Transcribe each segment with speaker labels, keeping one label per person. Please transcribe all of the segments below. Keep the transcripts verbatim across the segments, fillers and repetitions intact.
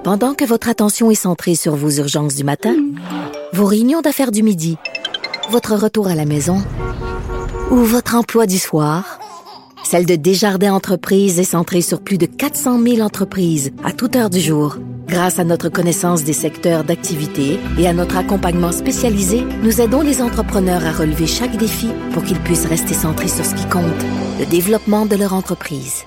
Speaker 1: Pendant que votre attention est centrée sur vos urgences du matin, vos réunions d'affaires du midi, votre retour à la maison ou votre emploi du soir, celle de Desjardins Entreprises est centrée sur plus de quatre cent mille entreprises à toute heure du jour. Grâce à notre connaissance des secteurs d'activité et à notre accompagnement spécialisé, nous aidons les entrepreneurs à relever chaque défi pour qu'ils puissent rester centrés sur ce qui compte, le développement de leur entreprise.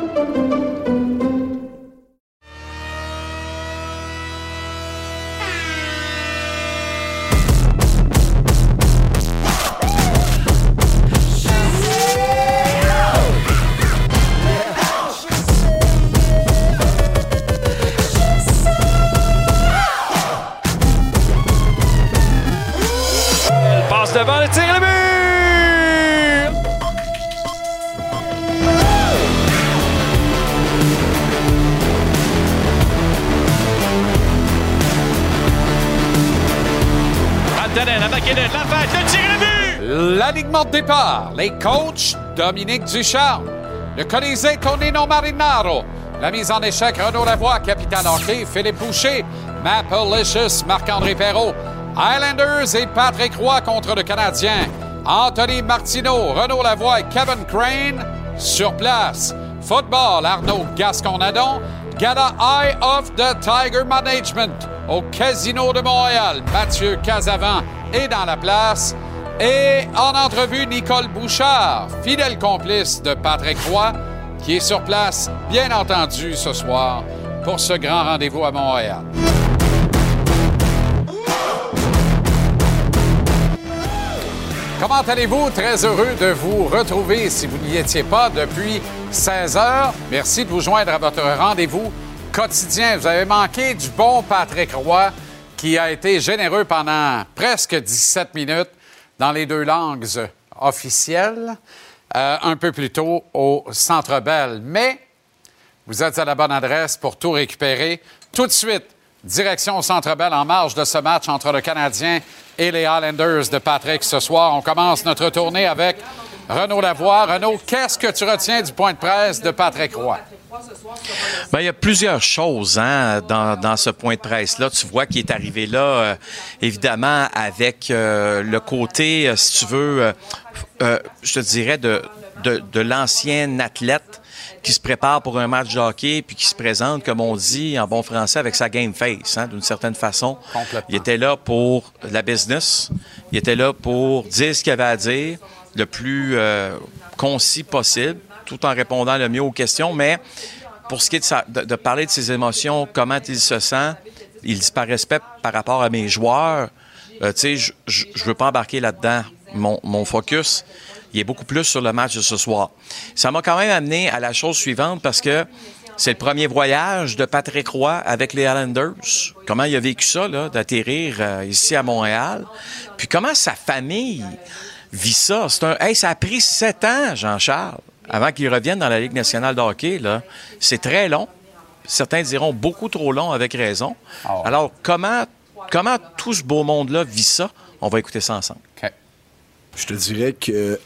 Speaker 2: Devant le tir et le but! Rantanen à McKinnon, la fête, le tir et le but!
Speaker 3: L'alignement de départ, les coachs Dominique Ducharme, le Colisée Tonino Marinaro, la mise en échec Renaud Lavoie, capitaine hockey, Philippe Boucher, Maplicious, Marc-André Perrault, Islanders et Patrick Roy contre le Canadien. Anthony Martineau, Renaud Lavoie et Kevin Crane sur place. Football, Arnaud Gascon-Nadon. Gala Eye of the Tiger Management au Casino de Montréal. Mathieu Casavant est dans la place. Et en entrevue, Nicole Bouchard, fidèle complice de Patrick Roy, qui est sur place, bien entendu, ce soir, pour ce grand rendez-vous à Montréal. Comment allez-vous? Très heureux de vous retrouver si vous n'y étiez pas depuis seize heures. Merci de vous joindre à votre rendez-vous quotidien. Vous avez manqué du bon Patrick Roy qui a été généreux pendant presque dix-sept minutes dans les deux langues officielles, euh, un peu plus tôt au Centre Bell. Mais vous êtes à la bonne adresse pour tout récupérer tout de suite. Direction au Centre Bell en marge de ce match entre le Canadien et les Islanders de Patrick ce soir. On commence notre tournée avec Renaud Lavoie. Renaud, qu'est-ce que tu retiens du point de presse de Patrick Roy?
Speaker 4: Bien, il y a plusieurs choses hein, dans, dans ce point de presse-là. Tu vois qu'il est arrivé là, euh, évidemment, avec euh, le côté, euh, si tu veux, euh, euh, je te dirais, de, de, de l'ancien athlète qui se prépare pour un match de hockey puis qui se présente, comme on dit en bon français, avec sa game face, hein, d'une certaine façon. Il était là pour la business. Il était là pour dire ce qu'il avait à dire le plus euh, concis possible, tout en répondant le mieux aux questions. Mais pour ce qui est de, sa, de, de parler de ses émotions, comment il se sent, il dit par respect par rapport à mes joueurs, euh, tu sais, je ne veux pas embarquer là-dedans. Mon, mon focus, il est beaucoup plus sur le match de ce soir. Ça m'a quand même amené à la chose suivante parce que c'est le premier voyage de Patrick Roy avec les Islanders. Comment il a vécu ça, là, d'atterrir euh, ici à Montréal. Puis comment sa famille vit ça. C'est un, hey, ça a pris sept ans, Jean-Charles, avant qu'il revienne dans la Ligue nationale de hockey. Là. C'est très long. Certains diront beaucoup trop long avec raison. Oh. Alors, comment, comment tout ce beau monde-là vit ça? On va écouter ça ensemble.
Speaker 3: OK.
Speaker 5: Je te dirais que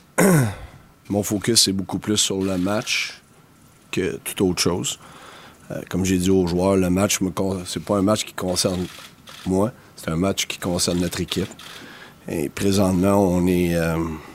Speaker 5: mon focus est beaucoup plus sur le match que toute autre chose. Euh, comme j'ai dit aux joueurs, le match, me con... c'est pas un match qui concerne moi, c'est un match qui concerne notre équipe. Et présentement, on est euh,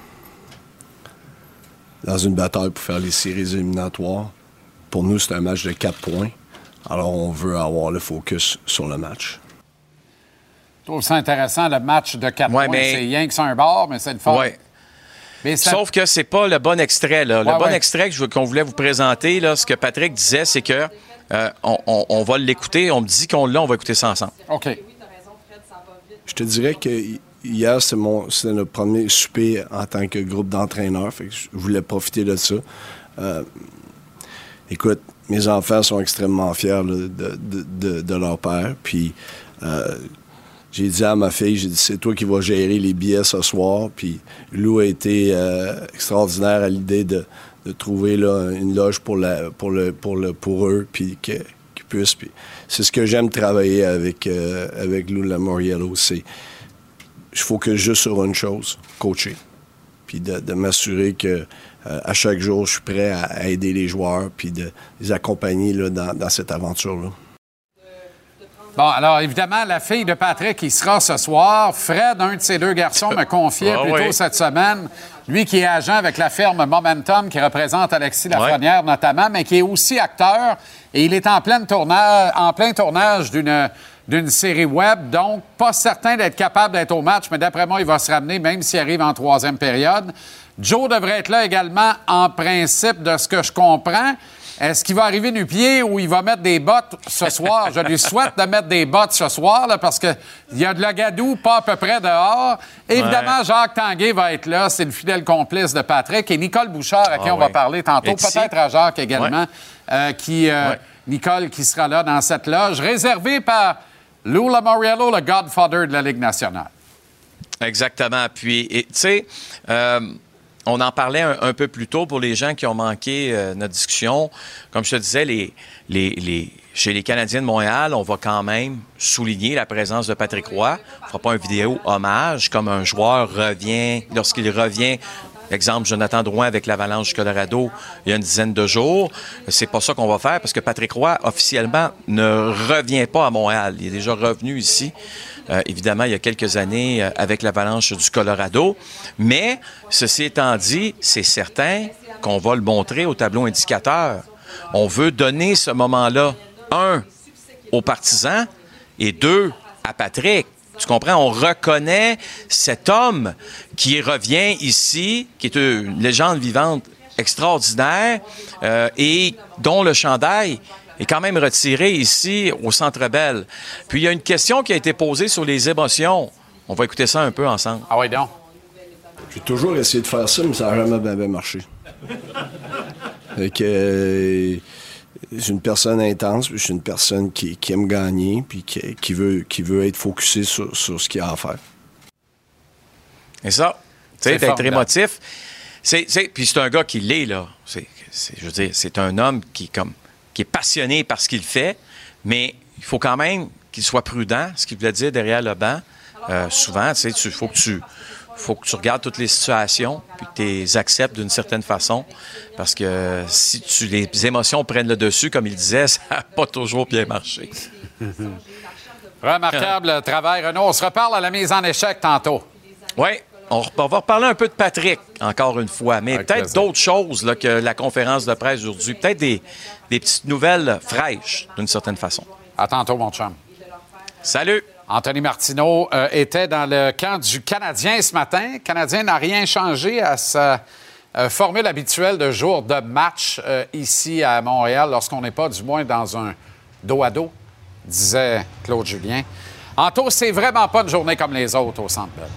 Speaker 5: dans une bataille pour faire les séries éliminatoires. Pour nous, c'est un match de quatre points. Alors, on veut avoir le focus sur le match.
Speaker 3: Je trouve ça intéressant, le match de quatre
Speaker 4: ouais,
Speaker 3: points.
Speaker 4: Mais...
Speaker 3: C'est rien que c'est un bar, mais c'est le fun.
Speaker 4: Ouais.
Speaker 3: Mais ça...
Speaker 4: Sauf que c'est pas le bon extrait. Là. Le
Speaker 3: ouais,
Speaker 4: bon
Speaker 3: ouais.
Speaker 4: extrait que je, qu'on voulait vous présenter, là, ce que Patrick disait, c'est que euh, on, on, on va l'écouter. On me dit qu'on l'a, on va écouter ça ensemble.
Speaker 3: OK.
Speaker 5: Je te dirais que hier, c'est, mon, c'est notre premier souper en tant que groupe d'entraîneurs. Fait que je voulais profiter de ça. Euh, écoute, mes enfants sont extrêmement fiers là, de, de, de, de leur père. Puis... Euh, J'ai dit à ma fille, j'ai dit, c'est toi qui vas gérer les billets ce soir. Puis Lou a été euh, extraordinaire à l'idée de, de trouver là, une loge pour, la, pour, le, pour, le, pour eux, puis que, qu'ils puissent. Puis c'est ce que j'aime travailler avec, euh, avec Lou Lamoriello. C'est, je focus juste sur une chose, coacher. Puis de, de m'assurer que euh, à chaque jour, je suis prêt à, à aider les joueurs, puis de les accompagner là, dans, dans cette aventure-là.
Speaker 3: Bon, alors évidemment, la fille de Patrick, qui sera ce soir. Fred, un de ces deux garçons, me confiait
Speaker 4: ah,
Speaker 3: plus tôt
Speaker 4: oui.
Speaker 3: cette semaine, lui qui est agent avec la firme Momentum, qui représente Alexis Lafrenière
Speaker 4: ouais.
Speaker 3: notamment, mais qui est aussi acteur, et il est en, pleine tournage, en plein tournage d'une, d'une série web, donc pas certain d'être capable d'être au match, mais d'après moi, il va se ramener, même s'il arrive en troisième période. Joe devrait être là également, en principe, de ce que je comprends. Est-ce qu'il va arriver nu-pied ou il va mettre des bottes ce soir? Je lui souhaite de mettre des bottes ce soir, là, parce qu'il y a de la gadoue pas à peu près dehors. Évidemment, ouais. Jacques Tanguay va être là. C'est le fidèle complice de Patrick. Et Nicole Bouchard, à qui ah, on ouais. va parler tantôt. Et peut-être à Jacques également. Ouais. Euh, qui, euh, ouais. Nicole qui sera là dans cette loge, réservée par Lou Lamoriello, le Godfather de la Ligue nationale.
Speaker 4: Exactement. Puis, tu sais... Euh... On en parlait un, un peu plus tôt pour les gens qui ont manqué euh, notre discussion. Comme je te disais, les, les, les, chez les Canadiens de Montréal, on va quand même souligner la présence de Patrick Roy. On ne fera pas une vidéo hommage comme un joueur revient, lorsqu'il revient. Exemple, Jonathan Drouin avec l'Avalanche du Colorado il y a une dizaine de jours. C'est pas ça qu'on va faire parce que Patrick Roy, officiellement, ne revient pas à Montréal. Il est déjà revenu ici. Euh, évidemment, il y a quelques années euh, avec l'Avalanche du Colorado. Mais, ceci étant dit, c'est certain qu'on va le montrer au tableau indicateur. On veut donner ce moment-là, un, aux partisans et deux, à Patrick. Tu comprends? On reconnaît cet homme qui revient ici, qui est une légende vivante extraordinaire euh, et dont le chandail est quand même retiré ici au Centre Bell. Puis il y a une question qui a été posée sur les émotions. On va écouter ça un peu ensemble.
Speaker 3: Ah oui, donc.
Speaker 5: J'ai toujours essayé de faire ça, mais ça n'a jamais bien, bien marché. Fait que, euh, je suis une personne intense, puis je suis une personne qui, qui aime gagner, puis qui, qui, veut, qui veut être focusé sur, sur ce qu'il a à faire.
Speaker 4: Et ça, tu sais, d'être émotif. C'est, c'est, puis c'est un gars qui l'est, là. C'est, c'est, je veux dire, c'est un homme qui, comme, qui est passionné par ce qu'il fait, mais il faut quand même qu'il soit prudent, ce qu'il voulait dire derrière le banc. Euh, souvent, tu sais, il faut que tu... faut que tu regardes toutes les situations puis que tu les acceptes d'une certaine façon parce que si tu, les émotions prennent le dessus, comme il disait, ça n'a pas toujours bien marché.
Speaker 3: Remarquable travail, Renaud. On se reparle à la mise en échec tantôt.
Speaker 4: Oui, on, on va reparler un peu de Patrick, encore une fois, mais avec peut-être plaisir. D'autres choses là, que la conférence de presse aujourd'hui. Peut-être des, des petites nouvelles fraîches, d'une certaine façon.
Speaker 3: À tantôt, mon chum.
Speaker 4: Salut!
Speaker 3: Anthony Martineau euh, était dans le camp du Canadien ce matin. Le Canadien n'a rien changé à sa euh, formule habituelle de jour de match euh, ici à Montréal, lorsqu'on n'est pas, du moins, dans un dos à dos, disait Claude Julien. Anto, c'est vraiment pas une journée comme les autres au Centre Bell.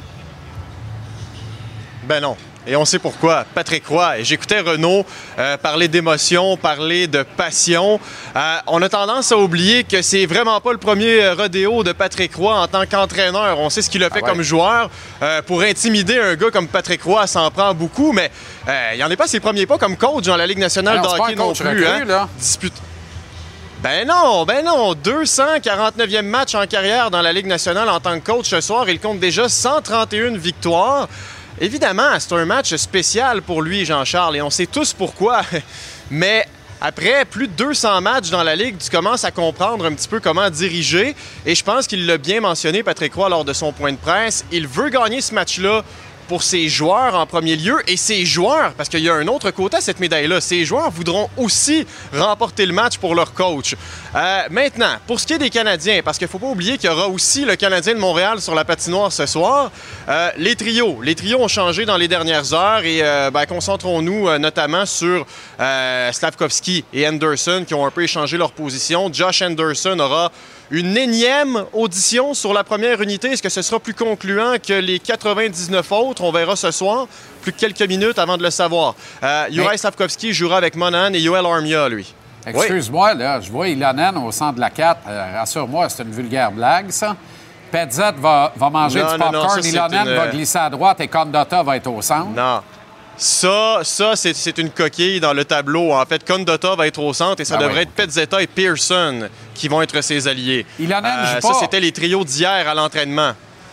Speaker 6: Ben non. Et on sait pourquoi. Patrick Roy. Et j'écoutais Renaud euh, parler d'émotion, parler de passion. Euh, on a tendance à oublier que c'est vraiment pas le premier rodéo de Patrick Roy en tant qu'entraîneur. On sait ce qu'il a fait ah ouais. comme joueur. Euh, pour intimider un gars comme Patrick Roy, ça en prend beaucoup, mais euh, il n'en est pas ses premiers pas comme coach dans la Ligue nationale de hockey non plus. Recul, hein? Là. Dispute... Ben non, ben non. deux cent quarante-neuvième match en carrière dans la Ligue nationale en tant que coach ce soir. Il compte déjà cent trente et une victoires. Évidemment, c'est un match spécial pour lui, Jean-Charles, et on sait tous pourquoi. Mais après plus de deux cents matchs dans la Ligue, tu commences à comprendre un petit peu comment diriger. Et je pense qu'il l'a bien mentionné, Patrick Roy, lors de son point de presse. Il veut gagner ce match-là pour ses joueurs en premier lieu et ses joueurs, parce qu'il y a un autre côté à cette médaille-là. Ses joueurs voudront aussi remporter le match pour leur coach. Euh, maintenant, pour ce qui est des Canadiens, parce qu'il ne faut pas oublier qu'il y aura aussi le Canadien de Montréal sur la patinoire ce soir, euh, les trios. Les trios ont changé dans les dernières heures et euh, ben, concentrons-nous euh, notamment sur euh, Slavkovski et Anderson qui ont un peu échangé leur position. Josh Anderson aura une énième audition sur la première unité. Est-ce que ce sera plus concluant que les quatre-vingt-dix-neuf autres? On verra ce soir. Plus que quelques minutes avant de le savoir. Euh, Juraj Mais... Slavkovski jouera avec Monahan et Yoel Armia, lui.
Speaker 3: Excuse-moi, oui. là, je vois Ilonen au centre de la quatre. Euh, rassure-moi, c'est une vulgaire blague, ça. Petzet va, va manger non, du popcorn. Ilonen une... va glisser à droite et Condotta va être au centre.
Speaker 6: Non. Ça, ça c'est, c'est une coquille dans le tableau. En fait, Condotta va être au centre et ça ah devrait oui. être Petzetta et Pearson qui vont être ses alliés.
Speaker 3: Ilonen
Speaker 6: euh,
Speaker 3: joue pas.
Speaker 6: Ça, c'était les trios d'hier à l'entraînement.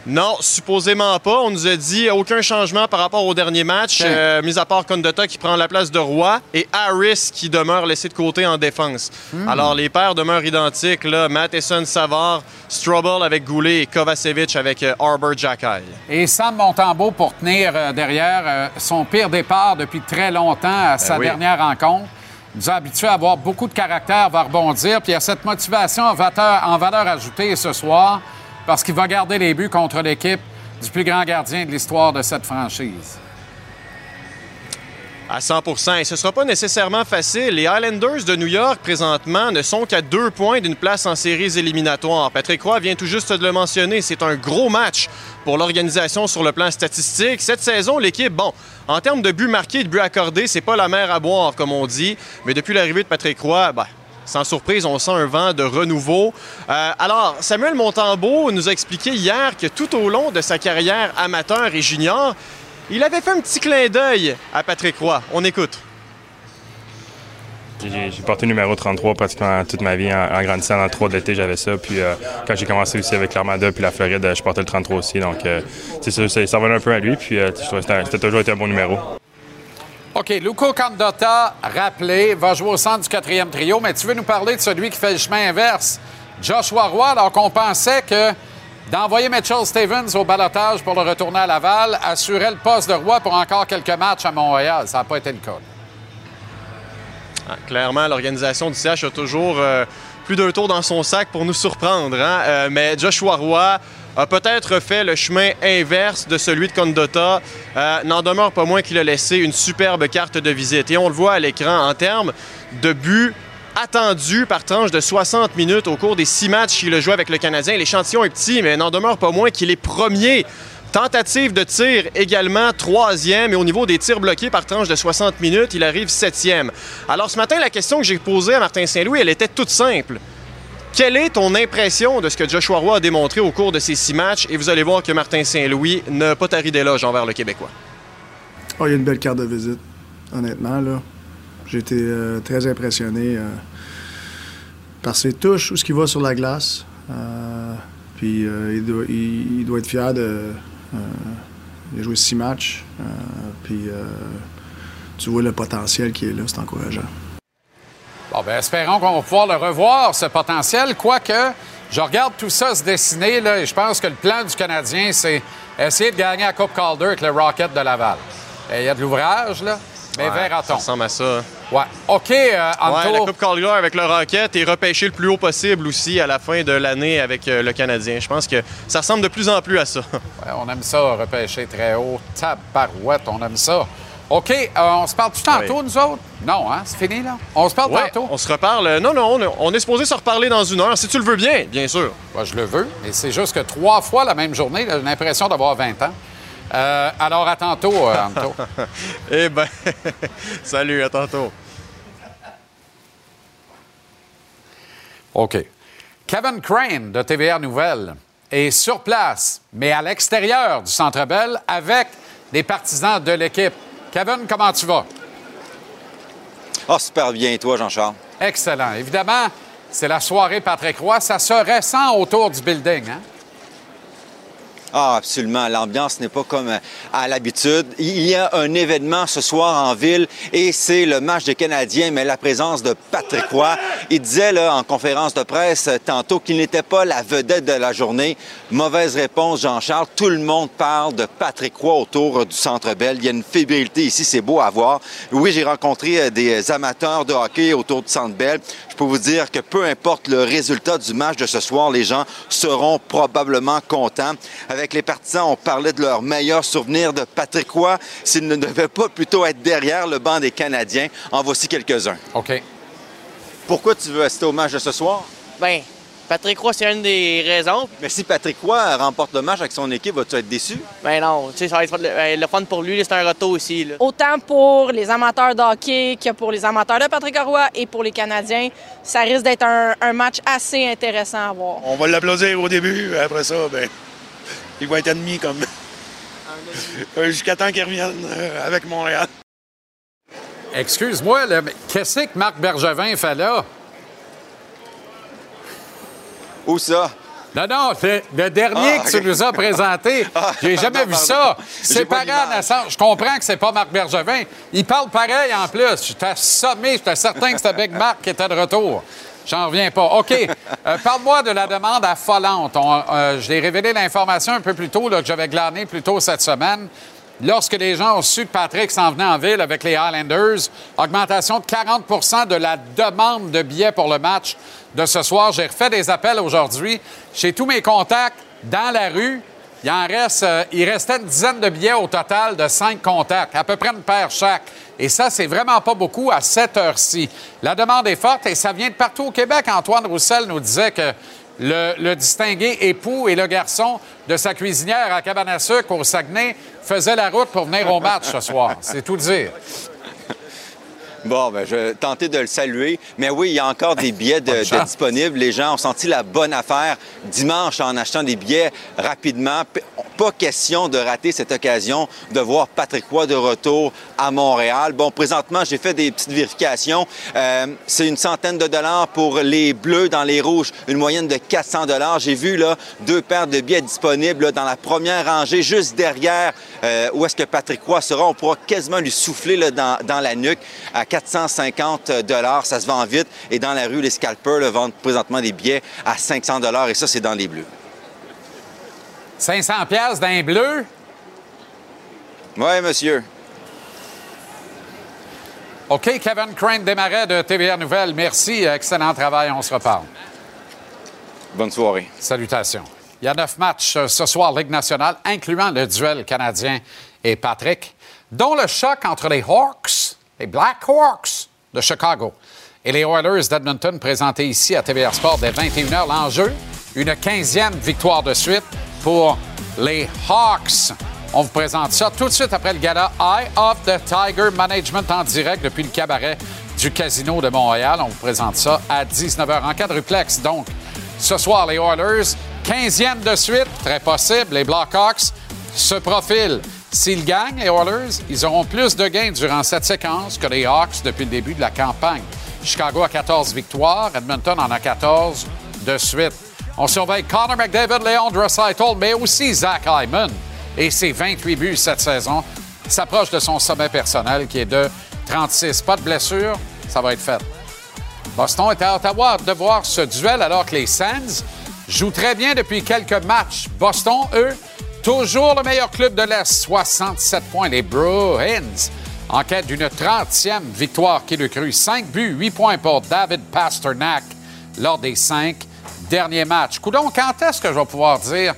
Speaker 6: Non, supposément pas. On nous a dit aucun changement par rapport au dernier match, okay. euh, mis à part Condotta qui prend la place de Roy et Harris qui demeure laissé de côté en défense. Mm. Alors, les paires demeurent identiques. Là. Matheson, Savard, Strobel avec Goulet et Kovacevic avec euh, Arbor Xhekaj.
Speaker 3: Et Sam Montembeault pour tenir euh, derrière euh, son pire départ depuis très longtemps à sa ben oui. dernière rencontre. Il nous a habitués à avoir beaucoup de caractère, va rebondir. Puis il y a cette motivation en valeur, en valeur ajoutée ce soir. Parce qu'il va garder les buts contre l'équipe du plus grand gardien de l'histoire de cette franchise.
Speaker 6: À cent pour cent. Et ce ne sera pas nécessairement facile. Les Islanders de New York, présentement, ne sont qu'à deux points d'une place en séries éliminatoires. Patrick Roy vient tout juste de le mentionner. C'est un gros match pour l'organisation sur le plan statistique. Cette saison, l'équipe, bon, en termes de buts marqués et de buts accordés, c'est pas la mer à boire, comme on dit. Mais depuis l'arrivée de Patrick Roy, ben, sans surprise, on sent un vent de renouveau. Euh, alors, Samuel Montembeault nous a expliqué hier que tout au long de sa carrière amateur et junior, il avait fait un petit clin d'œil à Patrick Roy. On écoute.
Speaker 7: J'ai, j'ai porté le numéro trente-trois pratiquement toute ma vie. En, en grandissant dans le trois de l'été, j'avais ça. Puis euh, quand j'ai commencé aussi avec l'Armada puis la Floride, je portais le trente-trois aussi. Donc, euh, c'est ça, ça, ça revenait un peu à lui. Puis euh, je trouvais que c'était toujours été un bon numéro.
Speaker 3: OK, Luco Condotta, rappelé, va jouer au centre du quatrième trio, mais tu veux nous parler de celui qui fait le chemin inverse, Joshua Roy, alors qu'on pensait que d'envoyer Mitchell Stevens au ballottage pour le retourner à Laval assurait le poste de Roy pour encore quelques matchs à Montréal. Ça n'a pas été le cas.
Speaker 6: Ah, clairement, l'organisation du C H a toujours euh, plus d'un tour dans son sac pour nous surprendre. Hein? Euh, mais Joshua Roy a peut-être fait le chemin inverse de celui de Condotta. Euh, n'en demeure pas moins qu'il a laissé une superbe carte de visite. Et on le voit à l'écran en termes de buts attendus par tranche de soixante minutes au cours des six matchs qu'il a joué avec le Canadien. L'échantillon est petit, mais n'en demeure pas moins qu'il est premier. Tentative de tir également troisième. Et au niveau des tirs bloqués par tranche de soixante minutes, il arrive septième. Alors ce matin, la question que j'ai posée à Martin Saint-Louis, elle était toute simple. Quelle est ton impression de ce que Joshua Roy a démontré au cours de ces six matchs? Et vous allez voir que Martin Saint-Louis n'a pas tari d'éloge envers le Québécois.
Speaker 8: Oh, il y a une belle carte de visite, honnêtement. Là. J'ai été euh, très impressionné euh, par ses touches, où ce qu'il va sur la glace. Euh, puis euh, il, doit, il, il doit être fier de... Euh, il a joué six matchs. Euh, puis euh, tu vois le potentiel qui est là, c'est encourageant.
Speaker 3: Bon, bien, espérons qu'on va pouvoir le revoir, ce potentiel. Quoique, je regarde tout ça se dessiner, là, et je pense que le plan du Canadien, c'est essayer de gagner la Coupe Calder avec le Rocket de Laval. Il y a de l'ouvrage, là, mais
Speaker 6: ouais,
Speaker 3: verra-t-on.
Speaker 6: Ça ressemble à ça.
Speaker 3: Ouais. OK, euh, Anto...
Speaker 6: Ouais, la Coupe Calder avec le Rocket et repêcher le plus haut possible aussi à la fin de l'année avec euh, le Canadien. Je pense que ça ressemble de plus en plus à ça. Ouais,
Speaker 3: on aime ça, repêcher très haut. Tabarouette, on aime ça. OK, euh, on se parle tout tantôt, oui. nous autres? Non, hein? C'est fini, là? On se parle
Speaker 6: ouais,
Speaker 3: tantôt?
Speaker 6: On se reparle. Non, non, on est supposé se reparler dans une heure, si tu le veux bien, bien sûr.
Speaker 3: Ben, je le veux, mais c'est juste que trois fois la même journée, j'ai l'impression d'avoir vingt ans. Euh, alors, à tantôt, euh, Anto.
Speaker 6: Eh bien, salut, à tantôt.
Speaker 3: OK. Kevin Crane, de T V R Nouvelles, est sur place, mais à l'extérieur du Centre Bell, avec les partisans de l'équipe. Kevin, comment tu vas?
Speaker 9: Ah, oh, super bien. Et toi, Jean-Charles?
Speaker 3: Excellent. Évidemment, c'est la soirée Patrick Roy. Ça se ressent autour du building, hein?
Speaker 9: Ah, absolument. L'ambiance n'est pas comme à l'habitude. Il y a un événement ce soir en ville et c'est le match des Canadiens, mais la présence de Patrick Roy. Il disait là, en conférence de presse tantôt qu'il n'était pas la vedette de la journée. Mauvaise réponse, Jean-Charles. Tout le monde parle de Patrick Roy autour du Centre Bell. Il y a une fébrilité ici, c'est beau à voir. Oui, j'ai rencontré des amateurs de hockey autour du Centre Bell. Je peux vous dire que peu importe le résultat du match de ce soir, les gens seront probablement contents. Avec les partisans, on parlait de leurs meilleurs souvenirs de Patrick Roy. S'il ne devait pas plutôt être derrière le banc des Canadiens, en voici quelques-uns.
Speaker 3: OK.
Speaker 9: Pourquoi tu veux assister au match de ce soir?
Speaker 10: Bien, Patrick Roy, c'est une des raisons.
Speaker 9: Mais si Patrick Roy remporte le match avec son équipe, vas-tu être déçu?
Speaker 10: Ben non, tu sais, ça va être le, le fun pour lui, c'est un retour aussi. Là.
Speaker 11: Autant pour les amateurs de hockey que pour les amateurs de Patrick Roy et pour les Canadiens, ça risque d'être un, un match assez intéressant à voir.
Speaker 12: On va l'applaudir au début, après ça, ben, il va être ennemi comme jusqu'à temps qu'il revienne avec Montréal.
Speaker 3: Excuse-moi, là, mais qu'est-ce que Marc Bergevin fait là?
Speaker 9: Où ça?
Speaker 3: Non, non, le, le dernier ah, que okay. tu nous as présenté, ah, j'ai jamais non, vu ça. C'est pareil à naissance. Je comprends que c'est pas Marc Bergevin. Il parle pareil en plus. J'étais assommé, j'étais certain que c'était Big Marc qui était de retour. J'en reviens pas. OK. Euh, parle-moi de la demande affolante. On, euh, je l'ai révélé l'information un peu plus tôt, là, que j'avais glané plus tôt cette semaine. Lorsque les gens ont su que Patrick s'en venait en ville avec les Highlanders, augmentation de quarante pour cent de la demande de billets pour le match de ce soir. J'ai refait des appels aujourd'hui. Chez tous mes contacts dans la rue, il en reste, euh, il restait une dizaine de billets au total de cinq contacts, à peu près une paire chaque. Et ça, c'est vraiment pas beaucoup à cette heure-ci. La demande est forte et ça vient de partout au Québec. Antoine Roussel nous disait que le, le distingué époux et le garçon de sa cuisinière à Cabane à sucre au Saguenay faisaient la route pour venir au match ce soir. C'est tout dire.
Speaker 9: Bon, ben, je vais tenter de le saluer. Mais oui, il y a encore des billets de, de disponibles. Les gens ont senti la bonne affaire dimanche en achetant des billets rapidement. Pas question de rater cette occasion de voir Patrick Roy de retour à Montréal. Bon, présentement, j'ai fait des petites vérifications. Euh, c'est une centaine de dollars pour les bleus, dans les rouges, une moyenne de quatre cents dollars. J'ai vu là deux paires de billets disponibles là, dans la première rangée, juste derrière euh, où est-ce que Patrick Roy sera. On pourra quasiment lui souffler là, dans, dans la nuque à quatre cent cinquante dollars. Ça se vend vite. Et dans la rue, les scalpers là, vendent présentement des billets à cinq cents dollars. Et ça, c'est dans les bleus.
Speaker 3: cinq cents piastres d'un bleu?
Speaker 9: Oui, monsieur.
Speaker 3: OK, Kevin Crane Desmarais de T V R Nouvelles. Merci. Excellent travail. On se reparle.
Speaker 9: Bonne soirée.
Speaker 3: Salutations. Il y a neuf matchs ce soir, Ligue nationale, incluant le duel canadien et Patrick, dont le choc entre les Hawks, les Black Hawks de Chicago, et les Oilers d'Edmonton, présentés ici à T V R Sport dès vingt et une heures. L'enjeu, une quinzième victoire de suite pour les Hawks. On vous présente ça tout de suite après le gala Eye of the Tiger Management en direct depuis le cabaret du Casino de Montréal. On vous présente ça à dix-neuf heures en quadruplex. Donc, ce soir, les Oilers, quinzième de suite, très possible. Les Blackhawks se profilent. S'ils gagnent, les Oilers, ils auront plus de gains durant cette séquence que les Hawks depuis le début de la campagne. Chicago a quatorze victoires, Edmonton en a quatorze de suite. On surveille Connor McDavid, Leon Draisaitl, mais aussi Zach Hyman. Et ses vingt-huit buts cette saison s'approche de son sommet personnel qui est de trente-six. Pas de blessure, ça va être fait. Boston est à Ottawa de voir ce duel alors que les Sens jouent très bien depuis quelques matchs. Boston, eux, toujours le meilleur club de l'Est, soixante-sept points. Les Bruins, en quête d'une trentième victoire qui le crut. cinq buts, huit points pour David Pastrnak lors des cinq derniers matchs. Coudon, quand est-ce que je vais pouvoir dire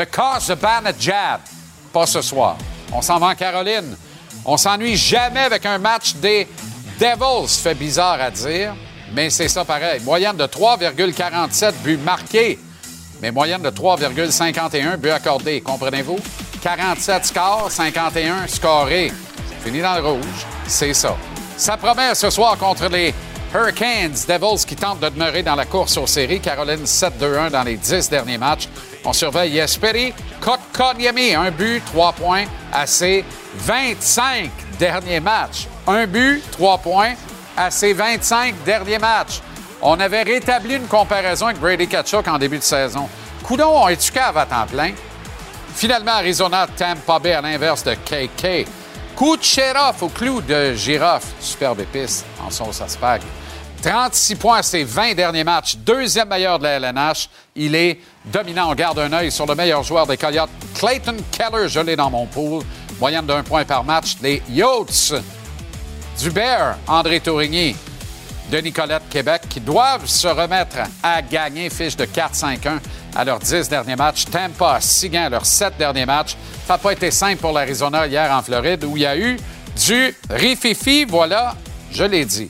Speaker 3: Zibanejad? Pas ce soir. On s'en va en Caroline. On s'ennuie jamais avec un match des Devils. Fait bizarre à dire, mais c'est ça pareil. Moyenne de trois virgule quarante-sept buts marqués, mais moyenne de trois virgule cinquante et un buts accordés. Comprenez-vous? quarante-sept scores, cinquante et un scorés. Fini dans le rouge, c'est ça. Ça promet ce soir contre les Hurricanes. Devils qui tentent de demeurer dans la course aux séries. Caroline sept deux un dans les dix derniers matchs. On surveille Jesperi Kotkaniemi. Un but, trois points à ses vingt-cinq derniers matchs. Un but, trois points à ses vingt-cinq derniers matchs. On avait rétabli une comparaison avec Brady Tkachuk en début de saison. Coudon, es-tu cave à temps plein? Finalement, Arizona, Tampa Bay à l'inverse de K K. Coup de shérif au clou de girofle. Superbe épice en sauce à spag. trente-six points à ses vingt derniers matchs. Deuxième meilleur de la L N H. Il est dominant. On garde un œil sur le meilleur joueur des Coyotes, Clayton Keller. Je l'ai dans mon pool. Moyenne d'un point par match. Les Yotes du Bear, André Tourigny de Nicolette, Québec, qui doivent se remettre à gagner. Fiche de quatre cinq un à leurs dix derniers matchs. Tampa a six gains à leurs sept derniers matchs. Ça n'a pas été simple pour l'Arizona hier en Floride, où il y a eu du rififi. Voilà, je l'ai dit.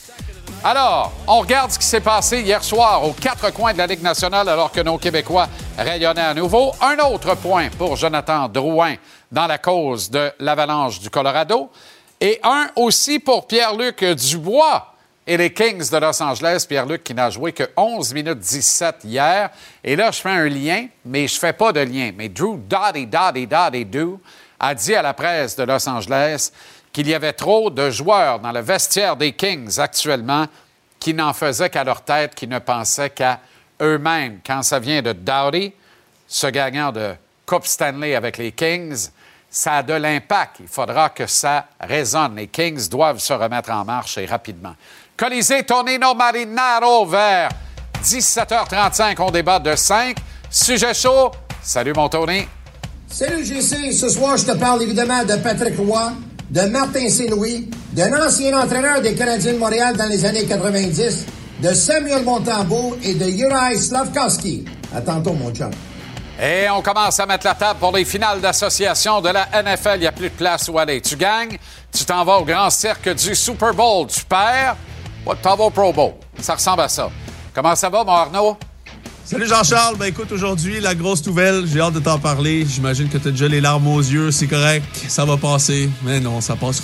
Speaker 3: Alors, on regarde ce qui s'est passé hier soir aux quatre coins de la Ligue nationale alors que nos Québécois rayonnaient à nouveau. Un autre point pour Jonathan Drouin dans la cause de l'Avalanche du Colorado. Et un aussi pour Pierre-Luc Dubois et les Kings de Los Angeles. Pierre-Luc qui n'a joué que onze minutes dix-sept hier. Et là, je fais un lien, mais je fais pas de lien. Mais Drew Doughty, Doughty, Doughty, Do a dit à la presse de Los Angeles qu'il y avait trop de joueurs dans le vestiaire des Kings actuellement qui n'en faisaient qu'à leur tête, qui ne pensaient qu'à eux-mêmes quand ça vient de Doughty, ce gagnant de Coupe Stanley avec les Kings. Ça a de l'impact. Il faudra que ça résonne. Les Kings doivent se remettre en marche et rapidement. Colisée Tonino Marinaro vers dix-sept heures trente-cinq. On débat de cinq. Sujet chaud. Salut, mon Tony.
Speaker 13: Salut, J C. Ce soir, je te parle évidemment de Patrick Roy, de Martin Saint-Louis, d'un ancien entraîneur des Canadiens de Montréal dans les années quatre-vingt-dix, de Samuel Montembeault et de Juraj Slafkovský. À tantôt, mon chum.
Speaker 3: Et on commence à mettre la table pour les finales d'association de la N F L. Il n'y a plus de place où aller. Tu gagnes, tu t'en vas au grand cirque du Super Bowl. Tu perds, tu t'en vas au Pro Bowl. Ça ressemble à ça. Comment ça va, mon Arnaud?
Speaker 14: Salut Jean-Charles. Ben écoute, aujourd'hui, la grosse nouvelle, j'ai hâte de t'en parler. J'imagine que tu as déjà les larmes aux yeux. C'est correct, ça va passer. Mais non, ça passera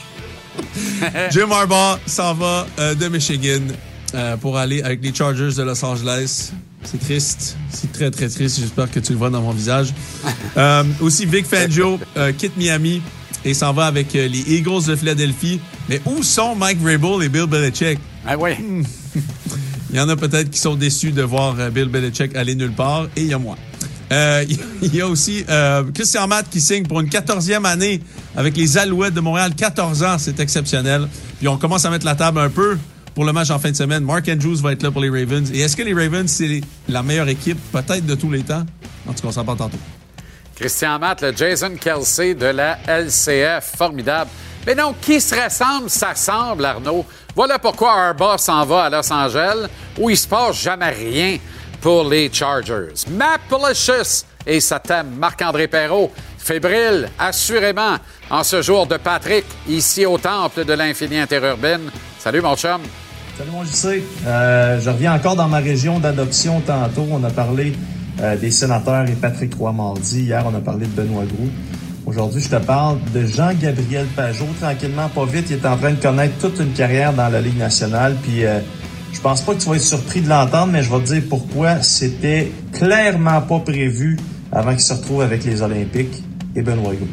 Speaker 14: pas. Jim Harbaugh s'en va euh, de Michigan euh, pour aller avec les Chargers de Los Angeles. C'est triste. C'est très, très triste. J'espère que tu le vois dans mon visage. Euh, aussi, Vic Fangio euh, quitte Miami et s'en va avec euh, les Eagles de Philadelphie. Mais où sont Mike Vrabel et Bill Belichick?
Speaker 3: Ah oui.
Speaker 14: Hmm. Il y en a peut-être qui sont déçus de voir euh, Bill Belichick aller nulle part. Et il y a moi. Euh, il y a aussi euh, Christian Matt qui signe pour une quatorzième année avec les Alouettes de Montréal. quatorze ans, c'est exceptionnel. Puis on commence à mettre la table un peu pour le match en fin de semaine. Mark Andrews va être là pour les Ravens. Et est-ce que les Ravens, c'est la meilleure équipe peut-être de tous les temps? En tout cas, on s'en parle tantôt.
Speaker 3: Christian Matt, le Jason Kelsey de la L C F. Formidable. Mais non, qui se ressemble, ça semble, Arnaud. Voilà pourquoi Harbaugh s'en va à Los Angeles, où il se passe jamais rien pour les Chargers. Matt Patricia et sa thème, Marc-André Perreault, fébrile, assurément, en ce jour de Patrick, ici au temple de l'infini interurbaine. Salut, mon chum.
Speaker 15: Salut, mon J C. Euh, je reviens encore dans ma région d'adoption tantôt. On a parlé euh, des sénateurs et Patrick Roy mardi. Hier, on a parlé de Benoît Groulx. Aujourd'hui, je te parle de Jean-Gabriel Pageau. Tranquillement, pas vite, il est en train de connaître toute une carrière dans la Ligue nationale. Puis, euh, je pense pas que tu vas être surpris de l'entendre, mais je vais te dire pourquoi c'était clairement pas prévu avant qu'il se retrouve avec les Olympiques et Benoît Groulx.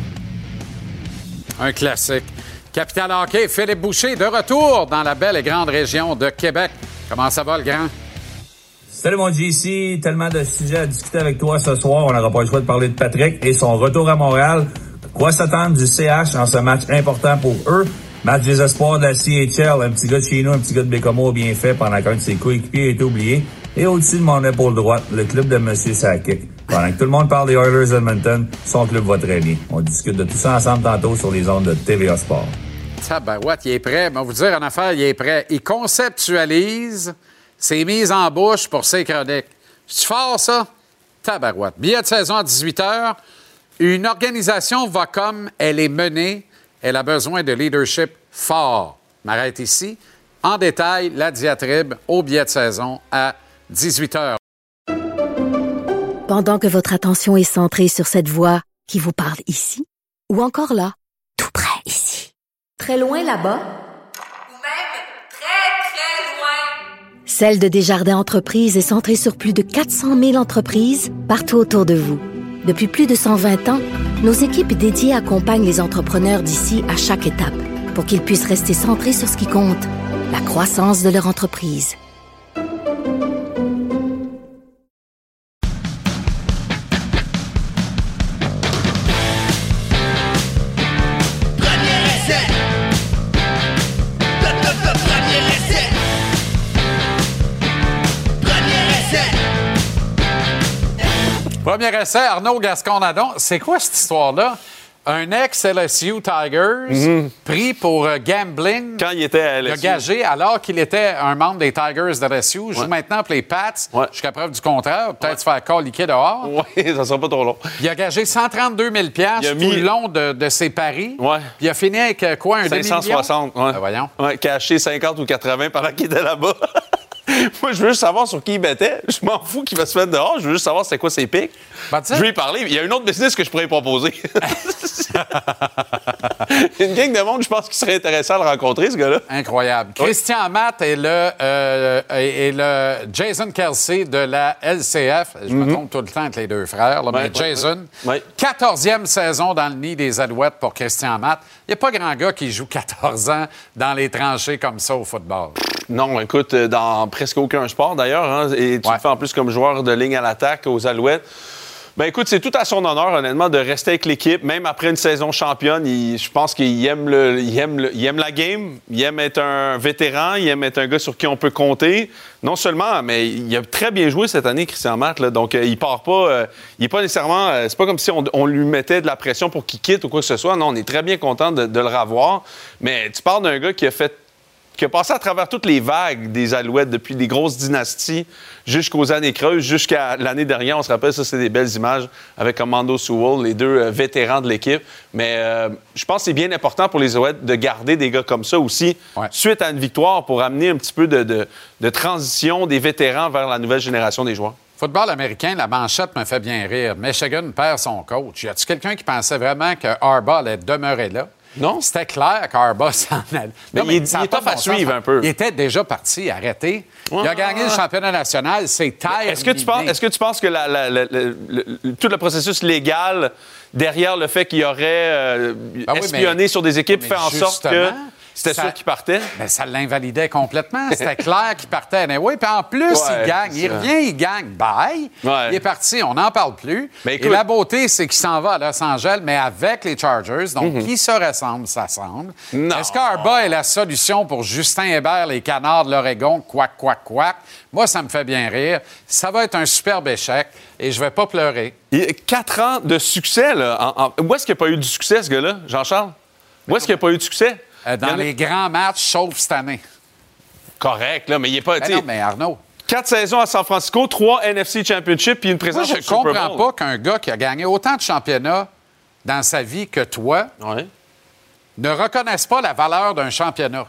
Speaker 3: Un classique. Capital Hockey, Philippe Boucher, de retour dans la belle et grande région de Québec. Comment ça va, le grand?
Speaker 16: Salut, mon J C. Tellement de sujets à discuter avec toi ce soir. On n'aura pas le choix de parler de Patrick et son retour à Montréal. Quoi s'attendre du C H en ce match important pour eux? Match des espoirs de la C H L. Un petit gars de chez nous, un petit gars de Bécomo bien fait pendant qu'un de ses coéquipiers a été oublié. Et au-dessus de mon épaule droite, le club de M. Sakic. Pendant que tout le monde parle des Oilers Edmonton, son club va très bien. On discute de tout ça ensemble tantôt sur les ondes de T V A Sport.
Speaker 3: Tabarouette, il est prêt. Mais on va vous dire en affaire, il est prêt. Il conceptualise ses mises en bouche pour ses chroniques. C'est fort, ça? Tabarouette. Billet de saison à dix-huit heures. Une organisation va comme elle est menée. Elle a besoin de leadership fort. M'arrête ici. En détail, la diatribe au billet de saison à dix-huit heures.
Speaker 1: Pendant que votre attention est centrée sur cette voix qui vous parle ici, ou encore là, tout près ici, très loin là-bas,
Speaker 17: ou même très, très loin,
Speaker 1: celle de Desjardins Entreprises est centrée sur plus de quatre cent mille entreprises partout autour de vous. Depuis plus de cent vingt ans, nos équipes dédiées accompagnent les entrepreneurs d'ici à chaque étape pour qu'ils puissent rester centrés sur ce qui compte, la croissance de leur entreprise.
Speaker 3: Premier essai, Arnaud Gascon-Nadon. C'est quoi cette histoire-là? Un ex-L S U Tigers mm-hmm. pris pour euh, gambling.
Speaker 18: Quand il était à L S U.
Speaker 3: Il a gagé alors qu'il était un membre des Tigers de L S U. Il joue
Speaker 18: ouais.
Speaker 3: maintenant pour les Pats
Speaker 18: ouais.
Speaker 3: jusqu'à preuve du contraire. Peut-être ouais. se faire coliquer dehors.
Speaker 18: Oui, ça sera pas trop long.
Speaker 3: Il a gagé cent trente-deux mille dollars tout mis... le long de, de ses paris.
Speaker 18: Ouais.
Speaker 3: Puis il a fini avec quoi, un
Speaker 18: cinq cent soixante,
Speaker 3: demi-million?
Speaker 18: Ouais.
Speaker 3: Ben voyons.
Speaker 18: Ouais, caché cinquante ou quatre-vingts pendant qu'il était là-bas. Moi, je veux juste savoir sur qui il mettait. Je m'en fous qu'il va se mettre dehors. Je veux juste savoir c'est quoi ses pics. Ben, je vais y parler. Il y a une autre business que je pourrais lui proposer. Une gang de monde, je pense qu'il serait intéressant à le rencontrer, ce gars-là.
Speaker 3: Incroyable. Oui. Christian Matt est le, euh, est le Jason Kelsey de la L C F. Je mm-hmm. me trompe tout le temps entre les deux frères. Là, ouais, mais ouais, Jason, ouais. quatorzième saison dans le nid des Alouettes pour Christian Matt. Il n'y a pas grand gars qui joue quatorze ans dans les tranchées comme ça au football.
Speaker 18: Non, écoute, dans presque aucun sport d'ailleurs, hein, et tu
Speaker 3: ouais.
Speaker 18: le fais en plus comme joueur de ligne à l'attaque aux Alouettes. Ben écoute, c'est tout à son honneur, honnêtement, de rester avec l'équipe, même après une saison championne. Il, je pense qu'il aime, le, il, aime le, il aime la game, il aime être un vétéran, il aime être un gars sur qui on peut compter. Non seulement, mais il a très bien joué cette année, Christian Marc, là, donc euh, il part pas, euh, il est pas nécessairement, euh, c'est pas comme si on, on lui mettait de la pression pour qu'il quitte ou quoi que ce soit. Non, on est très bien content de, de le revoir. Mais tu parles d'un gars qui a fait qui a passé à travers toutes les vagues des Alouettes, depuis les grosses dynasties jusqu'aux années creuses, jusqu'à l'année dernière. On se rappelle, ça, c'est des belles images avec Armando Sewell, les deux euh, vétérans de l'équipe. Mais euh, je pense que c'est bien important pour les Alouettes de garder des gars comme ça aussi, ouais. suite à une victoire, pour amener un petit peu de, de, de transition des vétérans vers la nouvelle génération des joueurs.
Speaker 3: Football américain, la manchette me fait bien rire. Michigan perd son coach. Y a-t-il quelqu'un qui pensait vraiment que Harbaugh allait demeurer là?
Speaker 18: Non.
Speaker 3: C'était clair qu'Harbaugh s'en allait.
Speaker 18: Mais, mais il, il est tough à suivre un peu.
Speaker 3: Il était déjà parti, arrêté. Ouais. Il a gagné le championnat national, c'est terminé.
Speaker 18: Est-ce que tu penses, est-ce que tu penses que la, la, la, la, le, tout le processus légal derrière le fait qu'il aurait euh, ben espionné oui, mais, sur des équipes fait en sorte que c'était ça, sûr qu'il partait?
Speaker 3: Bien, ça l'invalidait complètement. C'était clair qu'il partait. Anyway. Puis en plus, ouais, il gagne. Il revient, il gagne. Bye. Ouais. Il est parti. On n'en parle plus. Mais écoute, et la beauté, c'est qu'il s'en va à Los Angeles, mais avec les Chargers. Donc, mm-hmm. qui se ressemble, ça semble. Non. Est-ce qu'Harbaugh est la solution pour Justin Hébert, les Canards de l'Oregon? Quack, quack, quack. Moi, ça me fait bien rire. Ça va être un superbe échec et je vais pas pleurer.
Speaker 18: Il y a quatre ans de succès, là. En, en... Où est-ce qu'il n'y a pas eu du succès, ce gars-là, Jean-Charles? Où est-ce qu'il n'y a pas eu de succès?
Speaker 3: Dans a... les grands matchs, sauf cette année.
Speaker 18: Correct, là, mais il n'est pas...
Speaker 3: Ben non, mais Arnaud...
Speaker 18: Quatre saisons à San Francisco, trois N F C Championship puis une présence
Speaker 3: Moi,
Speaker 18: au Super Bowl.
Speaker 3: Je comprends pas qu'un gars qui a gagné autant de championnats dans sa vie que toi
Speaker 18: ouais.
Speaker 3: ne reconnaisse pas la valeur d'un championnat.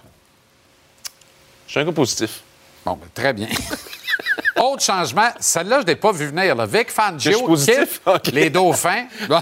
Speaker 18: Je suis un gars positif.
Speaker 3: Bon, ben, très bien. Autre changement, celle-là, je ne l'ai pas vu venir. Là. Vic Fangio quitte okay. les Dauphins.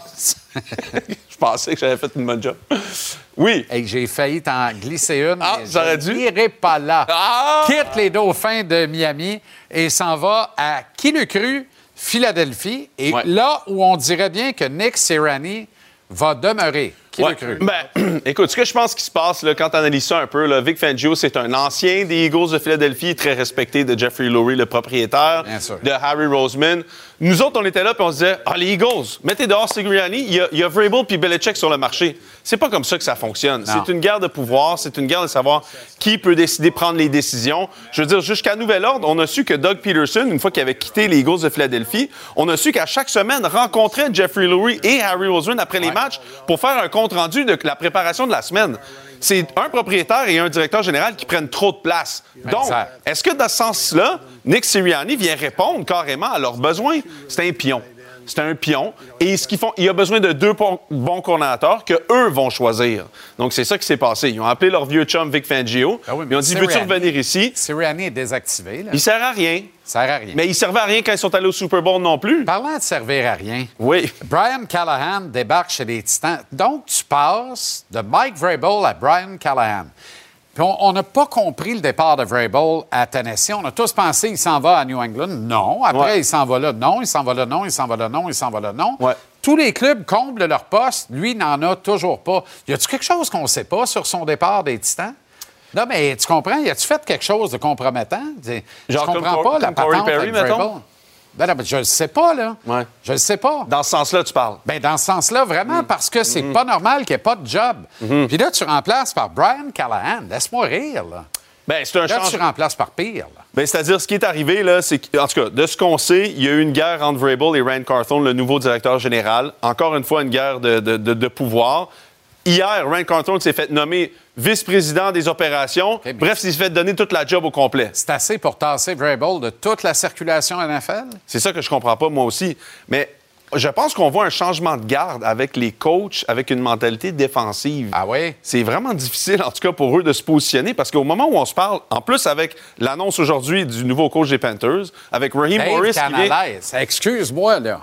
Speaker 18: Je pensais que j'avais fait une bonne job. Oui.
Speaker 3: Hey, j'ai failli t'en glisser une.
Speaker 18: Ah, j'aurais dû.
Speaker 3: Je n'irai pas là.
Speaker 18: Ah!
Speaker 3: Quitte les Dauphins de Miami et s'en va à, qui le cru, Philadelphie. Et ouais. là où on dirait bien que Nick Sirianni va demeurer. Qui
Speaker 18: ouais.
Speaker 3: le cru?
Speaker 18: Ben, écoute, ce que je pense qui se passe là, quand tu analyses ça un peu, là, Vic Fangio, c'est un ancien des Eagles de Philadelphie, très respecté de Jeffrey Lurie, le propriétaire, de Harry Roseman. Nous autres, on était là et on se disait, ah, les Eagles, mettez dehors Sirianni, il y a, il y a Vrabel puis Belichick sur le marché. C'est pas comme ça que ça fonctionne. Non. C'est une guerre de pouvoir, c'est une guerre de savoir qui peut décider de prendre les décisions. Je veux dire, jusqu'à nouvel ordre, on a su que Doug Peterson, une fois qu'il avait quitté les Eagles de Philadelphie, on a su qu'à chaque semaine, rencontrait Jeffrey Lurie et Harry Roseman après ouais. les matchs pour faire un compte rendu de la préparation de la semaine. C'est un propriétaire et un directeur général qui prennent trop de place. Donc, est-ce que dans ce sens-là, Nick Sirianni vient répondre carrément à leurs besoins? C'est un pion. C'est un pion. Et ce qu'ils font, il y a besoin de deux bons coordonnateurs qu'eux vont choisir. Donc, c'est ça qui s'est passé. Ils ont appelé leur vieux chum Vic Fangio. Ah oui, ils ont dit, veux-tu revenir ici?
Speaker 3: Sirianni est désactivé. Là.
Speaker 18: Il sert à rien.
Speaker 3: Il sert à rien.
Speaker 18: Mais il servait à rien quand ils sont allés au Super Bowl non plus.
Speaker 3: Parlant de servir à rien.
Speaker 18: Oui.
Speaker 3: Brian Callahan débarque chez les Titans. Donc, tu passes de Mike Vrabel à Brian Callahan. Puis on n'a pas compris le départ de Vrabel à Tennessee. On a tous pensé qu'il s'en va à New England. Non. Après, ouais. il s'en va là. Non, il s'en va là. Non, il s'en va là. Non, il s'en va là. Non.
Speaker 18: Ouais.
Speaker 3: Tous les clubs comblent leur poste. Lui, n'en a toujours pas. Y a-tu quelque chose qu'on ne sait pas sur son départ des Titans? Non, mais tu comprends? Y a-tu fait quelque chose de compromettant? Je comprends pas la patente avec Vrabel. Ben non, mais je le sais pas, là.
Speaker 18: Ouais.
Speaker 3: Je le sais pas.
Speaker 18: Dans ce sens-là, tu parles?
Speaker 3: Ben dans ce sens-là, vraiment, mmh. parce que c'est mmh. pas normal qu'il n'y ait pas de job. Mmh. Puis là, tu remplaces par Brian Callahan. Laisse-moi rire, là.
Speaker 18: Ben, c'est un
Speaker 3: là,
Speaker 18: change...
Speaker 3: tu remplaces par pire, là.
Speaker 18: Ben, c'est-à-dire, ce qui est arrivé, là, c'est qu'en tout cas, de ce qu'on sait, il y a eu une guerre entre Vrabel et Rand Carthon, le nouveau directeur général. Encore une fois, une guerre de, de, de, de pouvoir. Hier, Rand Carthon s'est fait nommer vice-président des opérations. Okay, Bref, il s'est fait donner toute la job au complet.
Speaker 3: C'est assez pour tasser Vrabel de toute la circulation N F L?
Speaker 18: C'est ça que je comprends pas, moi aussi. Mais je pense qu'on voit un changement de garde avec les coachs, avec une mentalité défensive.
Speaker 3: Ah oui? C'est
Speaker 18: vraiment difficile, en tout cas, pour eux de se positionner, parce qu'au moment où on se parle, en plus avec l'annonce aujourd'hui du nouveau coach des Panthers, avec Raheem
Speaker 3: Dave
Speaker 18: Morris...
Speaker 3: Canales,
Speaker 18: qui vient...
Speaker 3: excuse-moi, là.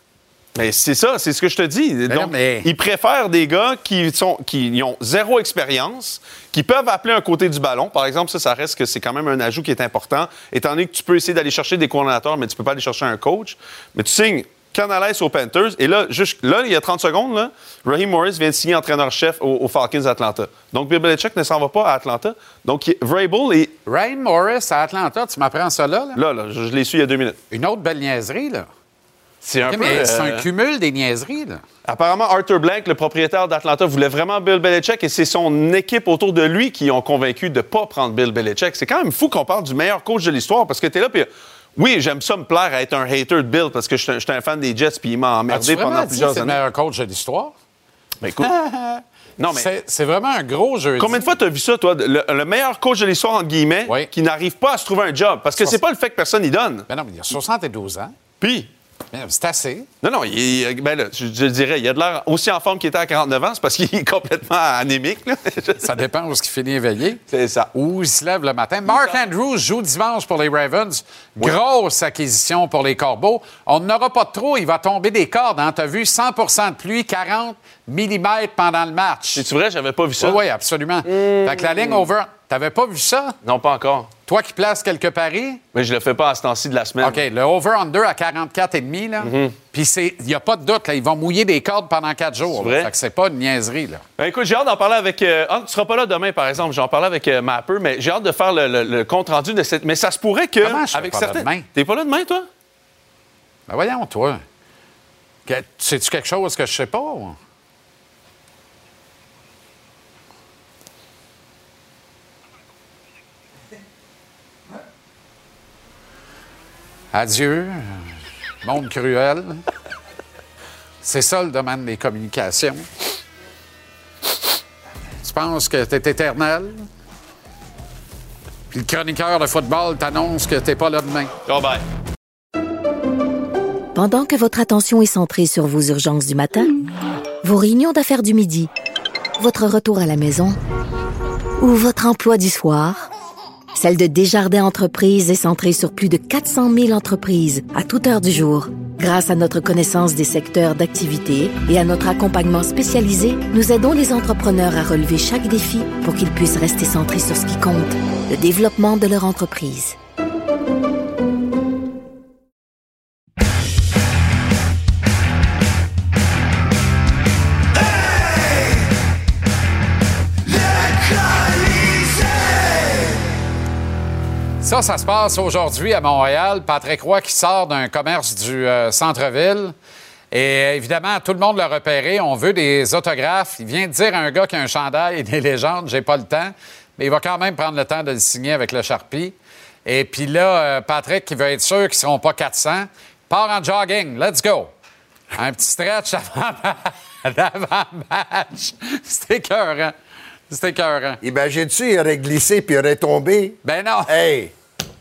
Speaker 18: Mais c'est ça, c'est ce que je te dis.
Speaker 3: Mais
Speaker 18: Donc,
Speaker 3: non, mais...
Speaker 18: ils préfèrent des gars qui, sont, qui ont zéro expérience, qui peuvent appeler un côté du ballon. Par exemple, ça, ça reste que c'est quand même un ajout qui est important, étant donné que tu peux essayer d'aller chercher des coordonnateurs, mais tu peux pas aller chercher un coach. Mais tu signes Canales aux Panthers. Et là, juste, là, il y a trente secondes, là, Raheem Morris vient de signer entraîneur-chef aux, aux Falcons d'Atlanta. Donc, Bill Belichick ne s'en va pas à Atlanta. Donc, Vrabel et...
Speaker 3: Raheem Morris à Atlanta, tu m'apprends ça là? Là,
Speaker 18: là, là je, je l'ai su il y a deux minutes.
Speaker 3: Une autre belle niaiserie, là.
Speaker 18: C'est un
Speaker 3: okay,
Speaker 18: peu...
Speaker 3: Mais
Speaker 18: euh...
Speaker 3: c'est un cumul des niaiseries, là.
Speaker 18: Apparemment, Arthur Blank, le propriétaire d'Atlanta, voulait vraiment Bill Belichick et c'est son équipe autour de lui qui ont convaincu de ne pas prendre Bill Belichick. C'est quand même fou qu'on parle du meilleur coach de l'histoire parce que t'es là, puis oui, j'aime ça me plaire à être un hater de Bill parce que je suis un fan des Jets puis il m'a emmerdé pendant plusieurs
Speaker 3: c'est
Speaker 18: années.
Speaker 3: C'est le meilleur coach de l'histoire?
Speaker 18: Ben écoute... non, mais...
Speaker 3: C'est, c'est vraiment un gros jeu.
Speaker 18: Combien de fois tu as vu ça, toi? Le, le meilleur coach de l'histoire, entre guillemets, oui. qui n'arrive pas à se trouver un job. Parce que c'est pas le fait que personne y donne.
Speaker 3: Ben non, mais il a soixante-douze ans.
Speaker 18: Puis...
Speaker 3: Ben, c'est assez.
Speaker 18: Non, non, il, ben là, je, je dirais, il a de l'air aussi en forme qu'il était à quarante-neuf ans, c'est parce qu'il est complètement anémique. Là.
Speaker 3: Ça dépend où est-ce qu'il finit éveillé.
Speaker 18: C'est ça.
Speaker 3: Ou il se lève le matin. Mark Andrews joue dimanche pour les Ravens. Oui. Grosse acquisition pour les Corbeaux. On n'aura pas de trop, il va tomber des cordes. Hein. Tu as vu cent pour cent de pluie, quarante millimètres pendant le match.
Speaker 18: C'est vrai, j'avais pas vu ça.
Speaker 3: Oui, oui, absolument. Mmh. Fait que la ligne over... T'avais pas vu ça?
Speaker 18: Non, pas encore.
Speaker 3: Toi qui places quelques paris?
Speaker 18: Mais je le fais pas à ce temps-ci de la semaine.
Speaker 3: OK, le over-under à quarante-quatre virgule cinq, là. Mm-hmm. Puis il n'y a pas de doute, là, ils vont mouiller des cordes pendant quatre jours.
Speaker 18: C'est vrai?
Speaker 3: Fait que c'est pas une niaiserie, là.
Speaker 18: Ben, écoute, j'ai hâte d'en parler avec... Euh... Ah, tu seras pas là demain, par exemple. J'en parlais avec euh, Mapper, mais j'ai hâte de faire le, le, le compte-rendu de cette... Mais ça se pourrait que...
Speaker 3: Comment je
Speaker 18: avec
Speaker 3: pas
Speaker 18: certains...
Speaker 3: demain?
Speaker 18: T'es pas là demain, toi?
Speaker 3: Ben voyons, toi. Que... Sais-tu quelque chose que je sais pas? Ou? Adieu, monde cruel. C'est ça le domaine des communications. Tu penses que t'es éternel? Puis le chroniqueur de football t'annonce que t'es pas là demain.
Speaker 18: Oh bye.
Speaker 1: Pendant que votre attention est centrée sur vos urgences du matin, vos réunions d'affaires du midi, votre retour à la maison ou votre emploi du soir, celle de Desjardins Entreprises est centrée sur plus de quatre cent mille entreprises à toute heure du jour. Grâce à notre connaissance des secteurs d'activité et à notre accompagnement spécialisé, nous aidons les entrepreneurs à relever chaque défi pour qu'ils puissent rester centrés sur ce qui compte, le développement de leur entreprise.
Speaker 3: Ça, ça se passe aujourd'hui à Montréal. Patrick Roy qui sort d'un commerce du euh, centre-ville. Et évidemment, tout le monde l'a repéré. On veut des autographes. Il vient de dire à un gars qui a un chandail et des légendes, j'ai pas le temps. Mais il va quand même prendre le temps de le signer avec le Sharpie. Et puis là, euh, Patrick, qui veut être sûr qu'ils ne seront pas quatre cents, part en jogging. Let's go! Un petit stretch avant-match. C'était écœurant. C'était écœurant.
Speaker 19: Imagine-tu, il aurait glissé puis il aurait tombé?
Speaker 3: Ben non.
Speaker 19: Hey!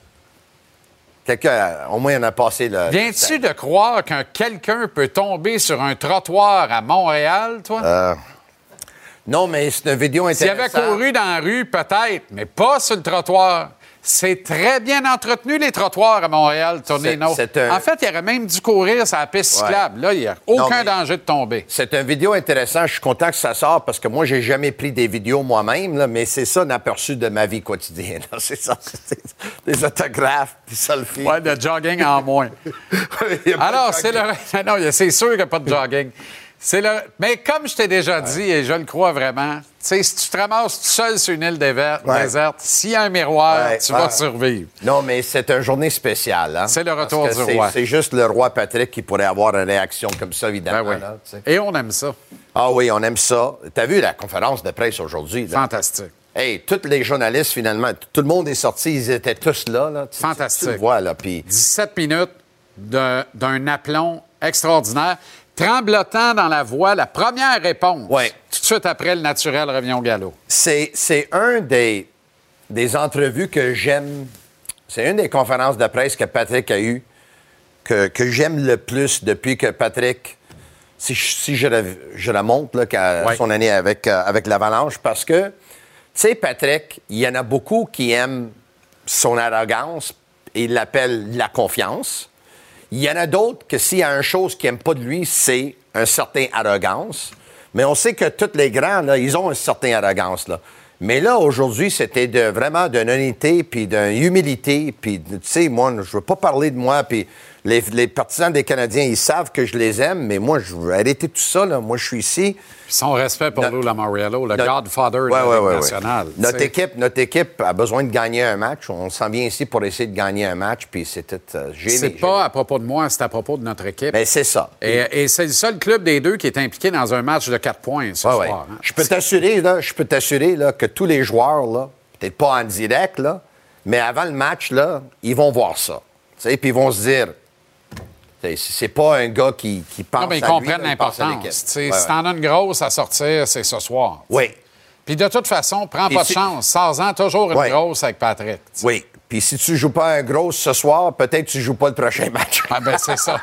Speaker 19: Quelqu'un, au moins, il en a passé le...
Speaker 3: Viens-tu de croire qu'un quelqu'un peut tomber sur un trottoir à Montréal, toi?
Speaker 19: Euh... Non, mais c'est une vidéo intéressante.
Speaker 3: S'il avait couru dans la rue, peut-être, mais pas sur le trottoir. C'est très bien entretenu, les trottoirs à Montréal, Tonino. C'est, c'est un... En fait, il aurait même dû courir sur la piste cyclable. Ouais. Là, il n'y a aucun non, danger de tomber.
Speaker 19: C'est une vidéo intéressante. Je suis content que ça sorte parce que moi, j'ai jamais pris des vidéos moi-même, là, mais c'est ça un aperçu de ma vie quotidienne. C'est ça. C'est des autographes, des selfies.
Speaker 3: Oui, de jogging en moins. Alors, c'est le... Non, c'est sûr qu'il n'y a pas de jogging. C'est le... Mais comme je t'ai déjà dit, ouais. et je le crois vraiment, tu sais, si tu te ramasses tout seul sur une île déserte, ouais. déserte, s'il y a un miroir, ouais. tu ouais. vas survivre.
Speaker 19: Non, mais c'est une journée spéciale. Hein?
Speaker 3: C'est le retour du
Speaker 19: c'est,
Speaker 3: roi.
Speaker 19: C'est juste le roi Patrick qui pourrait avoir une réaction comme ça, évidemment.
Speaker 3: Ben oui.
Speaker 19: Là,
Speaker 3: et on aime ça.
Speaker 19: Ah oui, on aime ça. T'as vu la conférence de presse aujourd'hui? Là?
Speaker 3: Fantastique.
Speaker 19: Hey, tous les journalistes, finalement, tout le monde est sorti, ils étaient tous là. là. Tu,
Speaker 3: Fantastique.
Speaker 19: Tu, tu le vois, là. Puis...
Speaker 3: dix-sept minutes de, d'un aplomb extraordinaire. Tremblotant dans la voix, la première réponse,
Speaker 19: ouais.
Speaker 3: tout de suite après le naturel revient au galop.
Speaker 19: C'est, c'est un des, des entrevues que j'aime. C'est une des conférences de presse que Patrick a eues que, que j'aime le plus depuis que Patrick, si je, si je, je la montre, là, ouais. son année avec, euh, avec l'Avalanche, parce que, tu sais, Patrick, il y en a beaucoup qui aiment son arrogance et il l'appelle la confiance. Il y en a d'autres que s'il y a une chose qu'ils n'aiment pas de lui, c'est une certaine arrogance. Mais on sait que tous les grands, là, ils ont une certaine arrogance. Là. Mais là, aujourd'hui, c'était de, vraiment d'une honnêteté, puis d'une humilité, puis, tu sais, moi, je veux pas parler de moi, puis les, les partisans des Canadiens, ils savent que je les aime, mais moi, je veux arrêter tout ça, là. Moi, je suis ici.
Speaker 3: Son respect pour Lou Lamoriello, le
Speaker 19: notre,
Speaker 3: Godfather
Speaker 19: ouais,
Speaker 3: de la
Speaker 19: ouais,
Speaker 3: Ligue
Speaker 19: ouais,
Speaker 3: nationale.
Speaker 19: Ouais. Notre, équipe, notre équipe a besoin de gagner un match. On s'en vient ici pour essayer de gagner un match, puis c'était euh, génial.
Speaker 3: C'est pas à propos de moi, c'est à propos de notre équipe.
Speaker 19: Mais c'est ça.
Speaker 3: Et, et c'est le seul club des deux qui est impliqué dans un match de quatre points ce
Speaker 19: ouais,
Speaker 3: soir.
Speaker 19: Ouais.
Speaker 3: Hein?
Speaker 19: Je peux t'assurer, là, je peux t'assurer là, que tous les joueurs, là, peut-être pas en direct, là, mais avant le match, là, ils vont voir ça. Puis ils vont se dire... C'est pas un gars qui, qui pense
Speaker 3: non, mais ils
Speaker 19: à
Speaker 3: comprennent
Speaker 19: lui,
Speaker 3: l'importance.
Speaker 19: Ouais,
Speaker 3: si
Speaker 19: ouais.
Speaker 3: t'en as une grosse à sortir, c'est ce soir.
Speaker 19: Oui.
Speaker 3: Puis de toute façon, prends pas de chance. Sors-en toujours une
Speaker 19: ouais.
Speaker 3: grosse avec Patrick. T'sais.
Speaker 19: Oui. Puis si tu joues pas un gros ce soir, peut-être tu joues pas le prochain match.
Speaker 3: Ah ben c'est ça.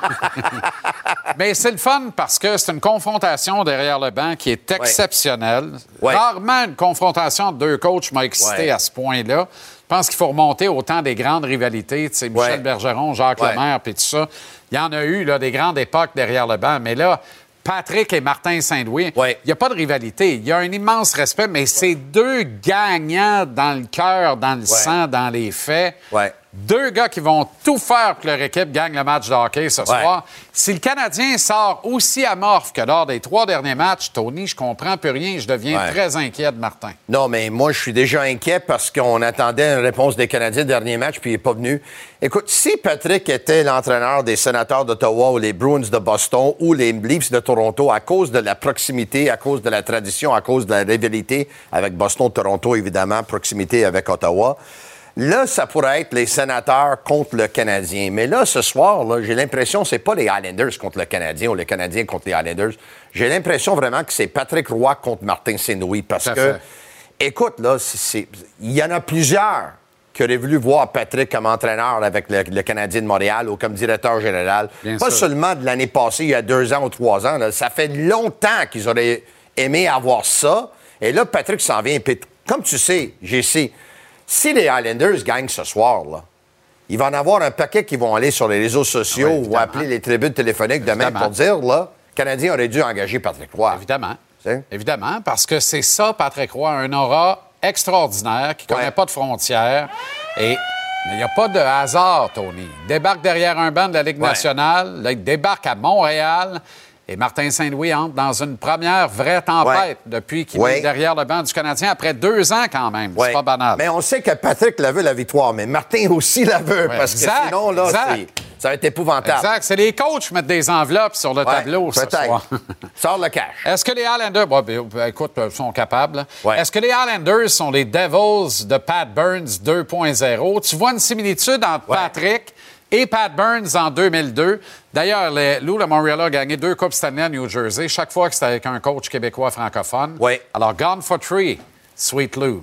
Speaker 3: Mais c'est le fun parce que c'est une confrontation derrière le banc qui est exceptionnelle.
Speaker 19: Ouais.
Speaker 3: Rarement une confrontation de deux coachs m'a excité
Speaker 19: ouais.
Speaker 3: à ce point-là. Je pense qu'il faut remonter au temps des grandes rivalités. Tu sais, Michel
Speaker 19: ouais.
Speaker 3: Bergeron, Jacques
Speaker 19: ouais.
Speaker 3: Lemaire, puis tout ça. Il y en a eu là, des grandes époques derrière le banc. Mais là, Patrick et Martin Saint-Louis, il
Speaker 19: ouais.
Speaker 3: n'y a pas de rivalité. Il y a un immense respect, mais c'est deux gagnants dans le cœur, dans le ouais. sang, dans les faits.
Speaker 19: Ouais.
Speaker 3: Deux gars qui vont tout faire pour que leur équipe gagne le match de hockey ce ouais. soir. Si le Canadien sort aussi amorphe que lors des trois derniers matchs, Tony, je comprends plus rien. Je deviens ouais. très inquiet de Martin.
Speaker 19: Non, mais moi, je suis déjà inquiet parce qu'on attendait une réponse des Canadiens le dernier match, puis il n'est pas venu. Écoute, si Patrick était l'entraîneur des Sénateurs d'Ottawa ou les Bruins de Boston ou les Leafs de Toronto, à cause de la proximité, à cause de la tradition, à cause de la rivalité avec Boston-Toronto, évidemment, proximité avec Ottawa, là, ça pourrait être les Sénateurs contre le Canadien. Mais là, ce soir, là, j'ai l'impression que c'est pas les Islanders contre le Canadien ou les Canadiens contre les Islanders. J'ai l'impression vraiment que c'est Patrick Roy contre Martin Saint-Louis. Parce que, fait. écoute, là, il y en a plusieurs qui auraient voulu voir Patrick comme entraîneur avec le, le Canadien de Montréal ou comme directeur général. Bien pas sûr. Seulement de l'année passée, il y a deux ans ou trois ans. Là, ça fait longtemps qu'ils auraient aimé avoir ça. Et là, Patrick s'en vient. Puis, comme tu sais, J C, si les Islanders gagnent ce soir, là, il va en avoir un paquet qui vont aller sur les réseaux sociaux oui, ou appeler les tribunes téléphoniques demain pour dire, là, le Canadien aurait dû engager Patrick Roy.
Speaker 3: Évidemment. T'sais? Évidemment, parce que c'est ça, Patrick Roy, un aura extraordinaire qui ne connaît ouais. pas de frontières. Et il n'y a pas de hasard, Tony. Il débarque derrière un banc de la Ligue ouais. nationale, là, il débarque à Montréal. Et Martin Saint-Louis entre dans une première vraie tempête ouais. depuis qu'il ouais. est derrière le banc du Canadien, après deux ans quand même. Ouais. C'est pas banal.
Speaker 19: Mais on sait que Patrick la veut, la victoire, mais Martin aussi la veut, ouais. parce exact, que sinon, là, ça va être épouvantable.
Speaker 3: Exact. C'est les coachs qui mettent des enveloppes sur le ouais, tableau ce soir.
Speaker 19: Sors le cash.
Speaker 3: Est-ce que les Islanders... Bon, ben, écoute, ils sont capables. Ouais. Est-ce que les Islanders sont les Devils de Pat Burns deux point zéro? Tu vois une similitude entre ouais. Patrick et Pat Burns en deux mille deux. D'ailleurs, les, Lou Lamoriello a gagné deux Coupes Stanley à New Jersey, chaque fois que c'était avec un coach québécois francophone.
Speaker 19: Oui.
Speaker 3: Alors, Gone for Three, Sweet Lou.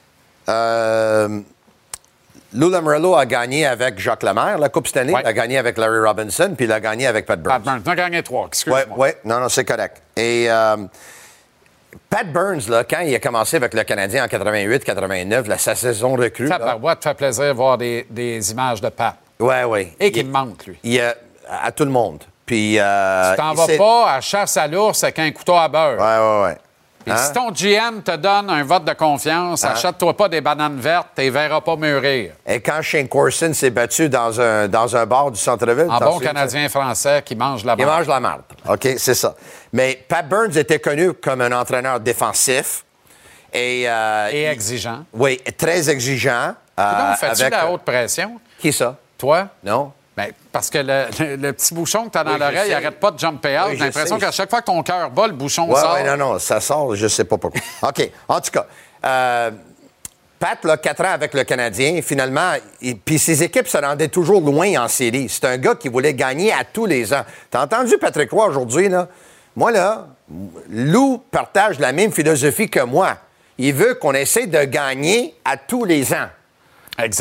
Speaker 19: Euh, Lou Lamoriello a gagné avec Jacques Lemaire, la Coupe Stanley. Ouais. Il a gagné avec Larry Robinson, puis il a gagné avec Pat Burns.
Speaker 3: Pat Burns. Il a gagné trois, excuse-moi.
Speaker 19: Oui, ouais. non, non, c'est correct. Et euh, Pat Burns, là, quand il a commencé avec le Canadien en quatre-vingt-huit quatre-vingt-neuf, là, sa saison recrue...
Speaker 3: Ça te fait plaisir de voir des, des images de Pat.
Speaker 19: Oui, oui.
Speaker 3: Et qu'il me manque, lui.
Speaker 19: Il, euh, à tout le monde. Puis, euh,
Speaker 3: tu t'en vas c'est... pas à chasse à l'ours avec un couteau à beurre.
Speaker 19: Oui, oui, oui.
Speaker 3: Puis hein? Si ton G M te donne un vote de confiance, hein? Achète-toi pas des bananes vertes, tu les verras pas mûrir.
Speaker 19: Et quand Shane Corson s'est battu dans un, dans un bar du centre-ville...
Speaker 3: En bon Canadien français qui mange la marde.
Speaker 19: Il mange la marde. OK, c'est ça. Mais Pat Burns était connu comme un entraîneur défensif. Et, euh,
Speaker 3: et exigeant.
Speaker 19: Il, oui, très exigeant.
Speaker 3: Euh, donc, fais-tu avec... de la haute pression?
Speaker 19: Qui ça?
Speaker 3: Toi?
Speaker 19: Non.
Speaker 3: Bien, parce que le, le, le petit bouchon que tu as dans
Speaker 19: oui,
Speaker 3: l'oreille, il n'arrête pas de jumper out.
Speaker 19: Oui,
Speaker 3: J'ai l'impression qu'à chaque fois que ton cœur bat, le bouchon
Speaker 19: ouais,
Speaker 3: sort.
Speaker 19: Oui, non, non, ça sort, je ne sais pas pourquoi. OK. En tout cas, euh, Pat, là, quatre ans avec le Canadien, finalement, puis ses équipes se rendaient toujours loin en série. C'est un gars qui voulait gagner à tous les ans. T'as entendu Patrick Roy aujourd'hui, là? Moi, là, Lou partage la même philosophie que moi. Il veut qu'on essaie de gagner à tous les ans.
Speaker 3: Exact.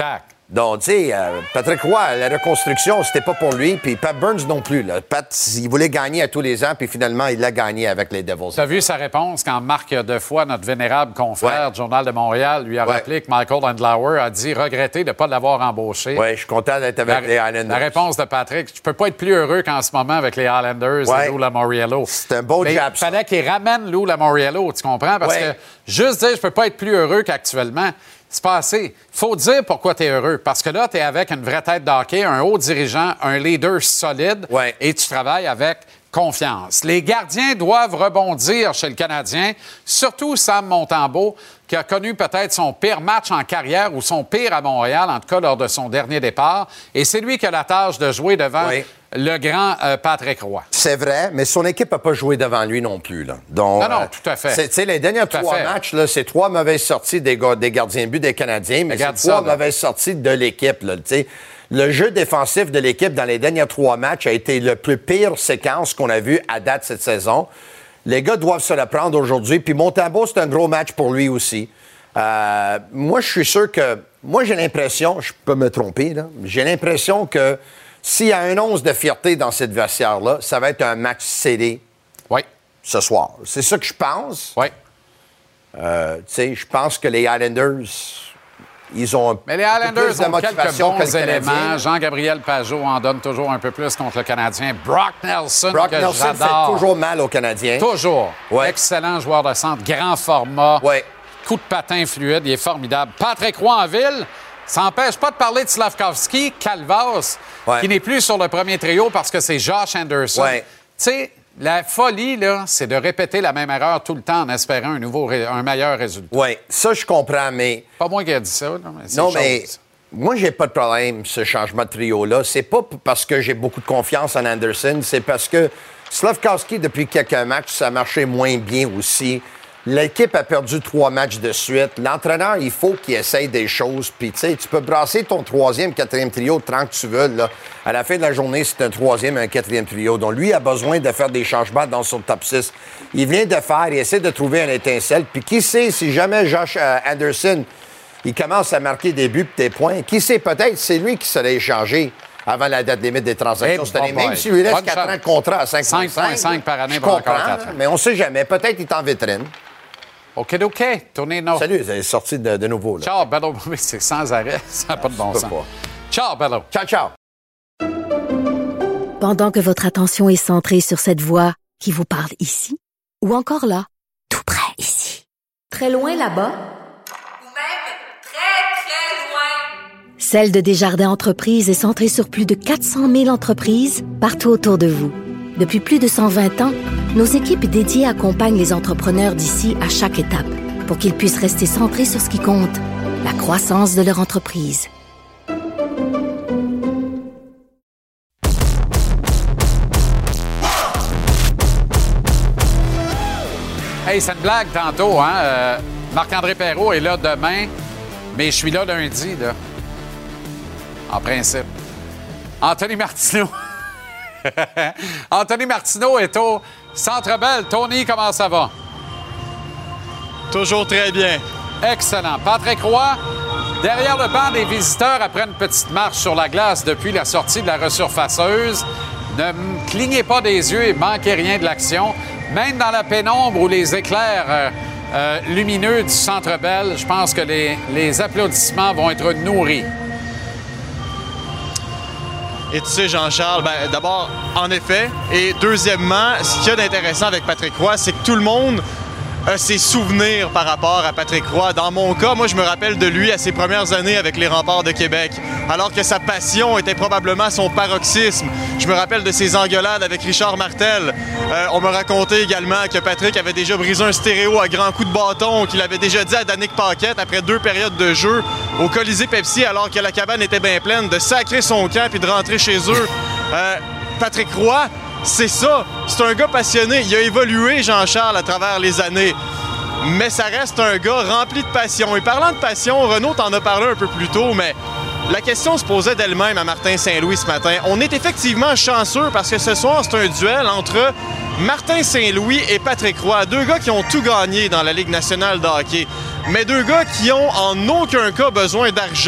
Speaker 19: Donc, tu sais, euh, Patrick Roy, la reconstruction, c'était pas pour lui, puis Pat Burns non plus. Là. Pat, il voulait gagner à tous les ans, puis finalement, il l'a gagné avec les Devils.
Speaker 3: Tu as vu sa réponse quand Marc Defoy, notre vénérable confrère
Speaker 19: ouais.
Speaker 3: du Journal de Montréal, lui a ouais. rappelé que Michael Andlauer a dit regretter de ne pas l'avoir embauché.
Speaker 19: Oui, je suis content d'être avec
Speaker 3: la,
Speaker 19: les Islanders.
Speaker 3: La réponse de Patrick, je peux pas être plus heureux qu'en ce moment avec les Islanders ouais. et Lou Lamoriello.
Speaker 19: C'est un beau
Speaker 3: Mais
Speaker 19: job.
Speaker 3: Il fallait qu'il ramène Lou Lamoriello, tu comprends? Parce
Speaker 19: ouais.
Speaker 3: que juste dire je peux pas être plus heureux qu'actuellement, c'est pas assez. Il faut dire pourquoi tu es heureux. Parce que là, tu es avec une vraie tête d'hockey, un haut dirigeant, un leader solide
Speaker 19: ouais.
Speaker 3: et tu travailles avec confiance. Les gardiens doivent rebondir chez le Canadien, surtout Sam Montembeault, qui a connu peut-être son pire match en carrière ou son pire à Montréal, en tout cas lors de son dernier départ. Et c'est lui qui a la tâche de jouer devant oui. le grand euh, Patrick Roy.
Speaker 19: C'est vrai, mais son équipe n'a pas joué devant lui non plus. Là. Donc,
Speaker 3: non, non,
Speaker 19: euh,
Speaker 3: tout à fait.
Speaker 19: Tu sais, les derniers
Speaker 3: tout
Speaker 19: trois matchs, là, c'est trois mauvaises sorties des, des gardiens de but des Canadiens, mais
Speaker 3: Regarde
Speaker 19: c'est trois
Speaker 3: ça,
Speaker 19: mauvaises sorties de l'équipe. Là, le jeu défensif de l'équipe dans les derniers trois matchs a été le plus pire séquence qu'on a vu à date cette saison. Les gars doivent se le prendre aujourd'hui. Puis Montembeault, c'est un gros match pour lui aussi. Euh, moi, je suis sûr que... Moi, j'ai l'impression, je peux me tromper, là, j'ai l'impression que s'il y a un once de fierté dans cette vestiaire-là, ça va être un match scellé
Speaker 3: oui.
Speaker 19: ce soir. C'est ça que je pense.
Speaker 3: Oui.
Speaker 19: Euh, tu sais, je pense que les Islanders... Ils ont
Speaker 3: Mais les Islanders ont quelques bons
Speaker 19: que
Speaker 3: éléments. Jean-Gabriel Pajot en donne toujours un peu plus contre le Canadien. Brock Nelson,
Speaker 19: Brock
Speaker 3: que
Speaker 19: Nelson
Speaker 3: j'adore.
Speaker 19: fait toujours mal aux Canadiens.
Speaker 3: Toujours.
Speaker 19: Ouais.
Speaker 3: Excellent joueur de centre, grand format.
Speaker 19: Ouais.
Speaker 3: Coup de patin fluide, il est formidable. Patrick Roy en ville, ça n'empêche pas de parler de Slavkovski, Calvas,
Speaker 19: ouais.
Speaker 3: qui n'est plus sur le premier trio parce que c'est Josh Anderson.
Speaker 19: Ouais.
Speaker 3: Tu sais, la folie, là, c'est de répéter la même erreur tout le temps en espérant un nouveau, ré... un meilleur résultat.
Speaker 19: Oui, ça, je comprends, mais...
Speaker 3: Pas moi qui ai dit ça, là, mais c'est
Speaker 19: Non,
Speaker 3: chose.
Speaker 19: mais moi, j'ai pas de problème, ce changement de trio-là. C'est pas parce que j'ai beaucoup de confiance en Anderson, c'est parce que Slavkovski, depuis quelques matchs, ça marchait moins bien aussi. L'équipe a perdu trois matchs de suite. L'entraîneur, il faut qu'il essaye des choses. Puis, tu sais, tu peux brasser ton troisième, quatrième trio tant que tu veux. Là. À la fin de la journée, c'est un troisième et un quatrième trio. Donc, lui a besoin de faire des changements dans son top six. Il vient de faire, il essaie de trouver un étincelle. Puis, qui sait, si jamais Josh euh, Anderson, il commence à marquer des buts et des points, qui sait, peut-être, c'est lui qui serait échangé avant la date limite des transactions
Speaker 3: hey,
Speaker 19: cette année.
Speaker 3: bon
Speaker 19: Même s'il lui reste quatre ans de contrat à cinq virgule cinq.
Speaker 3: cinq virgule cinq par année
Speaker 19: je
Speaker 3: pour
Speaker 19: comprends,
Speaker 3: encore quatre ans.
Speaker 19: Mais on ne sait jamais. Peut-être qu'il est en vitrine.
Speaker 3: OK, OK. Tournez non.
Speaker 19: Salut, vous êtes sorti de, de nouveau. Là.
Speaker 3: Ciao, Bello. Oui, c'est sans arrêt. Ça n'a pas de bon sens.
Speaker 19: Pas.
Speaker 3: Ciao, Bello.
Speaker 19: Ciao, ciao.
Speaker 1: Pendant que votre attention est centrée sur cette voix qui vous parle ici, ou encore là, tout près ici, très loin là-bas,
Speaker 17: ou même très, très loin,
Speaker 1: Celle de Desjardins Entreprises est centrée sur plus de quatre cent mille entreprises partout autour de vous. Depuis plus de cent vingt ans, nos équipes dédiées accompagnent les entrepreneurs d'ici à chaque étape pour qu'ils puissent rester centrés sur ce qui compte, la croissance de leur entreprise.
Speaker 3: Hey, c'est une blague tantôt, hein? Euh, Marc-André Perreault est là demain, mais je suis là lundi, là. En principe. Anthony Martineau. Anthony Martineau est au Centre Bell. Tony, comment ça va?
Speaker 6: Toujours très bien.
Speaker 3: Excellent. Patrick Roy, derrière le banc des visiteurs après une petite marche sur la glace depuis la sortie de la resurfaceuse. Ne clignez pas des yeux et manquez rien de l'action. Même dans la pénombre ou les éclairs euh, euh, lumineux du Centre Bell, je pense que les, les applaudissements vont être nourris.
Speaker 6: Et tu sais, Jean-Charles, ben, d'abord, en effet. Et deuxièmement, ce qu'il y a d'intéressant avec Patrick Roy, c'est que tout le monde a ses souvenirs par rapport à Patrick Roy. Dans mon cas, moi, je me rappelle de lui à ses premières années avec les Remparts de Québec, alors que sa passion était probablement son paroxysme. Je me rappelle de ses engueulades avec Richard Martel. Euh, on me racontait également que Patrick avait déjà brisé un stéréo à grands coups de bâton, qu'il avait déjà dit à Danick Paquette, après deux périodes de jeu, au Colisée Pepsi, alors que la cabane était bien pleine, de sacrer son camp puis de rentrer chez eux. Euh, Patrick Roy, c'est ça. C'est un gars passionné. Il a évolué, Jean-Charles, à travers les années. Mais ça reste un gars rempli de passion. Et parlant de passion, Renaud t'en a parlé un peu plus tôt, mais la question se posait d'elle-même à Martin Saint-Louis ce matin. On est effectivement chanceux parce que ce soir, c'est un duel entre Martin Saint-Louis et Patrick Roy. Deux gars qui ont tout gagné dans la Ligue nationale de hockey. Mais deux gars qui ont en aucun cas besoin d'argent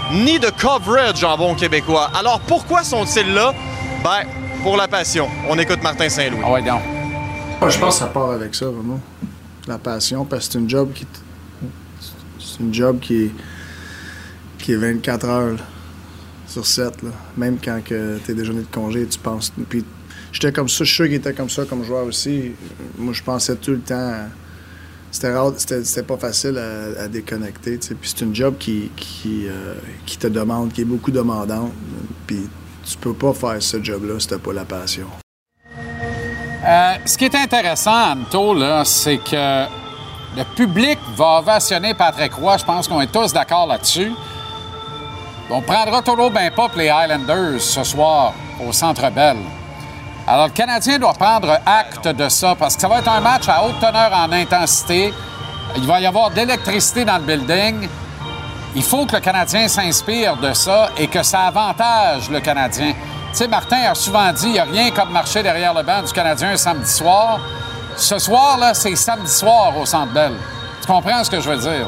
Speaker 6: ni de coverage en bon québécois. Alors pourquoi sont-ils là? Ben, pour la passion. On écoute Martin Saint-Louis.
Speaker 3: Ah ouais, donc.
Speaker 8: Je pense que ça part avec ça, vraiment. La passion, parce que c'est une job qui... C'est une job qui est, qui est vingt-quatre heures là, sur sept. Là. Même quand tu es déjeuner de congé, tu penses... Puis j'étais comme ça, je suis sûr qu'il était comme ça comme joueur aussi. Moi, je pensais tout le temps... C'était rare, c'était, c'était pas facile à, à déconnecter. T'sais. Puis c'est une job qui, qui, euh, qui te demande, qui est beaucoup demandante. Puis tu peux pas faire ce job-là si t'as pas la passion.
Speaker 3: Euh, ce qui est intéressant, Anto, là, c'est que le public va ovationner Patrick Roy. Je pense qu'on est tous d'accord là-dessus. On prendra toujours bien pas pour les Highlanders ce soir au Centre Bell. Alors, le Canadien doit prendre acte de ça parce que ça va être un match à haute teneur en intensité. Il va y avoir de l'électricité dans le building. Il faut que le Canadien s'inspire de ça et que ça avantage le Canadien. Tu sais, Martin a souvent dit, il n'y a rien comme marcher derrière le banc du Canadien un samedi soir. Ce soir, là, c'est samedi soir au Centre Bell. Tu comprends ce que je veux dire?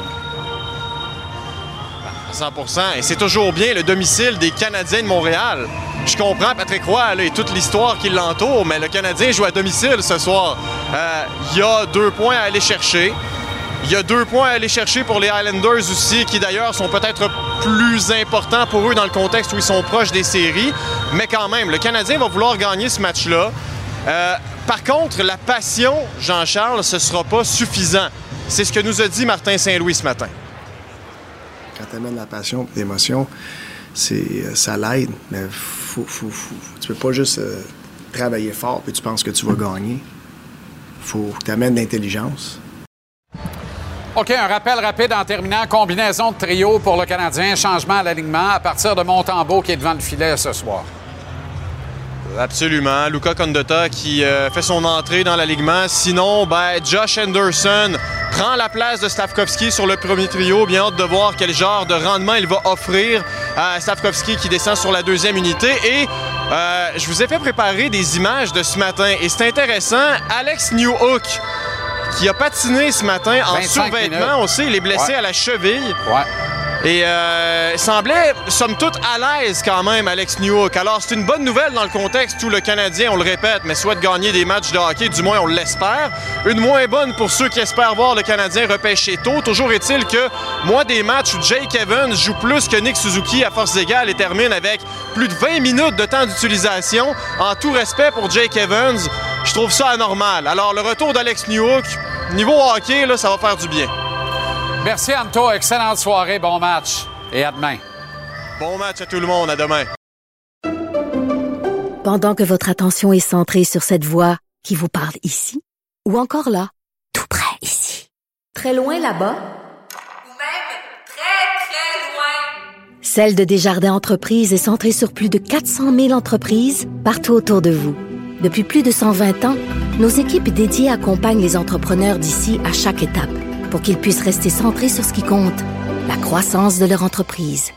Speaker 6: cent pour cent. Et c'est toujours bien le domicile des Canadiens de Montréal. Je comprends Patrick Roy là, et toute l'histoire qui l'entoure, mais le Canadien joue à domicile ce soir. Il euh, y a deux points à aller chercher. Il y a deux points à aller chercher pour les Highlanders aussi, qui d'ailleurs sont peut-être plus importants pour eux dans le contexte où ils sont proches des séries. Mais quand même, le Canadien va vouloir gagner ce match-là. Euh, par contre, la passion, Jean-Charles, ce ne sera pas suffisant. C'est ce que nous a dit Martin Saint-Louis ce matin.
Speaker 8: Quand tu amènes la passion et l'émotion, c'est, ça l'aide. Mais faut, faut, faut, tu peux pas juste euh, travailler fort et tu penses que tu vas gagner. Faut que tu amènes l'intelligence.
Speaker 3: OK, un rappel rapide en terminant. Combinaison de trio pour le Canadien. Changement à l'alignement à partir de Montembeault qui est devant le filet ce soir.
Speaker 6: Absolument. Luca Condotta qui euh, fait son entrée dans l'alignement. Sinon, ben, Josh Anderson prend la place de Stavkovski sur le premier trio. Bien hâte de voir quel genre de rendement il va offrir à Stavkovski qui descend sur la deuxième unité. Et euh, je vous ai fait préparer des images de ce matin. Et c'est intéressant. Alex Newhook qui a patiné ce matin en survêtement. Minutes. On sait, il est blessé ouais. à la cheville.
Speaker 3: Ouais.
Speaker 6: Et euh, semblait, somme toute, à l'aise quand même, Alex Newhook. Alors, c'est une bonne nouvelle dans le contexte où le Canadien, on le répète, mais souhaite gagner des matchs de hockey, du moins on l'espère. Une moins bonne pour ceux qui espèrent voir le Canadien repêcher tôt. Toujours est-il que, moi, des matchs où Jake Evans joue plus que Nick Suzuki à force égale et termine avec plus de vingt minutes de temps d'utilisation, en tout respect pour Jake Evans, je trouve ça anormal. Alors, le retour d'Alex Newhook, niveau hockey, là, ça va faire du bien.
Speaker 3: Merci, Anto. Excellente soirée. Bon match. Et à demain.
Speaker 6: Bon match à tout le monde. À demain.
Speaker 1: Pendant que votre attention est centrée sur cette voix qui vous parle ici, ou encore là, tout près ici, très loin là-bas,
Speaker 17: ou même très, très loin,
Speaker 1: Celle de Desjardins Entreprises est centrée sur plus de quatre cent mille entreprises partout autour de vous. Depuis plus de cent vingt ans, nos équipes dédiées accompagnent les entrepreneurs d'ici à chaque étape, pour qu'ils puissent rester centrés sur ce qui compte, la croissance de leur entreprise.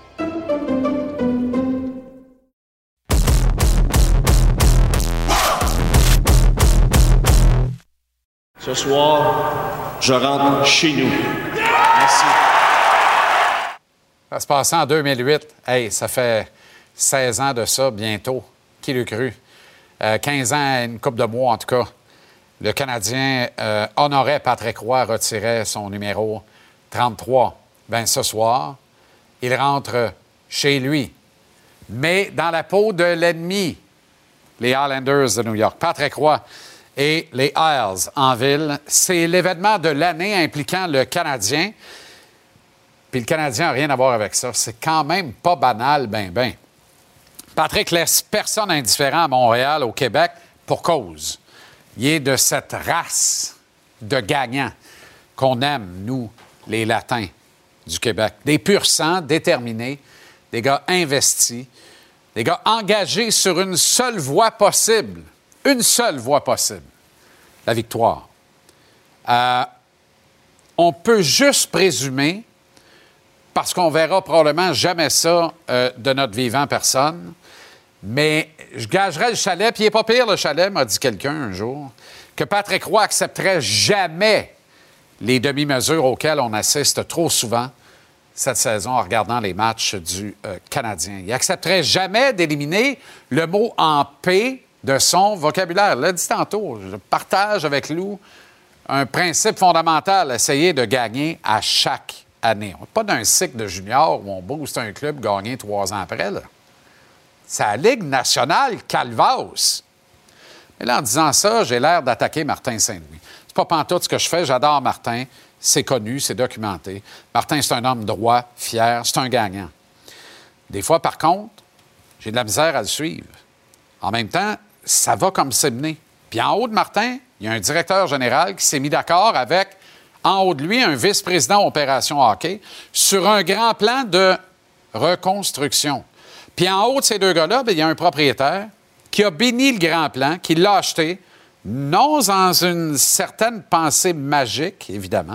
Speaker 20: Ce soir, je rentre chez nous. Merci.
Speaker 3: Ça se passait en deux mille huit. Hey, ça fait seize ans de ça, bientôt. Qui l'eût cru? Euh, quinze ans et une couple de mois, en tout cas. Le Canadien euh, honorait Patrick Roy, retirait son numéro trente-trois. Bien, ce soir, il rentre chez lui. Mais dans la peau de l'ennemi, les Islanders de New York. Patrick Roy et les Isles en ville. C'est l'événement de l'année impliquant le Canadien. Puis le Canadien n'a rien à voir avec ça. C'est quand même pas banal, ben, ben. Patrick laisse personne indifférent à Montréal, au Québec, pour cause. Il est de cette race de gagnants qu'on aime, nous, les Latins du Québec. Des pur sang, déterminés, des gars investis, des gars engagés sur une seule voie possible. Une seule voie possible, la victoire. Euh, on peut juste présumer, parce qu'on verra probablement jamais ça euh, de notre vivant personne, mais je gagerais le chalet, puis il n'est pas pire le chalet, m'a dit quelqu'un un jour, que Patrick Roy accepterait jamais les demi-mesures auxquelles on assiste trop souvent cette saison en regardant les matchs du euh, Canadien. Il n'accepterait jamais d'éliminer le mot en P de son vocabulaire. L'a dit tantôt, je partage avec Lou un principe fondamental, essayer de gagner à chaque année. On n'est pas d'un cycle de junior où on booste un club gagné trois ans après. Là. C'est la Ligue nationale Calvados. Mais là, en disant ça, j'ai l'air d'attaquer Martin Saint-Louis. C'est pas pantoute ce que je fais. J'adore Martin. C'est connu, c'est documenté. Martin, c'est un homme droit, fier, c'est un gagnant. Des fois, par contre, j'ai de la misère à le suivre. En même temps, ça va comme c'est mené. Puis en haut de Martin, il y a un directeur général qui s'est mis d'accord avec, en haut de lui, un vice-président opération hockey sur un grand plan de reconstruction. Puis en haut de ces deux gars-là, bien, il y a un propriétaire qui a béni le grand plan, qui l'a acheté, non dans une certaine pensée magique, évidemment.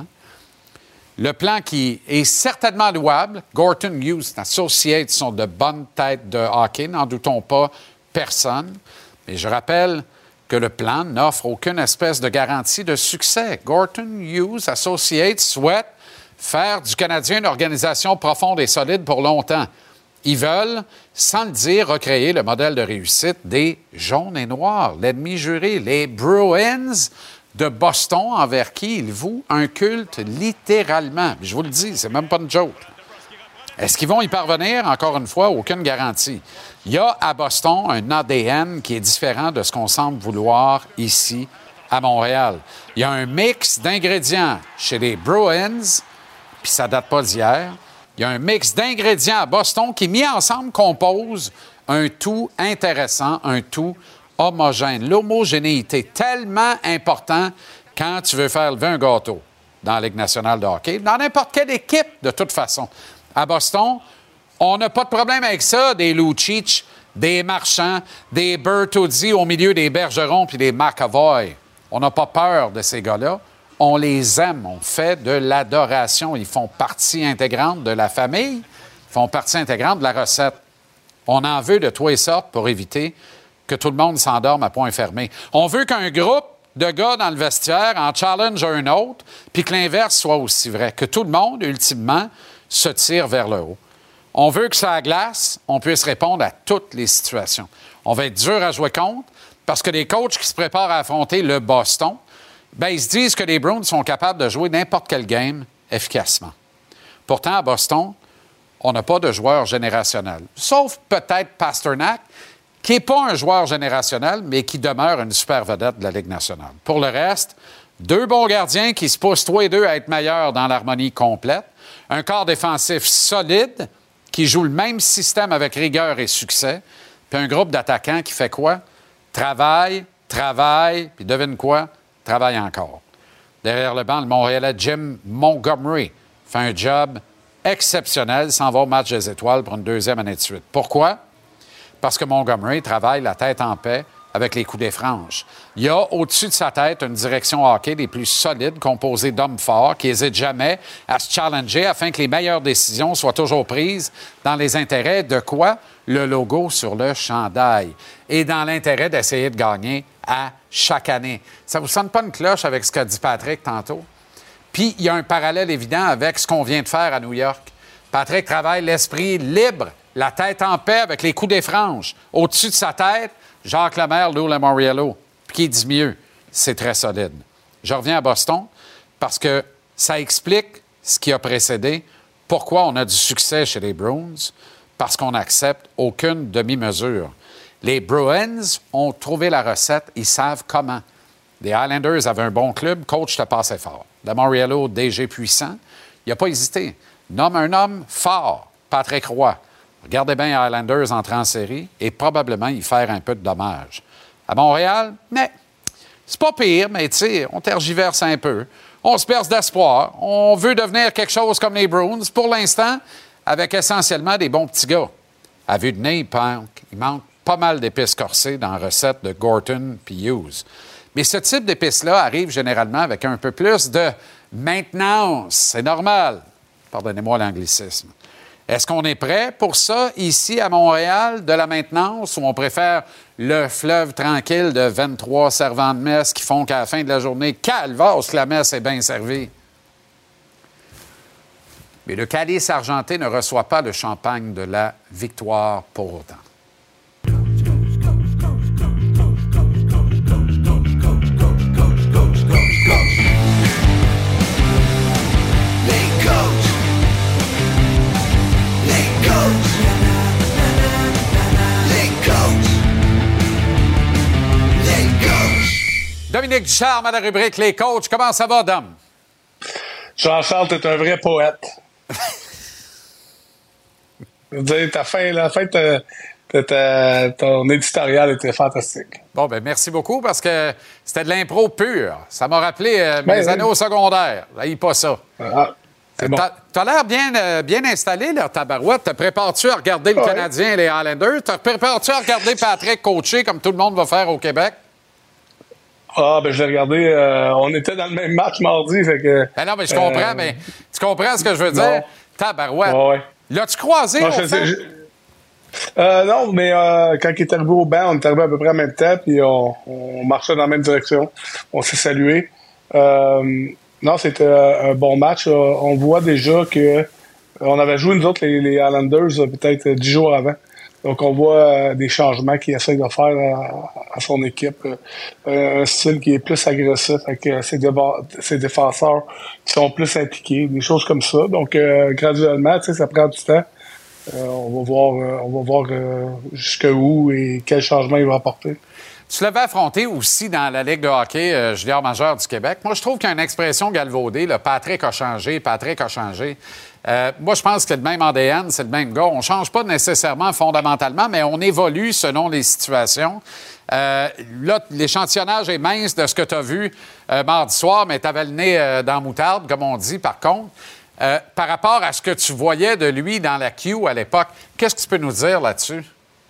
Speaker 3: Le plan qui est certainement louable. Gorton Hughes Associates sont de bonnes têtes de hockey, n'en doutons pas personne. Mais je rappelle que le plan n'offre aucune espèce de garantie de succès. Gorton Hughes Associates souhaite faire du Canadien une organisation profonde et solide pour longtemps. Ils veulent, sans le dire, recréer le modèle de réussite des jaunes et noirs, l'ennemi juré, les Bruins de Boston, envers qui ils vouent un culte littéralement. Je vous le dis, c'est même pas une joke. Est-ce qu'ils vont y parvenir? Encore une fois, aucune garantie. Il y a à Boston un A D N qui est différent de ce qu'on semble vouloir ici à Montréal. Il y a un mix d'ingrédients chez les Bruins, puis ça date pas d'hier. Il y a un mix d'ingrédients à Boston qui, mis ensemble, compose un tout intéressant, un tout homogène. L'homogénéité, tellement important quand tu veux faire lever un gâteau dans la Ligue nationale de hockey, dans n'importe quelle équipe, de toute façon. À Boston, on n'a pas de problème avec ça, des Lucic, des Marchand, des Bertuzzi au milieu des Bergeron puis des McAvoy. On n'a pas peur de ces gars-là. On les aime, on fait de l'adoration. Ils font partie intégrante de la famille, ils font partie intégrante de la recette. On en veut de toutes sortes pour éviter que tout le monde s'endorme à point fermé. On veut qu'un groupe de gars dans le vestiaire en challenge un autre, puis que l'inverse soit aussi vrai, que tout le monde, ultimement, se tire vers le haut. On veut que ça à glace, on puisse répondre à toutes les situations. On va être dur à jouer contre, parce que les coachs qui se préparent à affronter le Boston, bien, ils se disent que les Bruins sont capables de jouer n'importe quel game efficacement. Pourtant, à Boston, on n'a pas de joueur générationnel. Sauf peut-être Pasternak, qui n'est pas un joueur générationnel, mais qui demeure une super vedette de la Ligue nationale. Pour le reste, deux bons gardiens qui se poussent tous les deux à être meilleurs dans l'harmonie complète, un corps défensif solide, qui joue le même système avec rigueur et succès, puis un groupe d'attaquants qui fait quoi? Travaille, travaille, puis devine quoi? Travaille encore. Derrière le banc, le Montréalais Jim Montgomery fait un job exceptionnel, s'en va au match des étoiles pour une deuxième année de suite. Pourquoi? Parce que Montgomery travaille la tête en paix avec les coups des franges. Il y a au-dessus de sa tête une direction hockey des plus solides, composée d'hommes forts, qui n'hésitent jamais à se challenger afin que les meilleures décisions soient toujours prises dans les intérêts de quoi? Le logo sur le chandail. Et dans l'intérêt d'essayer de gagner à chaque année. Ça vous sonne pas une cloche avec ce qu'a dit Patrick tantôt? Puis, il y a un parallèle évident avec ce qu'on vient de faire à New York. Patrick travaille l'esprit libre, la tête en paix avec les coups des franges. Au-dessus de sa tête, Jacques Lemaire, Lou Lamoriello. Puis qui dit mieux? C'est très solide. Je reviens à Boston parce que ça explique ce qui a précédé, pourquoi on a du succès chez les Bruins, parce qu'on n'accepte aucune demi-mesure. Les Bruins ont trouvé la recette, ils savent comment. Les Highlanders avaient un bon club, coach te passait fort. Lamoriello, D G puissant, il n'a pas hésité. Nomme un homme fort, Patrick Roy. Regardez bien les Highlanders entrer en série et probablement y faire un peu de dommages. À Montréal, mais c'est pas pire, mais tu sais, on tergiverse un peu. On se berce d'espoir. On veut devenir quelque chose comme les Bruins, pour l'instant, avec essentiellement des bons petits gars. À vue de nez, il manque, il manque pas mal d'épices corsées dans la recette de Gorton puis Hughes. Mais ce type d'épices-là arrive généralement avec un peu plus de maintenance. C'est normal. Pardonnez-moi l'anglicisme. Est-ce qu'on est prêt pour ça, ici, à Montréal, de la maintenance, ou on préfère le fleuve tranquille de vingt-trois servants de messe qui font qu'à la fin de la journée, calvasse, la messe est bien servie? Mais le calice argenté ne reçoit pas le champagne de la victoire pour autant. Dominique Ducharme à la rubrique Les Coachs. Comment ça va, Dom?
Speaker 21: Jean-Charles, t'es un vrai poète. Je veux dire, ta fin, la fin de, de, de ton éditorial était fantastique.
Speaker 3: Bon, ben merci beaucoup parce que c'était de l'impro pure. Ça m'a rappelé euh, mes
Speaker 21: ben,
Speaker 3: années oui. au secondaire. Là, pas ça.
Speaker 21: Ah, c'est bon.
Speaker 3: T'as, t'as l'air bien, euh, bien installé, là, ta barouette. Te prépares-tu à regarder le ouais. Canadien et les Islanders? Te prépares-tu à regarder Patrick coacher comme tout le monde va faire au Québec?
Speaker 21: Ah, ben je l'ai regardé. Euh, on était dans le même match mardi, fait que...
Speaker 3: Ben non, mais je comprends, euh, mais tu comprends ce que je veux dire? Ta barouette.
Speaker 21: Ouais, ouais.
Speaker 3: L'as-tu croisé,
Speaker 21: non, je sais, je... Euh, non, mais euh, quand il est arrivé au banc, on est arrivé à peu près en même temps, puis on, on marchait dans la même direction. On s'est salués. Euh, non, c'était un bon match. On voit déjà que on avait joué, nous autres, les, les Islanders, peut-être dix jours avant. Donc, on voit euh, des changements qu'il essaie de faire à, à son équipe. Euh, un style qui est plus agressif avec euh, ses, déba- ses défenseurs qui sont plus impliqués, des choses comme ça. Donc, euh, graduellement, tu sais, ça prend du temps. Euh, on va voir, euh, on va voir euh, jusqu'où et quel changement il va apporter.
Speaker 3: Tu l'avais affronté aussi dans la Ligue de hockey euh, junior majeur du Québec. Moi, je trouve qu'il y a une expression galvaudée, là, Patrick a changé, Patrick a changé. Euh, moi, je pense que c'est le même A D N, c'est le même gars. On ne change pas nécessairement fondamentalement, mais on évolue selon les situations. Euh, là, l'échantillonnage est mince de ce que tu as vu euh, mardi soir, mais tu avais le nez euh, dans la moutarde, comme on dit, par contre. Euh, par rapport à ce que tu voyais de lui dans la Q à l'époque, qu'est-ce que tu peux nous dire là-dessus?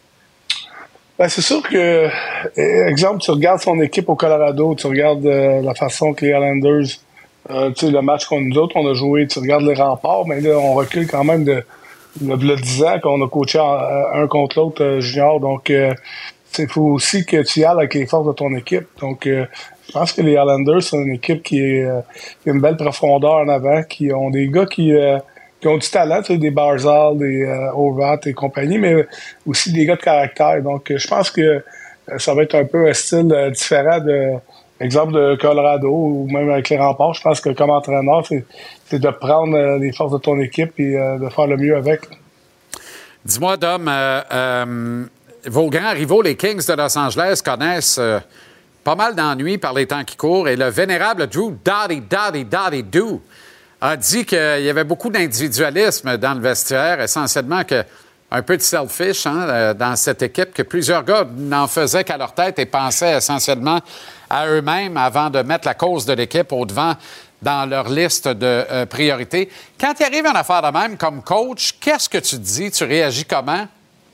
Speaker 21: Ben, c'est sûr que, exemple, tu regardes son équipe au Colorado, tu regardes euh, la façon que les Islanders, euh, tu sais, le match contre nous autres, on a joué, tu regardes les remparts, mais là, on recule quand même de, de, de dix ans qu'on a coaché en, un contre l'autre euh, junior. Donc, euh, il faut aussi que tu y ailles avec les forces de ton équipe. Donc, euh, je pense que les Islanders, c'est une équipe qui, est, euh, qui a une belle profondeur en avant, qui ont des gars qui... Euh, qui ont du talent, tu sais, des Barzal, des euh, Horvat et compagnie, mais aussi des gars de caractère. Donc, je pense que euh, ça va être un peu un style euh, différent de, exemple, de Colorado ou même avec les Remparts. Je pense que comme entraîneur, c'est, c'est de prendre euh, les forces de ton équipe et euh, de faire le mieux avec.
Speaker 3: Dis-moi, Dom, euh, euh, vos grands rivaux, les Kings de Los Angeles, connaissent euh, pas mal d'ennuis par les temps qui courent et le vénérable Drew Doughty, Doughty, Doughty Do a dit qu'il y avait beaucoup d'individualisme dans le vestiaire, essentiellement que un peu de selfish hein, dans cette équipe, que plusieurs gars n'en faisaient qu'à leur tête et pensaient essentiellement à eux-mêmes avant de mettre la cause de l'équipe au devant dans leur liste de euh, priorités. Quand il arrive une affaire de même comme coach, qu'est-ce que tu te dis? Tu réagis comment?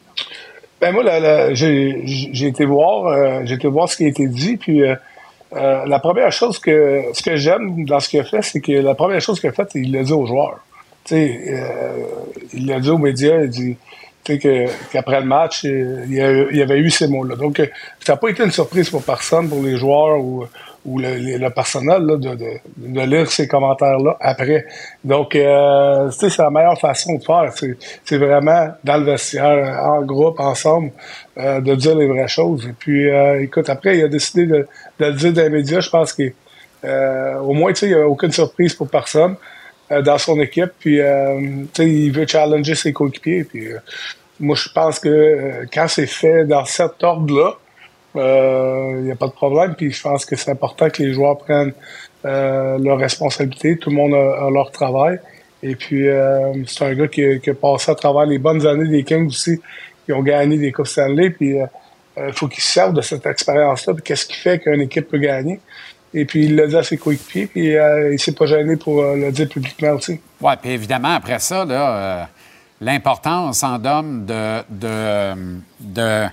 Speaker 21: Ben moi, là, là, j'ai, j'ai été voir, euh, j'ai été voir ce qui a été dit, puis euh, Euh, la première chose que ce que j'aime dans ce qu'il a fait, c'est que la première chose qu'il a faite, il l'a dit aux joueurs. Tu sais, euh, il l'a dit aux médias, il dit tu sais que qu'après le match, il y, a, il y avait eu ces mots-là. Donc, ça n'a pas été une surprise pour personne, pour les joueurs ou, ou le, le personnel là, de, de, de lire ces commentaires-là après. Donc, euh, tu sais, c'est la meilleure façon de faire. C'est, c'est vraiment dans le vestiaire, en groupe, ensemble, euh, de dire les vraies choses. Et puis, euh, écoute, après, il a décidé de, de le dire dans les médias. Je pense qu'au euh, moins, tu sais, il n'y a aucune surprise pour personne euh, dans son équipe. Puis, euh, tu sais, il veut challenger ses coéquipiers. Puis, euh, moi, je pense que euh, quand c'est fait dans cet ordre-là, il euh, n'y a pas de problème. Puis, je pense que c'est important que les joueurs prennent euh, leurs responsabilités. Tout le monde a, a leur travail. Et puis, euh, c'est un gars qui, qui a passé à travers les bonnes années des Kings aussi, qui ont gagné des Coupes Stanley. Puis, il euh, faut qu'ils se servent de cette expérience-là. Puis, qu'est-ce qui fait qu'une équipe peut gagner? Et puis, il l'a dit à ses coéquipiers, puis euh, il s'est pas gêné pour euh, le dire publiquement aussi.
Speaker 3: Oui, puis évidemment, après ça, là, euh, l'importance en d'homme de, de, de,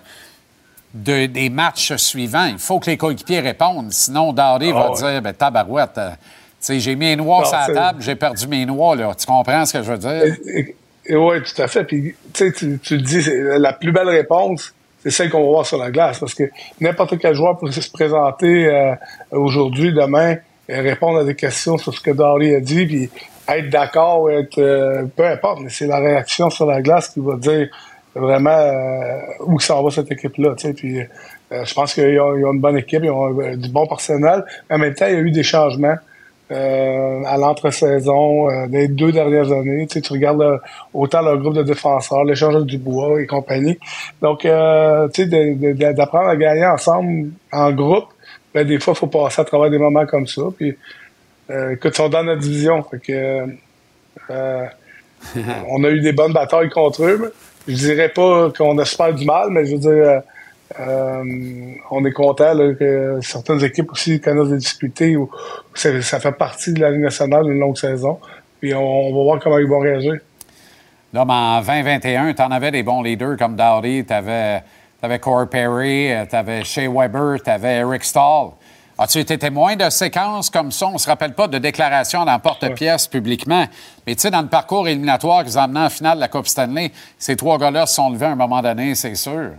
Speaker 3: de, des matchs suivants. Il faut que les coéquipiers répondent. Sinon, Doughty oh, va ouais. dire, ben tabarouette, euh, tu sais, j'ai mis mes noix sur la table, j'ai perdu mes noix, là. Tu comprends ce que je veux dire?
Speaker 21: Et, et, et oui, tout à fait. Puis, tu sais, tu, tu dis, la plus belle réponse, c'est celle qu'on va voir sur la glace. Parce que n'importe quel joueur peut se présenter euh, aujourd'hui, demain, et répondre à des questions sur ce que Doughty a dit, puis être d'accord ou être... Euh, peu importe, mais c'est la réaction sur la glace qui va dire vraiment euh, où s'en va cette équipe-là. Tu sais, puis euh, je pense qu'ils ont, ils ont une bonne équipe, ils ont euh, du bon personnel. Mais en même temps, il y a eu des changements euh, à l'entre-saison euh, des deux dernières années. Tu sais, tu regardes euh, autant le groupe de défenseurs, l'échange du bois et compagnie. Donc, euh, tu sais, de, de, d'apprendre à gagner ensemble, en groupe, ben, des fois, il faut passer à travers des moments comme ça. Puis, euh, écoute, ils sont dans notre division. Fait que, euh, on a eu des bonnes batailles contre eux. Je dirais pas qu'on a super du mal, mais je veux dire, euh, on est content là, que certaines équipes aussi connaissent des difficultés où ça, ça fait partie de la Ligue nationale d'une longue saison. Puis on, on va voir comment ils vont réagir.
Speaker 3: Là, mais en vingt vingt et un, tu en avais des bons leaders comme Dowdy, tu avais, Corey Perry, tu avais Shea Weber, tu avais Eric Stahl. As-tu été témoin de séquences comme ça? On ne se rappelle pas de déclarations dans porte-pièce publiquement. Mais tu sais, dans le parcours éliminatoire qu'ils ont amené en finale de la Coupe Stanley, ces trois gars-là se sont levés à un moment donné, c'est sûr.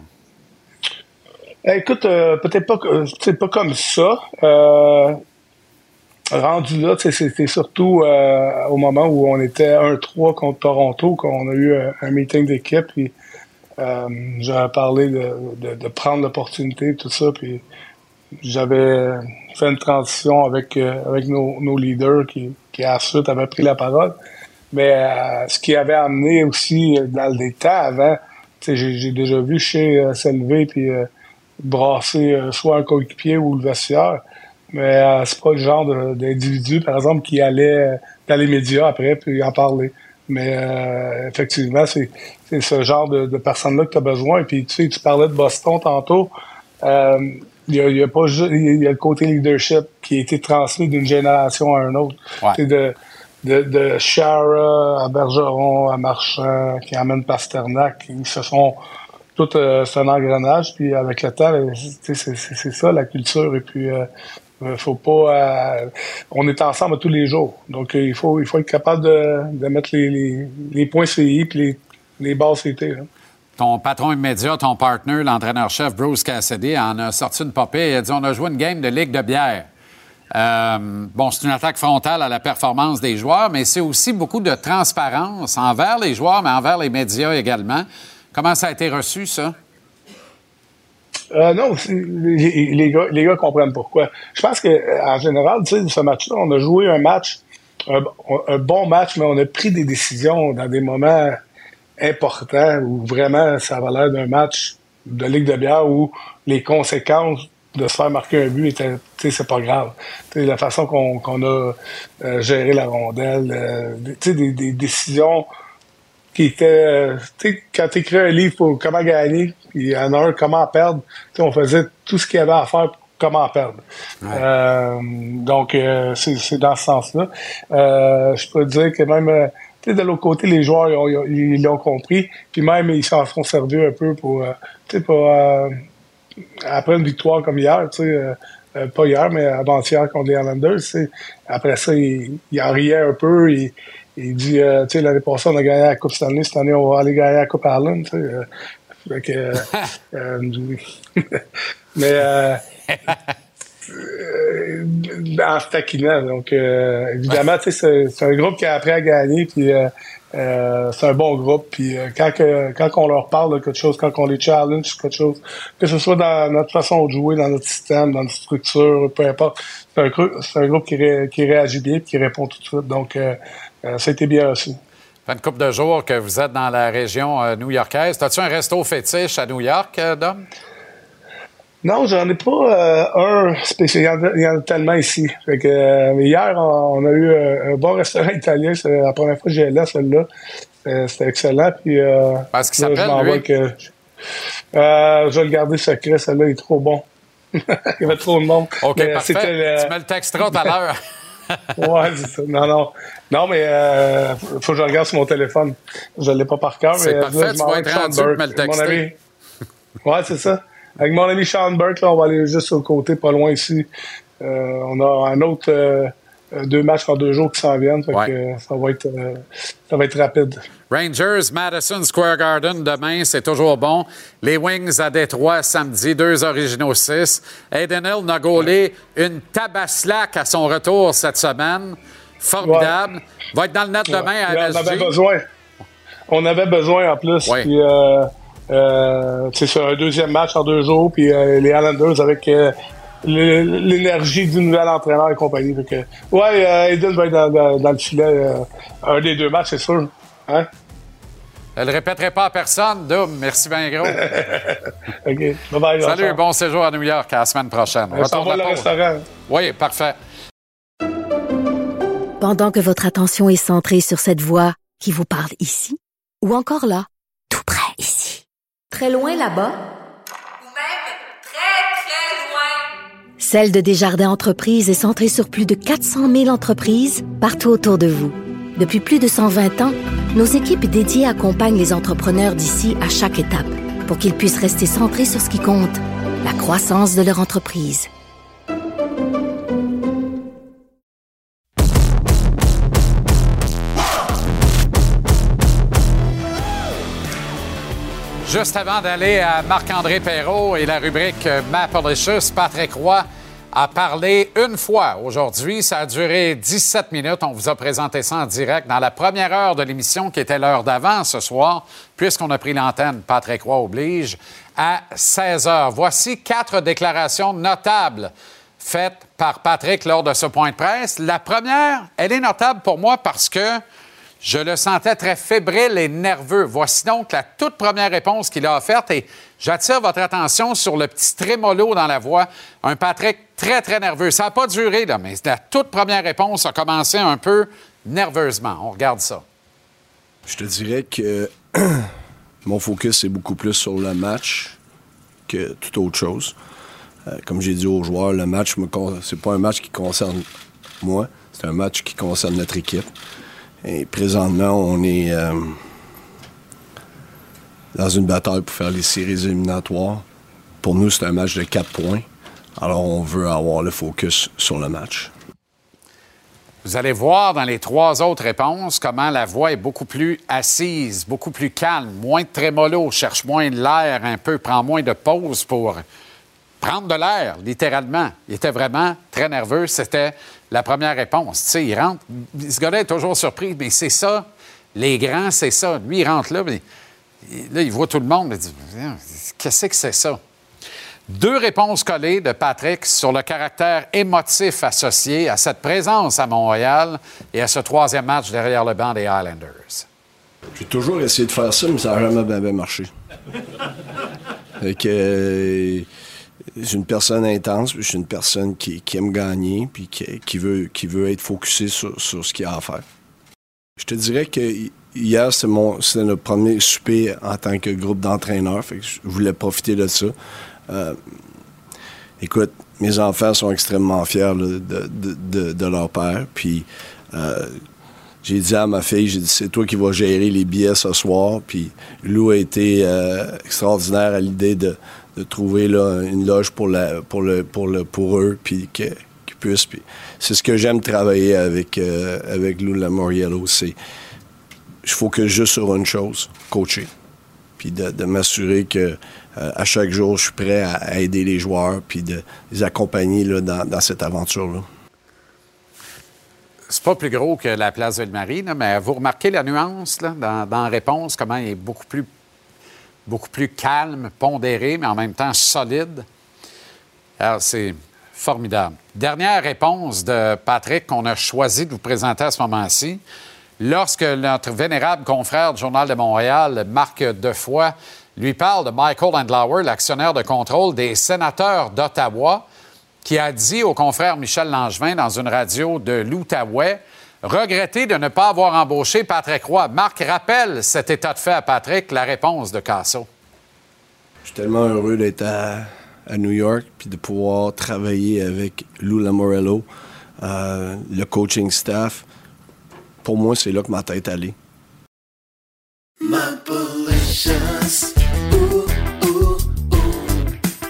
Speaker 21: Écoute, euh, peut-être pas, euh, pas comme ça. Euh, rendu là, c'était surtout euh, au moment où on était un trois contre Toronto, qu'on a eu un, un meeting d'équipe. Puis euh, j'avais parlé de, de, de prendre l'opportunité et tout ça. Puis j'avais fait une transition avec euh, avec nos, nos leaders qui, qui ensuite avaient pris la parole. Mais euh, ce qui avait amené aussi dans les temps avant, j'ai, j'ai déjà vu chez euh, s'élever puis euh, brasser euh, soit un coéquipier ou le vestiaire. Mais euh, c'est pas le genre de, d'individu, par exemple, qui allait dans les médias après puis en parler. Mais euh, effectivement, c'est, c'est ce genre de, de personnes-là que tu as besoin. Et puis tu sais, tu parlais de Boston tantôt. Euh, Il y a, il y a pas juste, il y a le côté leadership qui a été transmis d'une génération à une autre.
Speaker 3: Ouais.
Speaker 21: C'est de, de, de Chara à Bergeron, à Marchand, qui amène Pasternak, ils se sont tout, euh, c'est un engrenage, puis avec le temps, c'est, c'est, c'est ça la culture, et puis euh, faut pas, euh, on est ensemble tous les jours, donc euh, il faut, il faut être capable de, de mettre les, les, les points C I puis les, les bases C T. Hein.
Speaker 3: Ton patron immédiat, ton partner, l'entraîneur-chef Bruce Cassidy, en a sorti une popée. Il a dit on a joué une game de ligue de bière. Euh, bon, c'est une attaque frontale à la performance des joueurs, mais c'est aussi beaucoup de transparence envers les joueurs, mais envers les médias également. Comment ça a été reçu, ça?
Speaker 21: Euh, non, les, les, gars, les gars comprennent pourquoi. Je pense qu'en général, tu sais, ce match-là, on a joué un match, un, un bon match, mais on a pris des décisions dans des moments important où vraiment ça avait l'air d'un match de Ligue de bière où les conséquences de se faire marquer un but étaient, tu sais, c'est pas grave. Tu sais, la façon qu'on, qu'on a euh, géré la rondelle, euh, tu sais, des, des décisions qui étaient, euh, tu sais, quand tu écris un livre pour comment gagner, puis il y en a un comment perdre, tu sais, on faisait tout ce qu'il y avait à faire pour comment perdre. Ouais. Euh, donc, euh, c'est, c'est dans ce sens-là. Euh, je peux dire que même... Euh, Tu sais, de l'autre côté, les joueurs, ils, ont, ils l'ont compris. Puis même, ils s'en seront servis un peu pour, euh, tu sais, pour, euh, après une victoire comme hier, tu sais, euh, euh, pas hier, mais avant-hier contre les Islanders, tu sais. Après ça, il, il en riait un peu. Il, il dit, euh, tu sais, l'année passée, on a gagné la Coupe Stanley. Cette année, on va aller gagner la Coupe Harlan, tu sais. Euh, fait que, euh, euh, mais, euh, Euh, en se taquinant. Donc, euh, évidemment, tu sais, c'est, c'est un groupe qui a appris à gagner, puis euh, euh, c'est un bon groupe. Puis euh, quand, que, quand on leur parle de quelque chose, quand on les challenge sur quelque chose, que ce soit dans notre façon de jouer, dans notre système, dans notre structure, peu importe, c'est un, c'est un groupe qui, ré, qui réagit bien et qui répond tout de suite. Donc, euh, euh, ça a été bien reçu.
Speaker 3: Ça fait une couple de jours que vous êtes dans la région euh, new-yorkaise. As-tu un resto fétiche à New York, euh, Dom?
Speaker 21: Non, j'en ai pas euh, un spécial. Il y, en a, il y en a tellement ici. Fait que, euh, hier, on, on a eu un, un bon restaurant italien. C'est la première fois que j'y allais, celle-là. Euh, c'était excellent. Puis, euh,
Speaker 3: Parce qu'il s'appelle, là, lui?
Speaker 21: Que, euh, je vais le garder secret. Celle-là, il est trop bon. Il y avait trop de monde.
Speaker 3: OK,
Speaker 21: mais
Speaker 3: parfait. Le... Tu me le texteras tout à l'heure.
Speaker 21: Ouais, c'est ça. Non, non. Non, mais euh, faut que je regarde sur mon téléphone. Je ne l'ai pas par cœur.
Speaker 3: C'est
Speaker 21: mais
Speaker 3: parfait.
Speaker 21: là,
Speaker 3: tu vas être rendu de me le texter.
Speaker 21: Mon ami... Ouais, c'est ça. Avec mon ami Sean Burke, là, on va aller juste sur le côté, pas loin ici. Euh, on a un autre euh, deux matchs en deux jours qui s'en viennent. Fait ouais. que, euh, ça, va être, euh, ça va être rapide.
Speaker 3: Rangers, Madison Square Garden, demain, c'est toujours bon. Les Wings à Détroit, samedi, deux originaux six. Aiden Hill n'a gaulé une tabaslaque à son retour cette semaine. Formidable.
Speaker 21: Ouais.
Speaker 3: Va être dans le net
Speaker 21: Ouais.
Speaker 3: demain à
Speaker 21: Et
Speaker 3: M S G.
Speaker 21: on avait besoin. On avait besoin en plus.
Speaker 3: Ouais.
Speaker 21: Puis, euh, euh, c'est ça, un deuxième match en deux jours. Puis euh, les Islanders avec euh, le- l'énergie du nouvel entraîneur et compagnie. Fait que, ouais, euh, Aiden va être dans, dans- dans le filet euh, un des deux matchs, c'est sûr. Hein?
Speaker 3: Elle ne répéterait pas à personne. Dom, merci bien gros.
Speaker 21: OK. Bye-bye.
Speaker 3: Salut,
Speaker 21: Jean-Charles.
Speaker 3: bon séjour à New York à la semaine prochaine.
Speaker 21: On s'en va
Speaker 3: de la
Speaker 21: au
Speaker 3: pause.
Speaker 21: restaurant.
Speaker 3: Oui, parfait.
Speaker 1: Pendant que votre attention est centrée sur cette voix qui vous parle ici, ou encore là, tout près ici, très loin là-bas,
Speaker 17: Ou même très, très loin.
Speaker 1: Celle de Desjardins Entreprises est centrée sur plus de quatre cent mille entreprises partout autour de vous. Depuis plus de cent vingt ans, nos équipes dédiées accompagnent les entrepreneurs d'ici à chaque étape pour qu'ils puissent rester centrés sur ce qui compte, la croissance de leur entreprise.
Speaker 3: Juste avant d'aller à Marc-André Perrault et la rubrique Mapalicious, Patrick Roy a parlé une fois aujourd'hui. Ça a duré dix-sept minutes. On vous a présenté ça en direct dans la première heure de l'émission qui était l'heure d'avant ce soir, puisqu'on a pris l'antenne, Patrick Roy oblige, à seize heures. Voici quatre déclarations notables faites par Patrick lors de ce point de presse. La première, elle est notable pour moi parce que je le sentais très fébrile et nerveux. Voici donc la toute première réponse qu'il a offerte et j'attire votre attention sur le petit trémolo dans la voix. Un Patrick très, très nerveux. Ça n'a pas duré, là, mais la toute première réponse a commencé un peu nerveusement. On regarde ça.
Speaker 5: Je te dirais que mon focus est beaucoup plus sur le match que toute autre chose. Euh, comme j'ai dit aux joueurs, le match, me con... c'est pas un match qui concerne moi, c'est un match qui concerne notre équipe. Et présentement, on est euh, dans une bataille pour faire les séries éliminatoires. Pour nous, c'est un match de quatre points. Alors, on veut avoir le focus sur le match.
Speaker 3: Vous allez voir dans les trois autres réponses comment la voix est beaucoup plus assise, beaucoup plus calme, moins de trémolo, cherche moins de l'air un peu, prend moins de pause pour prendre de l'air, littéralement. Il était vraiment très nerveux. C'était la première réponse. Tu sais, il rentre. Ce gars-là est toujours surpris. Mais c'est ça. Les grands, c'est ça. Lui, il rentre là. Mais là, il voit tout le monde. Il dit, qu'est-ce que c'est ça? Deux réponses collées de Patrick sur le caractère émotif associé à cette présence à Montréal et à ce troisième match derrière le banc des Islanders.
Speaker 5: J'ai toujours essayé de faire ça, mais ça n'a jamais bien, bien marché. Fait que... Euh, je suis une personne intense, puis je suis une personne qui, qui aime gagner, puis qui, qui, veut, qui veut être focusé sur, sur ce qu'il y a à faire. Je te dirais que hier, c'est mon, c'était notre premier souper en tant que groupe d'entraîneurs, fait que je voulais profiter de ça. Euh, écoute, mes enfants sont extrêmement fiers là, de, de, de, de leur père, puis euh, j'ai dit à ma fille, j'ai dit, c'est toi qui vas gérer les billets ce soir, puis Lou a été euh, extraordinaire à l'idée de de trouver là, une loge pour, la, pour, le, pour, le, pour eux, puis que, qu'ils puissent. Puis c'est ce que j'aime travailler avec, euh, avec Lou Lamoriello, c'est je focus juste sur une chose, coacher. Puis de, de m'assurer que euh, à chaque jour, je suis prêt à, à aider les joueurs, puis de les accompagner là, dans, dans cette aventure-là.
Speaker 3: C'est pas plus gros que la place Ville-Marie, là, mais vous remarquez la nuance là, dans, dans la réponse, comment il est beaucoup plus beaucoup plus calme, pondéré, mais en même temps solide. Alors, c'est formidable. Dernière réponse de Patrick qu'on a choisi de vous présenter à ce moment-ci. Lorsque notre vénérable confrère du Journal de Montréal, Marc Defoy, lui parle de Michael Andlauer, l'actionnaire de contrôle des sénateurs d'Ottawa, qui a dit au confrère Michel Langevin dans une radio de l'Outaouais regretter de ne pas avoir embauché Patrick Roy. Marc rappelle cet état de fait à Patrick, la réponse de Casso.
Speaker 5: Je suis tellement heureux d'être à, à New York puis de pouvoir travailler avec Lou Lamoriello, euh, le coaching staff. Pour moi, c'est là que ma tête allait.
Speaker 2: Mapalicious, ooh, ooh, ooh.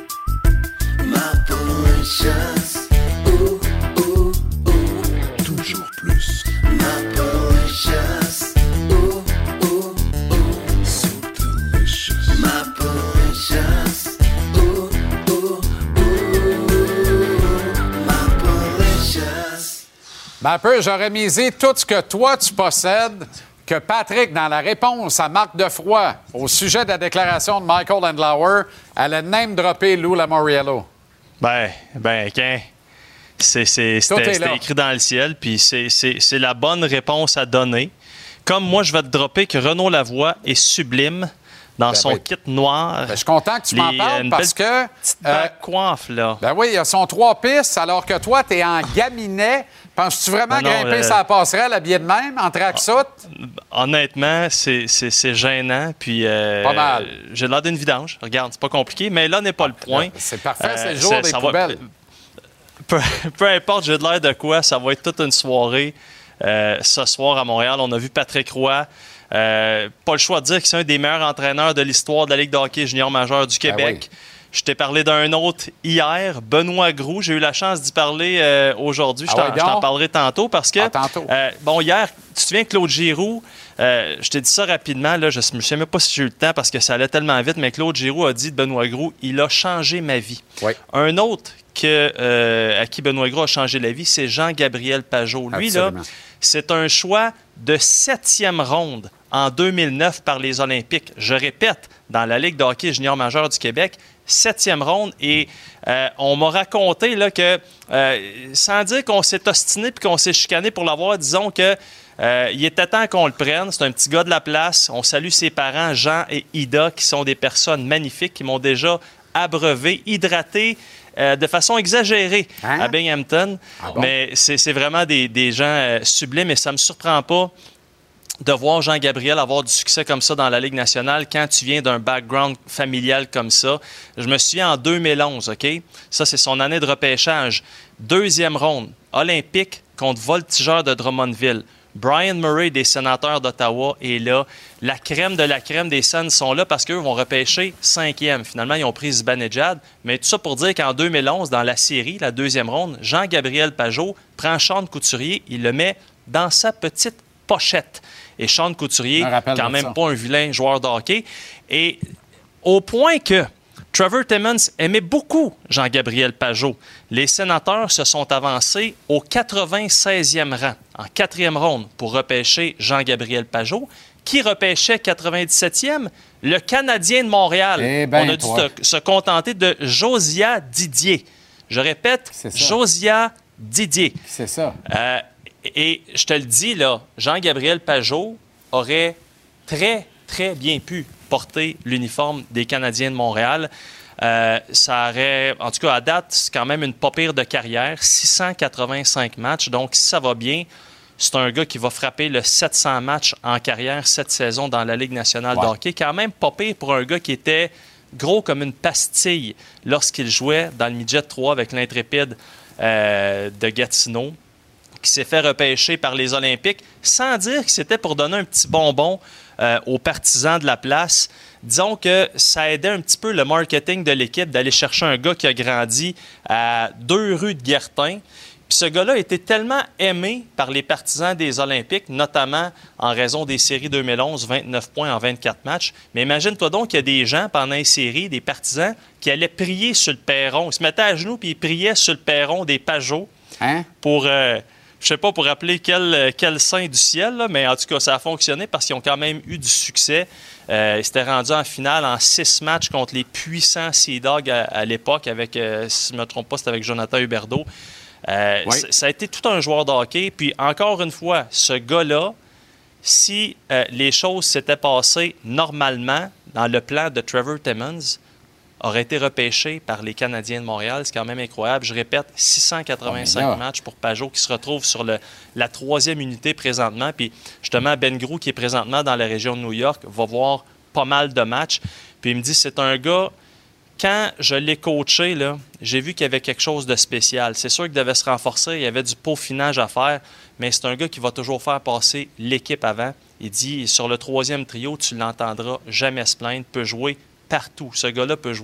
Speaker 2: Mapalicious, ooh, ooh, ooh. Toujours plus. Mapalicious, ooh, ooh, ooh. So delicious. Mapalicious, ooh, ooh, ooh. Mapalicious.
Speaker 3: Ben, un peu, j'aurais misé tout ce que toi, tu possèdes, que Patrick, dans la réponse à Marc Defroy au sujet de la déclaration de Michael Andlauer, allait name-dropper Lou Lamoriello.
Speaker 4: Ben, ben, qu'un... C'est, c'est, c'était, c'était écrit dans le ciel, puis c'est, c'est, c'est la bonne réponse à donner. Comme moi, je vais te dropper que Renaud Lavoie est sublime dans ben son oui. kit noir.
Speaker 3: Ben, je suis content que tu
Speaker 4: Les,
Speaker 3: m'en parles parce que...
Speaker 4: Petite euh, coiffe, là.
Speaker 3: Ben oui, il y a son trois pistes, alors que toi, t'es en gaminet. Penses-tu vraiment ben non, grimper euh... sa passerelle habillé de même, en tracksuit?
Speaker 4: Honnêtement, c'est, c'est, c'est gênant, puis... Euh,
Speaker 3: pas mal.
Speaker 4: J'ai l'air d'une vidange. Regarde, c'est pas compliqué, mais là n'est pas le point.
Speaker 3: C'est parfait, euh, c'est le jour
Speaker 4: c'est,
Speaker 3: des poubelles.
Speaker 4: Va... Peu, peu importe, j'ai de l'air de quoi, ça va être toute une soirée euh, ce soir à Montréal. On a vu Patrick Roy. Euh, pas le choix de dire que c'est un des meilleurs entraîneurs de l'histoire de la Ligue de hockey junior majeur du Québec. Ben oui. Je t'ai parlé d'un autre hier, Benoît Groux. J'ai eu la chance d'y parler euh, aujourd'hui. Je, ah t'en, ouais, je t'en parlerai tantôt parce que...
Speaker 3: Ah, tantôt.
Speaker 4: Euh, bon, hier, tu te souviens, Claude Giroux, euh, je t'ai dit ça rapidement, là, je ne me sais même pas si j'ai eu le temps parce que ça allait tellement vite, mais Claude Giroux a dit de Benoît Groux, il a changé ma vie.
Speaker 3: Oui.
Speaker 4: Un autre que, euh, à qui Benoît Groux a changé la vie, c'est Jean-Gabriel Pageau. Lui, Absolument. là, c'est un choix de septième ronde en deux mille neuf par les Olympiques. Je répète, dans la Ligue de hockey junior majeur du Québec, septième ronde. Et euh, on m'a raconté là, que, euh, sans dire qu'on s'est ostiné et qu'on s'est chicané pour l'avoir, disons que euh, il était temps qu'on le prenne. C'est un petit gars de la place. On salue ses parents, Jean et Ida, qui sont des personnes magnifiques, qui m'ont déjà abreuvé, hydraté euh, de façon exagérée hein? à Binghamton. Ah bon? Mais c'est, c'est vraiment des, des gens euh, sublimes et ça ne me surprend pas de voir Jean-Gabriel avoir du succès comme ça dans la Ligue nationale quand tu viens d'un background familial comme ça. Je me souviens en deux mille onze, OK? Ça, c'est son année de repêchage. Deuxième ronde, Olympique contre Voltigeurs de Drummondville. Brian Murray des Sénateurs d'Ottawa est là. La crème de la crème des Sens sont là parce qu'eux vont repêcher cinquième. Finalement, ils ont pris Zibanejad. Mais tout ça pour dire qu'en deux mille onze, dans la série, la deuxième ronde, Jean-Gabriel Pageau prend Sean Couturier, il le met dans sa petite pochette. Et Sean Couturier, quand même ça. Pas un vilain joueur de hockey. Et au point que Trevor Timmons aimait beaucoup Jean-Gabriel Pageau. Les Sénateurs se sont avancés au quatre-vingt-seizième rang, en quatrième ronde, pour repêcher Jean-Gabriel Pageau. Qui repêchait quatre-vingt-dix-septième? Le Canadien de Montréal.
Speaker 3: Eh ben,
Speaker 4: On a dû te, se contenter de Josiah Didier. Je répète, Josiah Didier.
Speaker 3: C'est ça.
Speaker 4: Euh, Et je te le dis, là, Jean-Gabriel Pageau aurait très, très bien pu porter l'uniforme des Canadiens de Montréal. Euh, ça aurait, en tout cas, à date, c'est quand même une pas pire de carrière. six cent quatre-vingt-cinq matchs. Donc, si ça va bien, c'est un gars qui va frapper le sept cents matchs en carrière cette saison dans la Ligue nationale ouais. de hockey. Quand même pas pire pour un gars qui était gros comme une pastille lorsqu'il jouait dans le midget trois avec l'Intrépide euh, de Gatineau, qui s'est fait repêcher par les Olympiques, sans dire que c'était pour donner un petit bonbon euh, aux partisans de la place. Disons que ça aidait un petit peu le marketing de l'équipe d'aller chercher un gars qui a grandi à deux rues de Guertin. Puis ce gars-là a été tellement aimé par les partisans des Olympiques, notamment en raison des séries deux mille onze, vingt-neuf points en vingt-quatre matchs. Mais imagine-toi donc qu'il y a des gens pendant les séries, des partisans, qui allaient prier sur le perron. Ils se mettaient à genoux puis ils priaient sur le perron des Pageaux hein? pour... Euh, Je ne sais pas pour rappeler quel, quel saint du ciel, là, mais en tout cas, ça a fonctionné parce qu'ils ont quand même eu du succès. Euh, ils s'étaient rendus en finale en six matchs contre les puissants Sea Dogs à, à l'époque, avec, euh, si je ne me trompe pas, c'était avec Jonathan Huberdeau. Euh, oui. Ça a été tout un joueur de hockey. Puis encore une fois, ce gars-là, si euh, les choses s'étaient passées normalement dans le plan de Trevor Timmons, aurait été repêché par les Canadiens de Montréal. C'est quand même incroyable. Je répète, six cent quatre-vingt-cinq oh, matchs pour Pageau qui se retrouve sur le, la troisième unité présentement. Puis justement, Ben Groux, qui est présentement dans la région de New York, va voir pas mal de matchs. Puis il me dit, c'est un gars, quand je l'ai coaché, là, j'ai vu qu'il y avait quelque chose de spécial. C'est sûr qu'il devait se renforcer, il y avait du peaufinage à faire, mais c'est un gars qui va toujours faire passer l'équipe avant. Il dit, sur le troisième trio, tu ne l'entendras jamais se plaindre, peut jouer partout. Ce gars-là peut jouer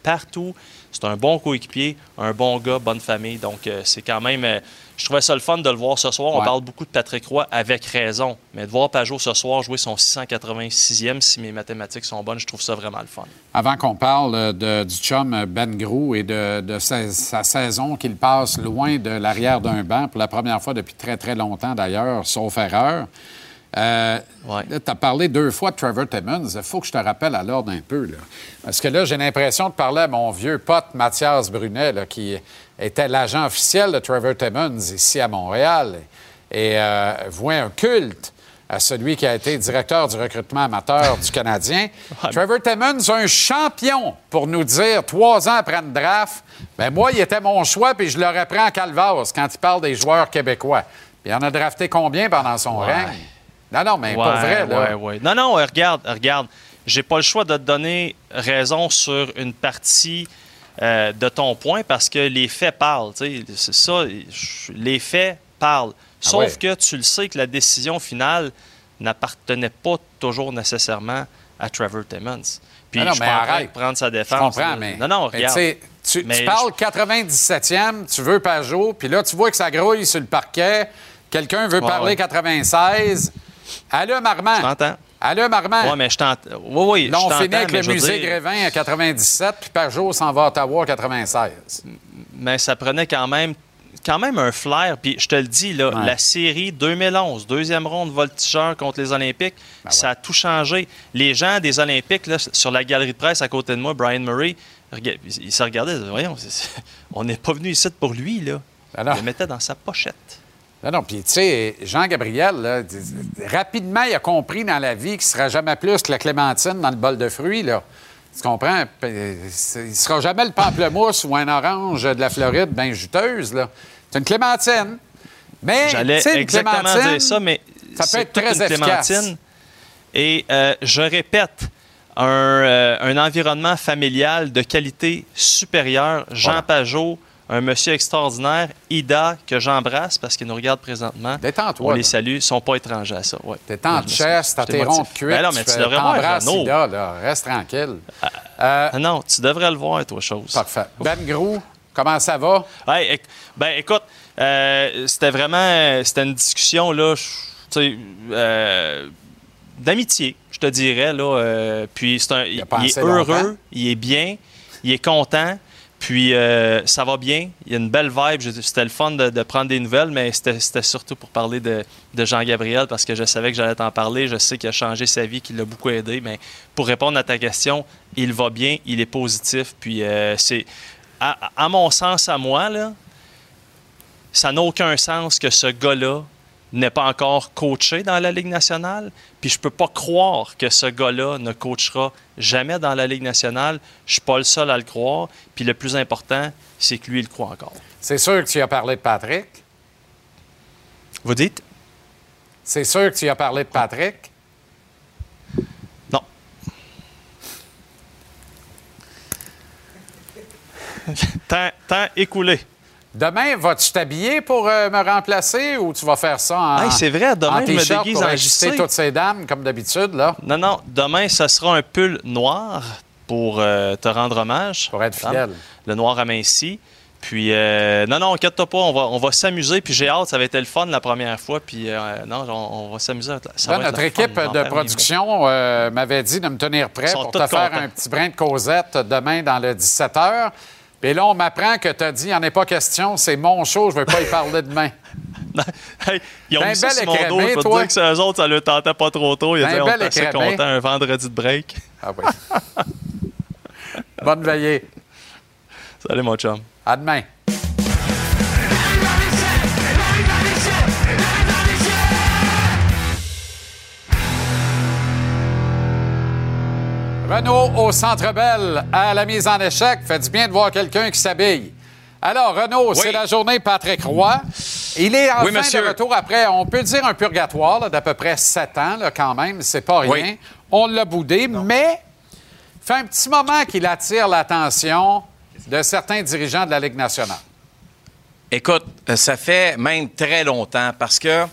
Speaker 4: partout. C'est un bon coéquipier, un bon gars, bonne famille. Donc, euh, c'est quand même... Euh, je trouvais ça le fun de le voir ce soir.
Speaker 3: Ouais.
Speaker 4: On parle beaucoup de Patrick Roy avec raison. Mais de voir Pajot ce soir jouer son six cent quatre-vingt-sixième, si mes mathématiques sont bonnes, je trouve ça vraiment le fun.
Speaker 3: Avant qu'on parle de, du chum Ben Grou et de, de sa, sa saison qu'il passe loin de l'arrière d'un banc pour la première fois depuis très, très longtemps d'ailleurs, sauf erreur. Euh,
Speaker 4: ouais.
Speaker 3: Tu as parlé deux fois de Trevor Timmons. Il faut que je te rappelle à l'ordre un peu. Là. Parce que là, j'ai l'impression de parler à mon vieux pote Mathias Brunet, là, qui était l'agent officiel de Trevor Timmons ici à Montréal et euh, vouait un culte à celui qui a été directeur du recrutement amateur du Canadien. Trevor Timmons, un champion pour nous dire, trois ans après une draft, bien moi, il était mon choix, puis je l'aurais pris en calvasse quand il parle des joueurs québécois. Puis il en a drafté combien pendant son
Speaker 4: Ouais.
Speaker 3: règne? Non, non, mais
Speaker 4: ouais,
Speaker 3: pas vrai, là.
Speaker 4: Ouais, ouais. Non, non, regarde, regarde. J'ai pas le choix de te donner raison sur une partie euh, de ton point parce que les faits parlent. C'est ça, les faits parlent. Sauf
Speaker 3: ah ouais.
Speaker 4: que tu le sais que la décision finale n'appartenait pas toujours nécessairement à Trevor Timmons. Puis
Speaker 3: non, non,
Speaker 4: je
Speaker 3: mais
Speaker 4: suis pas en train
Speaker 3: arrête.
Speaker 4: de prendre sa
Speaker 3: Je
Speaker 4: défense.
Speaker 3: comprends, mais...
Speaker 4: Non, non,
Speaker 3: mais
Speaker 4: regarde.
Speaker 3: Tu,
Speaker 4: mais
Speaker 3: tu parles quatre-vingt-dix-septième, tu veux Pajot, puis là, tu vois que ça grouille sur le parquet. Quelqu'un veut
Speaker 4: ouais,
Speaker 3: parler
Speaker 4: ouais.
Speaker 3: quatre-vingt-seize. Allô, Marmand.
Speaker 4: Je t'entends.
Speaker 3: Allô, Marmand.
Speaker 4: Oui, mais je t'entends. Oui, oui,
Speaker 3: là, on
Speaker 4: je
Speaker 3: finit avec
Speaker 4: mais
Speaker 3: le musée
Speaker 4: dire...
Speaker 3: Grévin à quatre-vingt-dix-sept, puis Pajot s'en va à Ottawa à quatre-vingt-seize.
Speaker 4: Mais ça prenait quand même, quand même un flair. Puis je te le dis, là,
Speaker 3: ouais.
Speaker 4: la série deux mille onze, deuxième ronde voltigeur contre les Olympiques, ben ça ouais. a tout changé. Les gens des Olympiques, là, sur la galerie de presse à côté de moi, Brian Murray, ils se regardaient, ils disaient, voyons, c'est... on n'est pas venu ici pour lui, là. Alors... Il le mettait dans sa pochette.
Speaker 3: Non, non, puis tu sais, Jean-Gabriel, là, rapidement, il a compris dans la vie qu'il ne sera jamais plus que la clémentine dans le bol de fruits, là. Tu comprends? Il ne sera jamais le pamplemousse ou un orange de la Floride bien juteuse, là. C'est une clémentine. Mais,
Speaker 4: j'allais exactement dire ça, mais
Speaker 3: ça peut être très
Speaker 4: une
Speaker 3: efficace.
Speaker 4: Clémentine. Et euh, je répète, un, euh, un environnement familial de qualité supérieure. Jean voilà. Pajot, un monsieur extraordinaire. Ida, que j'embrasse parce qu'il nous regarde présentement.
Speaker 3: Détends-toi.
Speaker 4: On
Speaker 3: là.
Speaker 4: les salue. Ils ne sont pas étrangers à ça. Ouais.
Speaker 3: T'es en chest, t'as tes ronds de cuite.
Speaker 4: Ben non, mais tu, tu devrais voir
Speaker 3: Ida, là. Reste tranquille.
Speaker 4: Euh, euh, non, tu devrais le voir, toi, chose.
Speaker 3: Parfait. Ben Grou, comment ça va?
Speaker 4: Hey, ben écoute, euh, c'était vraiment... C'était une discussion, là, tu sais, euh, d'amitié, je te dirais, là. Euh, puis c'est un, il, il est heureux, longtemps. Il est bien, il est content. Puis, euh, ça va bien. Il y a une belle vibe. C'était le fun de, de prendre des nouvelles, mais c'était surtout pour parler de, de Jean-Gabriel parce que je savais que j'allais t'en parler. Je sais qu'il a changé sa vie, qu'il l'a beaucoup aidé. Mais pour répondre à ta question, il va bien, il est positif. Puis, euh, c'est... À, à mon sens, à moi, là, ça n'a aucun sens que ce gars-là n'est pas encore coaché dans la Ligue nationale. Puis je peux pas croire que ce gars-là ne coachera jamais dans la Ligue nationale. Je suis pas le seul à le croire. Puis le plus important, c'est que lui, il le croit encore.
Speaker 3: C'est sûr que tu as parlé de Patrick.
Speaker 4: Vous dites?
Speaker 3: C'est sûr que tu as parlé de Patrick.
Speaker 4: Non. temps, temps écoulé.
Speaker 3: Demain, vas-tu t'habiller pour euh, me remplacer ou tu vas faire ça en
Speaker 4: hey, c'est vrai, demain,
Speaker 3: en
Speaker 4: je me déguise
Speaker 3: pour
Speaker 4: en
Speaker 3: exciter
Speaker 4: J C.
Speaker 3: toutes ces dames, comme d'habitude, là?
Speaker 4: Non, non. Demain, ça sera un pull noir pour euh, te rendre hommage.
Speaker 3: Pour être fidèle.
Speaker 4: Le noir aminci. Puis, euh, non, non, inquiète-toi pas, on va, on va s'amuser. Puis j'ai hâte, ça va être le fun la première fois. Puis, euh, non, on, on va s'amuser. Ça
Speaker 3: Là,
Speaker 4: va
Speaker 3: notre
Speaker 4: être
Speaker 3: équipe
Speaker 4: fun,
Speaker 3: de production euh, m'avait dit de me tenir prêt pour te faire
Speaker 4: contents.
Speaker 3: un petit brin de causette demain dans le dix-sept heures. Puis là, on m'apprend que tu as dit, il n'y en est pas question, c'est mon show, je ne veux pas y parler demain.
Speaker 4: Hey, ils ont
Speaker 3: ben
Speaker 4: mis ça sur mon dos,
Speaker 3: écrémé,
Speaker 4: je peux te dire que c'est eux autres, ça ne leur tentait pas trop tôt. Ils
Speaker 3: ben
Speaker 4: disaient, on
Speaker 3: bel
Speaker 4: était assez
Speaker 3: écrémé.
Speaker 4: contents un vendredi de break.
Speaker 3: Ah oui. Bonne veillée.
Speaker 4: Salut, mon chum.
Speaker 3: À demain. Renaud au Centre Bell à la mise en échec. Fait du bien de voir quelqu'un qui s'habille. Alors, Renaud, oui. C'est la journée Patrick Roy. Il est enfin oui, de retour après, on peut dire, un purgatoire d'à peu près sept ans, là, quand même. C'est pas rien. Oui. On l'a boudé, non. mais fait un petit moment qu'il attire l'attention de certains dirigeants de la Ligue nationale.
Speaker 7: Écoute, ça fait même très longtemps parce que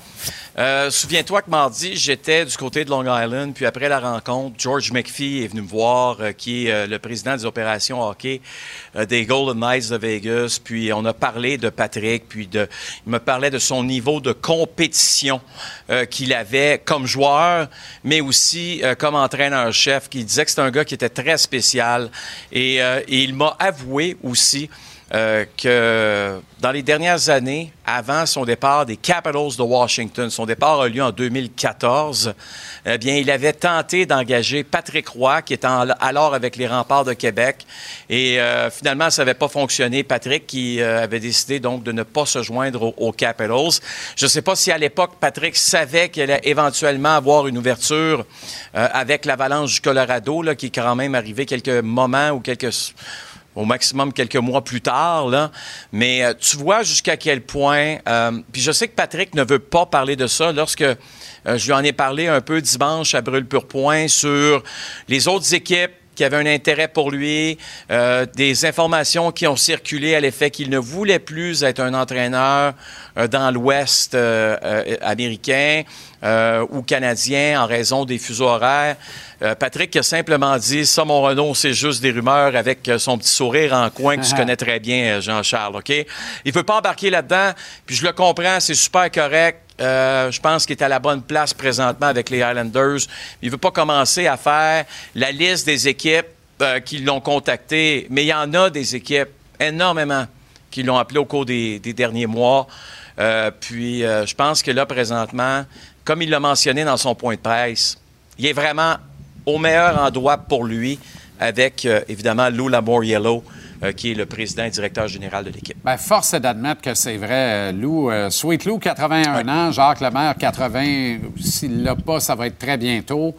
Speaker 4: Euh, souviens-toi que mardi, j'étais du côté de Long Island, puis après la rencontre, George McPhee est venu me voir, euh, qui est euh, le président des opérations hockey euh, des Golden Knights de Vegas, puis on a parlé de Patrick, puis de, il me parlait de son niveau de compétition euh, qu'il avait comme joueur, mais aussi euh, comme entraîneur-chef, qui disait que c'était un gars qui était très spécial, et, euh, et il m'a avoué aussi Euh, que dans les dernières années, avant son départ des Capitals de Washington, son départ a lieu en deux mille quatorze, eh bien, il avait tenté d'engager Patrick Roy, qui était en, alors avec les Remparts de Québec. Et euh, finalement, ça n'avait pas fonctionné. Patrick qui euh, avait décidé donc de ne pas se joindre aux, aux Capitals. Je ne sais pas si à l'époque, Patrick savait qu'il allait éventuellement avoir une ouverture euh, avec l'Avalanche du Colorado, là, qui est quand même arrivé quelques moments ou quelques... au maximum quelques mois plus tard, là. Mais euh, tu vois jusqu'à quel point... Euh, puis je sais que Patrick ne veut pas parler de ça. Lorsque euh, je lui en ai parlé un peu dimanche à Brûle-Pourpoint sur les autres équipes qui avaient un intérêt pour lui, euh, des informations qui ont circulé à l'effet qu'il ne voulait plus être un entraîneur euh, dans l'Ouest euh, euh, américain euh, ou canadien en raison des fuseaux horaires. Euh, Patrick a simplement dit « Ça, mon Renaud, c'est juste des rumeurs » avec son petit sourire en coin que tu connais très bien, Jean-Charles, OK? Il ne veut pas embarquer là-dedans, puis je le comprends, c'est super correct. Euh, je pense qu'il est à la bonne place présentement avec les Islanders. Il ne veut pas commencer à faire la liste des équipes euh, qui l'ont contacté, mais il y en a des équipes, énormément, qui l'ont appelé au cours des, des derniers mois. Euh, puis euh, je pense que là, présentement, comme il l'a mentionné dans son point de presse, il est vraiment au meilleur endroit pour lui avec, euh, évidemment, Lou Lamoriello, euh, qui est le président et directeur général de l'équipe.
Speaker 3: Bien, force est d'admettre que c'est vrai, Lou. Euh, Sweet Lou, quatre-vingt-un ouais. ans, Jacques Lemaire, quatre-vingts. S'il ne l'a pas, ça va être très bientôt.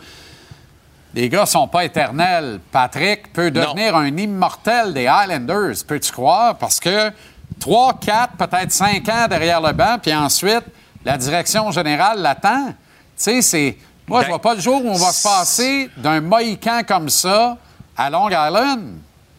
Speaker 3: Les gars ne sont pas éternels. Patrick peut devenir non. un immortel des Highlanders, peux-tu croire? Parce que trois, quatre, peut-être cinq ans derrière le banc, puis ensuite, la direction générale l'attend. Tu sais, c'est... Moi, ben, je vois pas le jour où on va se passer d'un Mohican comme ça à Long Island.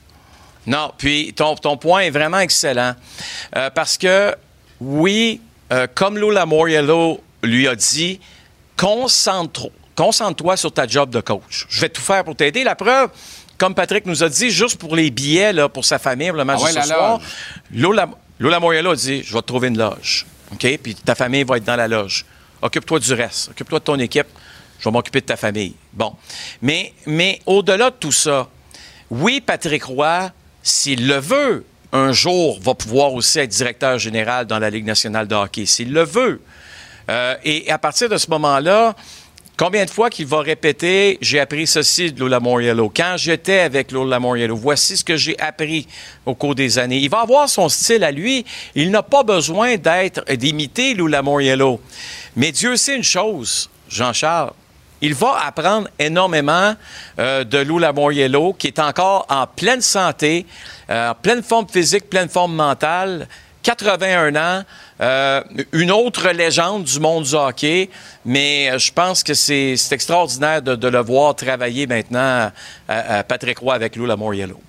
Speaker 4: Non, puis ton, ton point est vraiment excellent. Euh, parce que, oui, euh, comme Lou Lamoriello lui a dit, concentre, concentre-toi sur ta job de coach. Je vais tout faire pour t'aider. La preuve, comme Patrick nous a dit, juste pour les billets là, pour sa famille, pour le match ah ouais, de ce soir, Lou, Lam- Lou Lamoriello a dit, je vais te trouver une loge. OK? Puis ta famille va être dans la loge. Occupe-toi du reste. Occupe-toi de ton équipe. Je vais m'occuper de ta famille. Bon. Mais, mais au-delà de tout ça, oui, Patrick Roy, s'il le veut, un jour, va pouvoir aussi être directeur général dans la Ligue nationale de hockey. S'il le veut. Euh, et à partir de ce moment-là, combien de fois qu'il va répéter « J'ai appris ceci de Lou Lamoriello. Quand j'étais avec Lou Lamoriello, voici ce que j'ai appris au cours des années. » Il va avoir son style à lui. Il n'a pas besoin d'être, d'imiter Lou Lamoriello. Mais Dieu sait une chose, Jean-Charles. Il va apprendre énormément euh, de Lou Lamoriello, qui est encore en pleine santé, euh, en pleine forme physique, pleine forme mentale, quatre-vingt-un ans, euh, une autre légende du monde du hockey, mais je pense que c'est, c'est extraordinaire de, de le voir travailler maintenant à, à Patrick Roy avec Lou Lamoriello.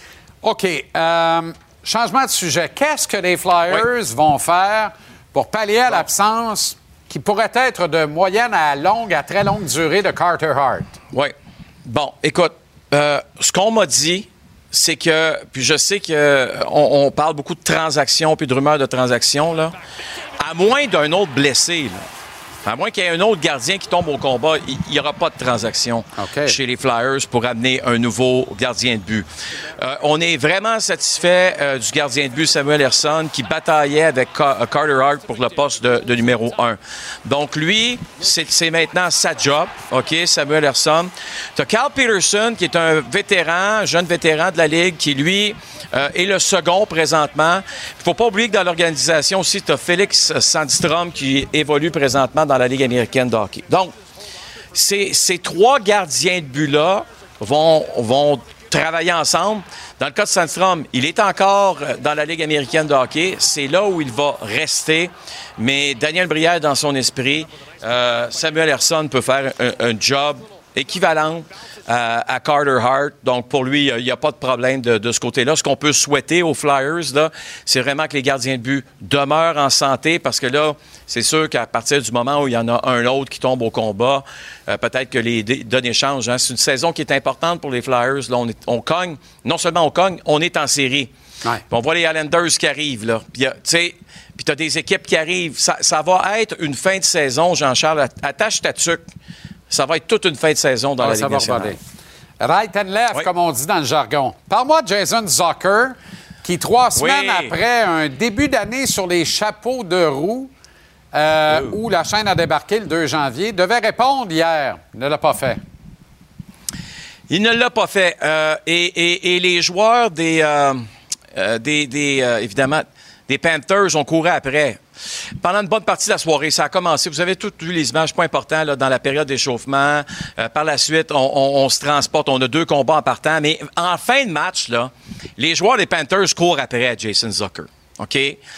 Speaker 3: OK. Euh, changement de sujet. Qu'est-ce que les Flyers oui. vont faire pour pallier à l'absence qui pourrait être de moyenne à longue, à très longue durée de Carter Hart?
Speaker 4: Oui. Bon, écoute, euh, ce qu'on m'a dit, c'est que, puis je sais qu'on on parle beaucoup de transactions puis de rumeurs de transactions, là, à moins d'un autre blessé, là, à moins qu'il y ait un autre gardien qui tombe au combat, il n'y aura pas de transaction okay. chez les Flyers pour amener un nouveau gardien de but. Euh, on est vraiment satisfait euh, du gardien de but Samuel Ersson qui bataillait avec Ca- Carter Hart pour le poste de, de numéro un. Donc lui, c'est, c'est maintenant sa job, OK, Samuel Ersson. Tu as Carl Peterson qui est un vétéran, jeune vétéran de la Ligue qui, lui, euh, est le second présentement. Il ne faut pas oublier que dans l'organisation aussi, tu as Félix Sandstrom qui évolue présentement dans la Ligue américaine de hockey. Donc, ces, ces trois gardiens de but-là vont, vont travailler ensemble. Dans le cas de Sandstrom, il est encore dans la Ligue américaine de hockey. C'est là où il va rester. Mais Daniel Brière, dans son esprit, euh, Samuel Ersson peut faire un, un job
Speaker 7: équivalente euh, à Carter Hart. Donc, pour lui, il n'y a, a pas de problème de, de ce côté-là. Ce qu'on peut souhaiter aux Flyers, là, c'est vraiment que les gardiens de but demeurent en santé parce que là, c'est sûr qu'à partir du moment où il y en a un autre qui tombe au combat, euh, peut-être que les dé- données changent. Hein. C'est une saison qui est importante pour les Flyers. Là, on, est, on cogne. Non seulement on cogne, on est en série. Ouais. Puis on voit les Islanders qui arrivent. Là. Puis, tu sais, puis tu as des équipes qui arrivent. Ça, ça va être une fin de saison, Jean-Charles. Attache ta tuque. Ça va être toute une fin de saison dans ah, la Ligue nationale.
Speaker 3: Right and left, oui. comme on dit dans le jargon. Parle-moi de Jason Zucker, qui, trois semaines oui. après un début d'année sur les chapeaux de roue, euh, où la chaîne a débarqué le deux janvier, devait répondre hier. Il ne l'a pas fait.
Speaker 7: Il ne l'a pas fait. Euh, et, et, et les joueurs des, euh, euh, des, des euh, évidemment, des Panthers ont couru après. Pendant une bonne partie de la soirée, ça a commencé. Vous avez toutes vu les images, pas important, là, dans la période d'échauffement. Euh, par la suite, on, on, on se transporte. On a deux combats en partant. Mais en fin de match, là, les joueurs des Panthers courent après Jason Zucker. OK?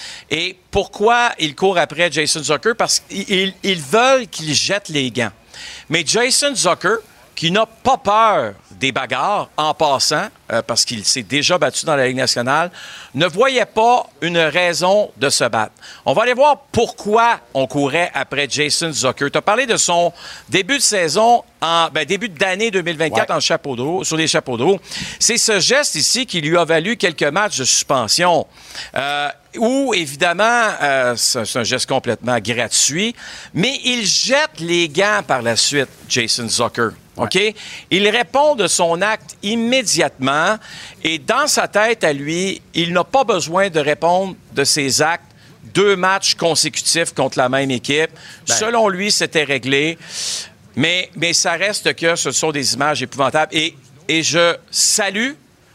Speaker 7: Et pourquoi ils courent après Jason Zucker? Parce qu'ils ils veulent qu'il jette les gants. Mais Jason Zucker, qui n'a pas peur des bagarres en passant, euh, parce qu'il s'est déjà battu dans la Ligue nationale, ne voyait pas une raison de se battre. On va aller voir pourquoi on courait après Jason Zucker. Tu as parlé de son début de saison, en ben, début d'année deux mille vingt-quatre ouais. en chapeau de roue, sur les chapeaux de roue. C'est ce geste ici qui lui a valu quelques matchs de suspension. Euh, Où, évidemment, euh, c'est un geste complètement gratuit, mais il jette les gants par la suite, Jason Zucker. OK? Ouais. Il répond de son acte immédiatement et dans sa tête à lui, il n'a pas besoin de répondre de ses actes deux matchs consécutifs contre la même équipe. Ben. Selon lui, c'était réglé, mais, mais ça reste que ce sont des images épouvantables. Et, et je salue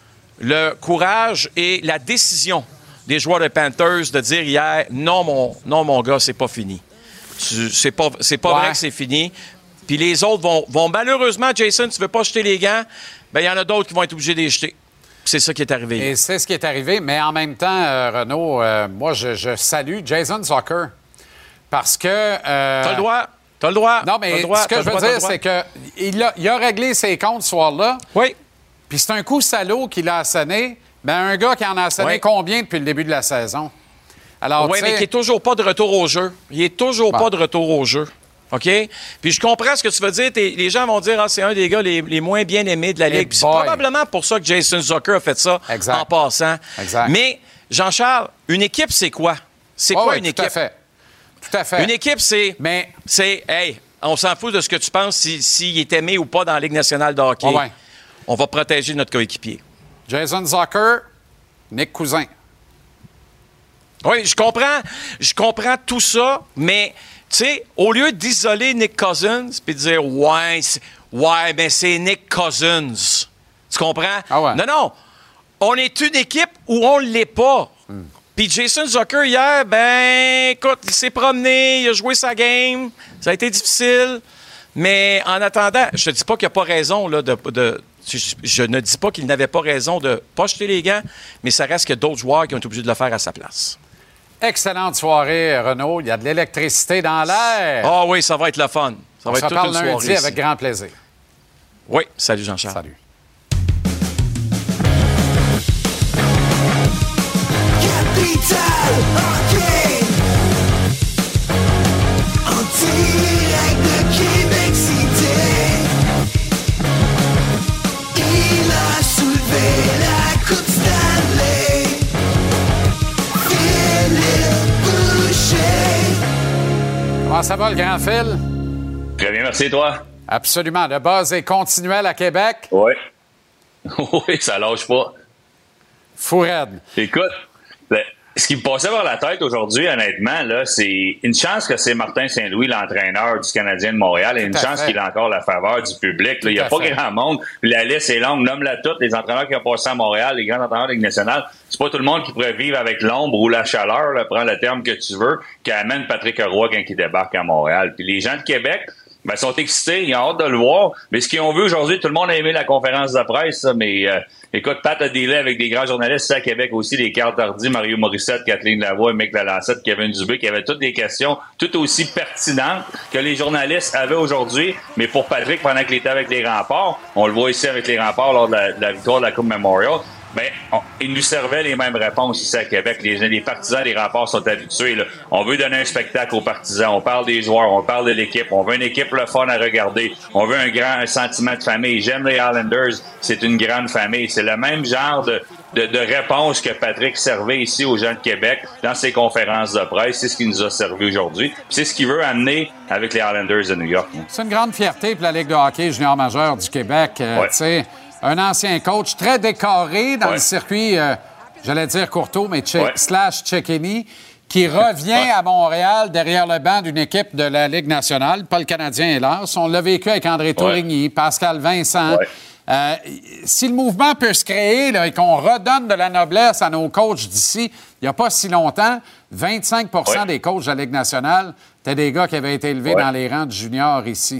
Speaker 7: le courage et la décision des joueurs des Panthers de dire hier, non, mon, non, mon gars, c'est pas fini. Tu, c'est pas, c'est pas ouais. vrai que c'est fini. Puis les autres vont, vont malheureusement, Jason, tu veux pas jeter les gants, bien, il y en a d'autres qui vont être obligés de les jeter. C'est ça qui est arrivé.
Speaker 3: Et c'est ce qui est arrivé, mais en même temps, euh, Renaud, euh, moi, je, je salue Jason Zucker parce que... Euh...
Speaker 7: T'as le droit. T'as le droit.
Speaker 3: Non, mais
Speaker 7: droit,
Speaker 3: ce que je veux dire, c'est qu'il a, il a réglé ses comptes ce soir-là.
Speaker 7: Oui.
Speaker 3: Puis c'est un coup salaud qu'il a asséné. Ben, un gars qui en a asséné oui. combien depuis le début de la saison?
Speaker 7: Alors, oui, mais qui n'est toujours pas de retour au jeu. Il n'est toujours bon. pas de retour au jeu. OK? Puis je comprends ce que tu veux dire. T'es, les gens vont dire, ah, c'est un des gars les, les moins bien aimés de la Ligue. Puis c'est probablement pour ça que Jason Zucker a fait ça exact. en passant. Exact. Mais, Jean-Charles, une équipe, c'est quoi? C'est oh, quoi oui, une
Speaker 3: tout
Speaker 7: équipe?
Speaker 3: À fait. Tout à fait.
Speaker 7: Une équipe, c'est... Mais... C'est, hey, on s'en fout de ce que tu penses s'il si, est aimé ou pas dans la Ligue nationale de hockey. Oh, ouais. On va protéger notre coéquipier.
Speaker 3: Jason Zucker, Nick Cousin.
Speaker 7: Oui, je comprends. Je comprends tout ça, mais, tu sais, au lieu d'isoler Nick Cousins puis de dire, ouais, ouais, mais c'est Nick Cousins. Tu comprends?
Speaker 3: Ah ouais.
Speaker 7: Non, non. On est une équipe où on ne l'est pas. Hmm. Puis Jason Zucker, hier, ben, écoute, il s'est promené, il a joué sa game. Ça a été difficile. Mais en attendant, je te dis pas qu'il n'y a pas raison là, de, de je, je ne dis pas qu'il n'avait pas raison de ne pas jeter les gants, mais ça reste que d'autres joueurs qui ont été obligés de le faire à sa place.
Speaker 3: Excellente soirée, Renaud. Il y a de l'électricité dans l'air.
Speaker 7: Ah oui, ça va être le fun. Ça
Speaker 3: On
Speaker 7: va
Speaker 3: se
Speaker 7: être toute une soirée
Speaker 3: lundi
Speaker 7: ici.
Speaker 3: avec grand plaisir.
Speaker 7: Oui, salut Jean-Charles.
Speaker 3: Salut.
Speaker 2: Capital Hockey en direct de Québec City. Il a soulevé la Coupe Stanley. Philippe Boucher.
Speaker 3: Comment ça va, le grand Phil?
Speaker 22: Très bien, merci, toi.
Speaker 3: Absolument. Le buzz est continuel à Québec.
Speaker 22: Oui. Oui, ça lâche pas.
Speaker 3: Fou raide.
Speaker 22: Écoute, ben, ce qui me passait par la tête aujourd'hui, honnêtement, là, c'est une chance que c'est Martin Saint-Louis, l'entraîneur du Canadien de Montréal, et une chance qu'il a encore la faveur du public. Là. Il n'y a pas fait. grand monde. La liste est longue. Nomme-la toutes. Les entraîneurs qui ont passé à Montréal, les grands entraîneurs de la Ligue nationale, c'est pas tout le monde qui pourrait vivre avec l'ombre ou la chaleur, là, prends le terme que tu veux, qui amène Patrick Roy quand il débarque à Montréal. Puis les gens de Québec, Ben, ils sont excités, ils ont hâte de le voir. Mais ce qu'ils ont vu aujourd'hui, tout le monde a aimé la conférence de presse, ça, mais euh, écoute, Pat a délai avec des grands journalistes, à Québec aussi, les Carl Tardy, Mario Morissette, Kathleen Lavoie, Mick Lalancette, Kevin Dubé, qui avaient toutes des questions tout aussi pertinentes que les journalistes avaient aujourd'hui. Mais pour Patrick, pendant qu'il était avec les Remparts, on le voit ici avec les Remparts lors de la, de la victoire de la Coupe Memorial, ben, on, il nous servait les mêmes réponses ici à Québec. Les, les partisans des Remparts sont habitués. Là. On veut donner un spectacle aux partisans. On parle des joueurs, on parle de l'équipe. On veut une équipe le fun à regarder. On veut un grand un sentiment de famille. J'aime les Islanders. C'est une grande famille. C'est le même genre de, de, de réponse que Patrick servait ici aux gens de Québec dans ses conférences de presse. C'est ce qu'il nous a servi aujourd'hui. Puis c'est ce qu'il veut amener avec les Islanders de New York. Hein.
Speaker 3: C'est une grande fierté pour la Ligue de hockey junior majeur du Québec. Euh,
Speaker 22: ouais.
Speaker 3: Tu sais, un ancien coach très décoré dans
Speaker 22: ouais.
Speaker 3: le circuit, euh, j'allais dire Courteau, mais che-
Speaker 22: ouais.
Speaker 3: slash Tchekini, qui revient ouais. à Montréal derrière le banc d'une équipe de la Ligue nationale, pas le Canadien hélas. On l'a vécu avec André Tourigny, ouais. Pascal Vincent. Ouais. Euh, si le mouvement peut se créer là, et qu'on redonne de la noblesse à nos coachs d'ici, il n'y a pas si longtemps, vingt-cinq pour cent ouais. des coachs de la Ligue nationale étaient des gars qui avaient été élevés ouais. dans les rangs du junior ici.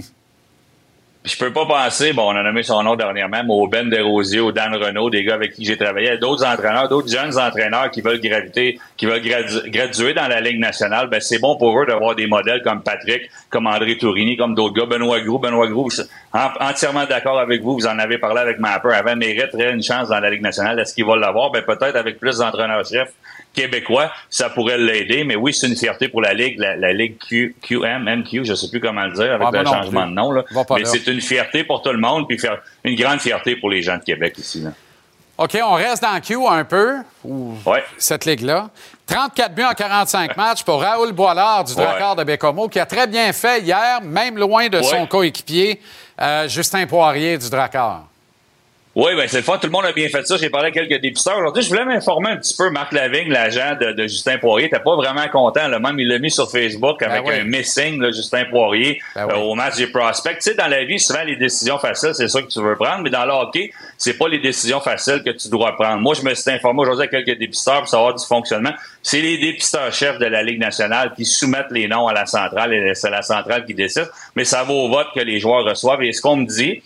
Speaker 22: Je peux pas penser, bon, on a nommé son nom dernièrement, mais au Ben Desrosiers, au Dan Renaud, des gars avec qui j'ai travaillé, d'autres entraîneurs, d'autres jeunes entraîneurs qui veulent graviter, qui veulent gradu- graduer dans la Ligue nationale, ben c'est bon pour eux d'avoir des modèles comme Patrick, comme André Tourigny, comme d'autres gars, Benoît Groulx, Benoît Groulx, en, entièrement d'accord avec vous, vous en avez parlé avec Mapper, avait mériterait une chance dans la Ligue nationale, est-ce qu'il va l'avoir? Ben peut-être avec plus d'entraîneurs-chefs québécois, ça pourrait l'aider, mais oui, c'est une fierté pour la Ligue, la, la Ligue Q, QM, M Q, je sais plus comment le dire avec ah, le changement plus. de nom, là. Mais là. C'est une fierté pour tout le monde, puis une grande fierté pour les gens de Québec ici, là.
Speaker 3: OK, on reste dans Q un peu, ou
Speaker 22: ouais.
Speaker 3: cette ligue-là. trente-quatre buts en quarante-cinq matchs pour Raoul Boilard du Drakkar ouais. de Bécomo, qui a très bien fait hier, même loin de ouais. son coéquipier, euh, Justin Poirier du Drakkar.
Speaker 22: Oui, bien, c'est le fun. Tout le monde a bien fait ça. J'ai parlé à quelques dépisteurs. Aujourd'hui, je voulais m'informer un petit peu. Marc Lavigne, l'agent de, de Justin Poirier, n'était pas vraiment content. Là. Même, il l'a mis sur Facebook avec ben oui. un missing, là, Justin Poirier, ben euh, oui. au match des prospects. Tu sais, dans la vie, souvent, les décisions faciles, c'est ça que tu veux prendre. Mais dans le hockey, c'est pas les décisions faciles que tu dois prendre. Moi, je me suis informé aujourd'hui à quelques dépisteurs pour savoir du fonctionnement. C'est les dépisteurs-chefs de la Ligue nationale qui soumettent les noms à la centrale et c'est la centrale qui décide. Mais ça va au vote que les joueurs reçoivent. Et ce qu'on me dit,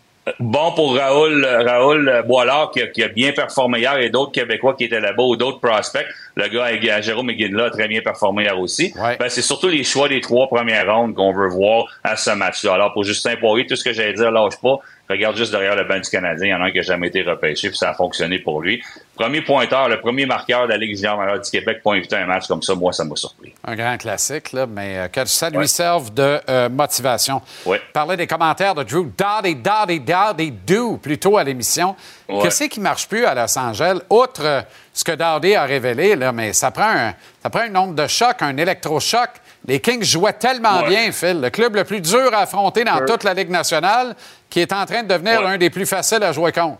Speaker 22: bon pour Raoul, Raoul Boilard qui a, qui a bien performé hier et d'autres Québécois qui étaient là-bas ou d'autres prospects. Le gars avec Jérôme McGinley a très bien performé hier aussi. Ouais. Ben, c'est surtout les choix des trois premières rondes qu'on veut voir à ce match-là. Alors pour Justin Poirier, tout ce que j'allais dire, lâche pas. Regarde juste derrière le banc du Canadien, il y en a un qui n'a jamais été repêché, puis ça a fonctionné pour lui. Premier pointeur, le premier marqueur de la Ligue junior majeure du Québec pour inviter un match comme ça, moi, ça m'a surpris.
Speaker 3: Un grand classique, là, mais euh, que ça lui ouais. serve de euh, motivation.
Speaker 22: Ouais.
Speaker 3: Parler des commentaires de Drew Doughty, Doughty, Doughty, Do, plutôt à l'émission. Ouais. Qu'est-ce qui ne marche plus à Los Angeles, outre euh, ce que Doughty a révélé, là, mais ça prend un, ça prend une onde de choc, un électrochoc. Les Kings jouaient tellement ouais. bien, Phil. Le club le plus dur à affronter dans ouais. toute la Ligue nationale, qui est en train de devenir ouais. l'un des plus faciles à jouer contre.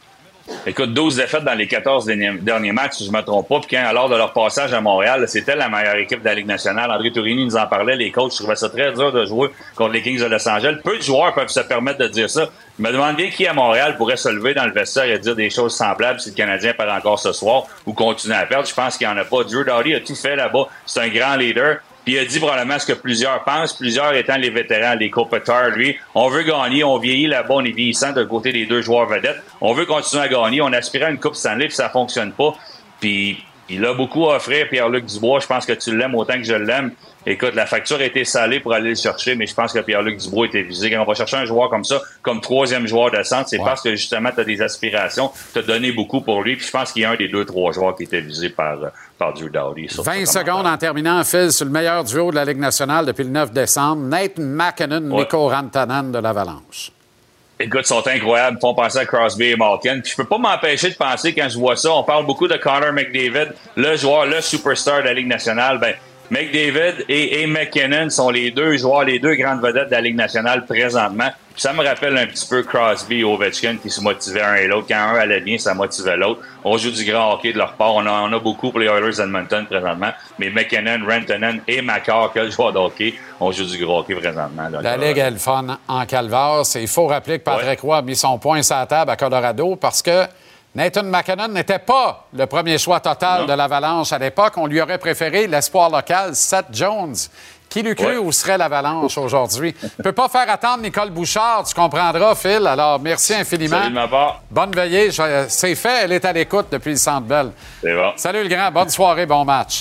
Speaker 22: Écoute, douze défaites dans les quatorze derniers, derniers matchs, si je ne me trompe pas. Puis quand, lors de leur passage à Montréal, c'était la meilleure équipe de la Ligue nationale. André Tourigny nous en parlait. Les coachs trouvaient ça très dur de jouer contre les Kings de Los Angeles. Peu de joueurs peuvent se permettre de dire ça. Je me demande bien qui à Montréal pourrait se lever dans le vestiaire et dire des choses semblables si le Canadien perd encore ce soir ou continue à perdre. Je pense qu'il n'y en a pas. Drew Doughty a tout fait là-bas. C'est un grand leader. Puis il a dit probablement ce que plusieurs pensent, plusieurs étant les vétérans, les Kopitar, lui. On veut gagner, on vieillit là-bas, on est vieillissant de côté des deux joueurs vedettes. On veut continuer à gagner, on aspirait à une Coupe Stanley, puis ça fonctionne pas. Puis il a beaucoup à offrir, Pierre-Luc Dubois. Je pense que tu l'aimes autant que je l'aime. Écoute, la facture a été salée pour aller le chercher, mais je pense que Pierre-Luc Dubois était visé. Quand on va chercher un joueur comme ça, comme troisième joueur de centre, c'est ouais. parce que justement, tu as des aspirations, tu as donné beaucoup pour lui, puis je pense qu'il y a un des deux, trois joueurs qui était visé par, par Drew Doughty.
Speaker 3: vingt secondes en terminant, Phil, sur le meilleur duo de la Ligue nationale depuis le neuf décembre, Nathan MacKinnon, ouais. Mikko Rantanen de l'Avalanche.
Speaker 22: Écoute, ils sont incroyables. Ils font penser à Crosby et Malkin. Puis je peux pas m'empêcher de penser, quand je vois ça, on parle beaucoup de Connor McDavid, le joueur, le superstar de la Ligue nationale. Ben, McDavid et, et McKinnon sont les deux joueurs, les deux grandes vedettes de la Ligue nationale présentement. Puis ça me rappelle un petit peu Crosby et Ovechkin qui se motivaient un et l'autre. Quand un allait bien, ça motivait l'autre. On joue du grand hockey de leur part. On, a, on a beaucoup pour les Oilers d'Edmonton présentement. Mais McKinnon, Rantanen et Makar, quel joueur de hockey, on joue du gros hockey présentement. Là,
Speaker 3: la Ligue est le fun en calvaire. Il faut rappeler que Patrick ouais. Roy a mis son point sur la table à Colorado parce que Nathan McKinnon n'était pas le premier choix total
Speaker 22: Non.
Speaker 3: de l'Avalanche à l'époque. On lui aurait préféré l'espoir local, Seth Jones. Qui l'eût cru
Speaker 22: Ouais.
Speaker 3: où serait l'Avalanche aujourd'hui? Ne peut pas faire attendre Nicole Bouchard, tu comprendras, Phil. Alors, merci infiniment.
Speaker 22: Salut de ma part.
Speaker 3: Bonne veillée. Je- C'est fait, elle est à l'écoute depuis le Centre Bell.
Speaker 22: C'est bon.
Speaker 3: Salut le grand, bonne soirée, bon match.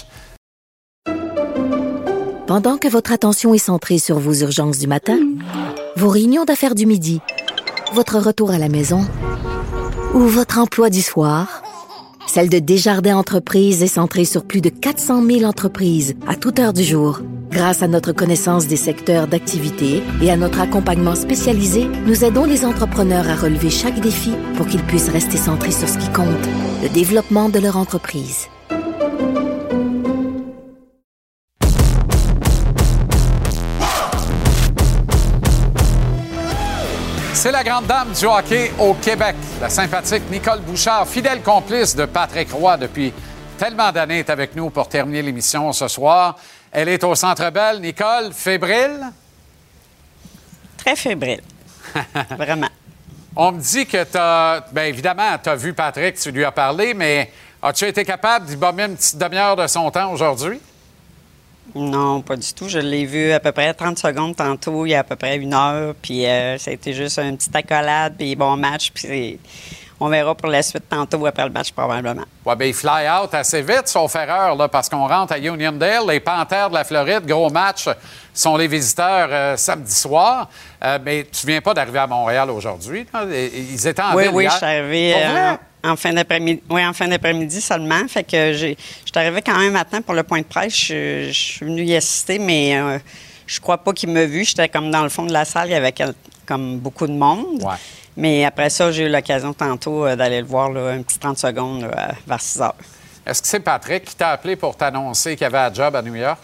Speaker 1: Pendant que votre attention est centrée sur vos urgences du matin, vos réunions d'affaires du midi, votre retour à la maison ou votre emploi du soir, celle de Desjardins Entreprises est centrée sur plus de quatre cent mille entreprises à toute heure du jour. Grâce à notre connaissance des secteurs d'activité et à notre accompagnement spécialisé, nous aidons les entrepreneurs à relever chaque défi pour qu'ils puissent rester centrés sur ce qui compte, le développement de leur entreprise.
Speaker 3: C'est la grande dame du hockey au Québec, la sympathique Nicole Bouchard, fidèle complice de Patrick Roy depuis tellement d'années, est avec nous pour terminer l'émission ce soir. Elle est au Centre Bell. Nicole, fébrile?
Speaker 10: Très fébrile. Vraiment.
Speaker 3: On me dit que tu as... Bien évidemment, tu as vu Patrick, tu lui as parlé, mais as-tu été capable d'y bomber une petite demi-heure de son temps aujourd'hui?
Speaker 10: Non, pas du tout. Je l'ai vu à peu près trente secondes tantôt, il y a à peu près une heure. Puis euh, ça a été juste une petite accolade, puis bon match. Puis c'est- on verra pour la suite tantôt après le match, probablement.
Speaker 3: Oui, bien, il fly out assez vite, sauf erreur, là, parce qu'on rentre à Uniondale. Les Panthères de la Floride, gros match, sont les visiteurs euh, samedi soir. Euh, mais tu viens pas d'arriver à Montréal aujourd'hui. là. Ils étaient en
Speaker 10: oui,
Speaker 3: ville
Speaker 10: oui,
Speaker 3: hier.
Speaker 10: je suis arrivé
Speaker 3: Pour vrai?
Speaker 10: euh, en fin d'après-midi. Oui, en fin d'après-midi seulement. Fait que j'ai, je suis arrivé quand même à temps pour le point de presse. Je, je suis venu y assister, mais euh, je crois pas qu'il m'a vu. J'étais comme dans le fond de la salle, il y avait quel- comme beaucoup de monde.
Speaker 3: Ouais.
Speaker 10: Mais après ça, j'ai eu l'occasion tantôt euh, d'aller le voir là, un petit trente secondes là, vers six heures.
Speaker 3: Est-ce que c'est Patrick qui t'a appelé pour t'annoncer qu'il y avait un job à New York?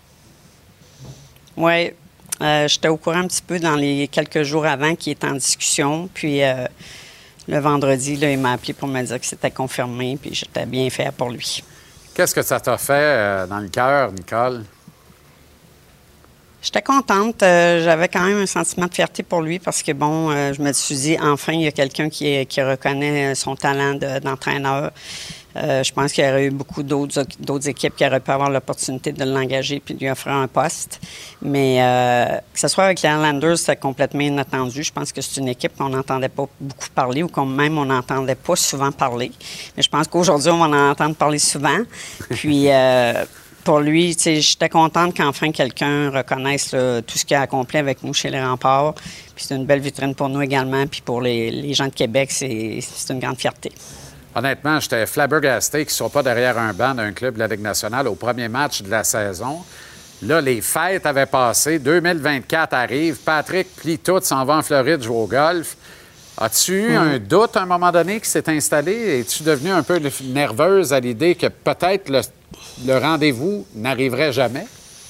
Speaker 10: Oui. Euh, j'étais au courant un petit peu dans les quelques jours avant qu'il était en discussion. Puis euh, le vendredi, là, il m'a appelé pour me dire que c'était confirmé. Puis j'étais bien fière pour lui.
Speaker 3: Qu'est-ce que ça t'a fait euh, dans le cœur, Nicole?
Speaker 10: J'étais contente. Euh, j'avais quand même un sentiment de fierté pour lui parce que, bon, euh, je me suis dit, enfin, il y a quelqu'un qui, qui reconnaît son talent de- d'entraîneur. Euh, je pense qu'il y aurait eu beaucoup d'autres d'autres équipes qui auraient pu avoir l'opportunité de l'engager puis de lui offrir un poste. Mais euh, que ce soit avec les Islanders, c'était complètement inattendu. Je pense que c'est une équipe qu'on n'entendait pas beaucoup parler ou qu'on même on n'entendait pas souvent parler. Mais je pense qu'aujourd'hui, on va en entendre parler souvent. Puis... Euh, Pour lui, tu sais, j'étais contente qu'enfin quelqu'un reconnaisse là, tout ce qu'il a accompli avec nous chez les Remparts. Puis c'est une belle vitrine pour nous également. Puis pour les, les gens de Québec, c'est c'est une grande fierté.
Speaker 3: Honnêtement, j'étais flabbergasté qu'ils ne soient pas derrière un banc d'un club de la Ligue nationale au premier match de la saison. Là, les fêtes avaient passé. deux mille vingt-quatre arrive. Patrick plie tout, s'en va en Floride jouer au golf. As-tu eu un doute à un moment donné qui s'est installé? Es-tu devenu un peu nerveuse à l'idée que peut-être le, le rendez-vous n'arriverait jamais?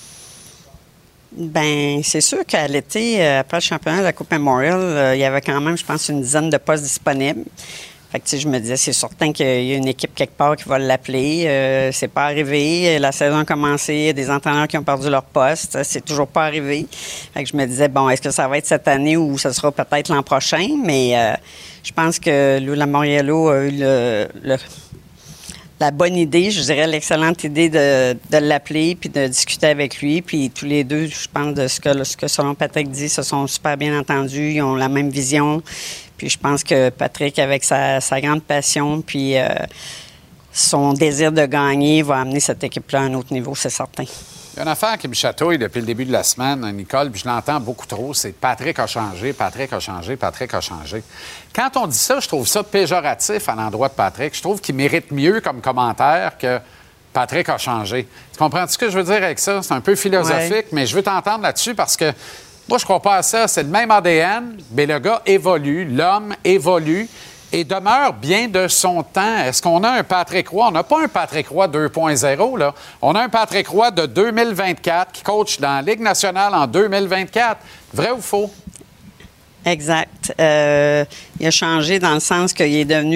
Speaker 10: Ben c'est sûr qu'à l'été, euh, après le championnat de la Coupe Memorial, euh, il y avait quand même, je pense, une dizaine de postes disponibles. Fait que, tu sais, je me disais, c'est certain qu'il y a une équipe quelque part qui va l'appeler. Euh, c'est pas arrivé. La saison a commencé. Il y a des entraîneurs qui ont perdu leur poste. C'est toujours pas arrivé. Fait que je me disais, bon, est-ce que ça va être cette année ou ça sera peut-être l'an prochain? Mais euh, je pense que Lou Lamoriello a eu le, le- la bonne idée, je dirais l'excellente idée de, de l'appeler puis de discuter avec lui. Puis tous les deux, je pense, de ce que, ce que selon Patrick dit, se sont super bien entendus. Ils ont la même vision. Puis je pense que Patrick, avec sa, sa grande passion puis euh, son désir de gagner, va amener cette équipe-là à un autre niveau, c'est certain.
Speaker 3: Il y a une affaire qui me chatouille depuis le début de la semaine, Nicole, puis je l'entends beaucoup trop, c'est Patrick a changé, Patrick a changé, Patrick a changé. Quand on dit ça, je trouve ça péjoratif à l'endroit de Patrick. Je trouve qu'il mérite mieux comme commentaire que Patrick a changé. Tu comprends ce que je veux dire avec ça? C'est un peu philosophique,
Speaker 10: Ouais.
Speaker 3: mais je veux t'entendre là-dessus parce que moi, je crois pas à ça. C'est le même A D N, mais le gars évolue, l'homme évolue et demeure bien de son temps. Est-ce qu'on a un Patrick Roy? On n'a pas un Patrick Roy deux point zéro, là. On a un Patrick Roy de deux mille vingt-quatre qui coach dans la Ligue nationale en deux mille vingt-quatre. Vrai ou faux?
Speaker 10: Exact. Euh, il a changé dans le sens qu'il est devenu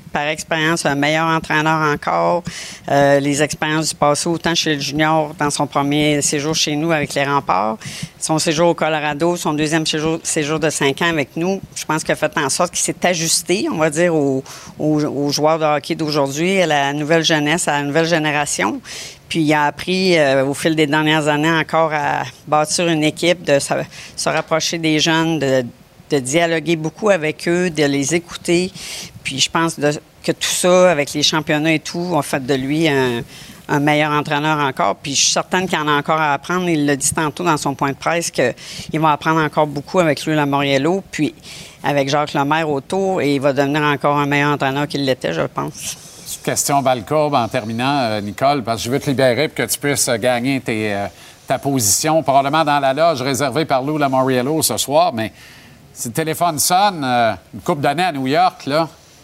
Speaker 10: par expérience, un meilleur entraîneur encore. Euh, les expériences du passé, autant chez le junior, dans son premier séjour chez nous avec les Remparts, son séjour au Colorado, son deuxième séjour, séjour de cinq ans avec nous, je pense qu'il a fait en sorte qu'il s'est ajusté, on va dire, aux, aux, aux joueurs de hockey d'aujourd'hui, à la nouvelle jeunesse, à la nouvelle génération. Puis il a appris euh, au fil des dernières années encore à bâtir une équipe, de se, se rapprocher des jeunes, de, de dialoguer beaucoup avec eux, de les écouter. Puis je pense de, que tout ça, avec les championnats et tout, ont fait de lui un, un meilleur entraîneur encore. Puis je suis certaine qu'il en a encore à apprendre. Il l'a dit tantôt dans son point de presse qu'il va apprendre encore beaucoup avec Louis Lamoriello, puis avec Jacques Lemaire autour, et il va devenir encore un meilleur entraîneur qu'il l'était, je pense.
Speaker 3: Question balle-courbe en terminant, euh, Nicole, parce que je veux te libérer pour que tu puisses euh, gagner tes, euh, ta position, probablement dans la loge réservée par Lou Lamoriello ce soir, mais si le téléphone sonne, euh, une couple d'années à New York, là.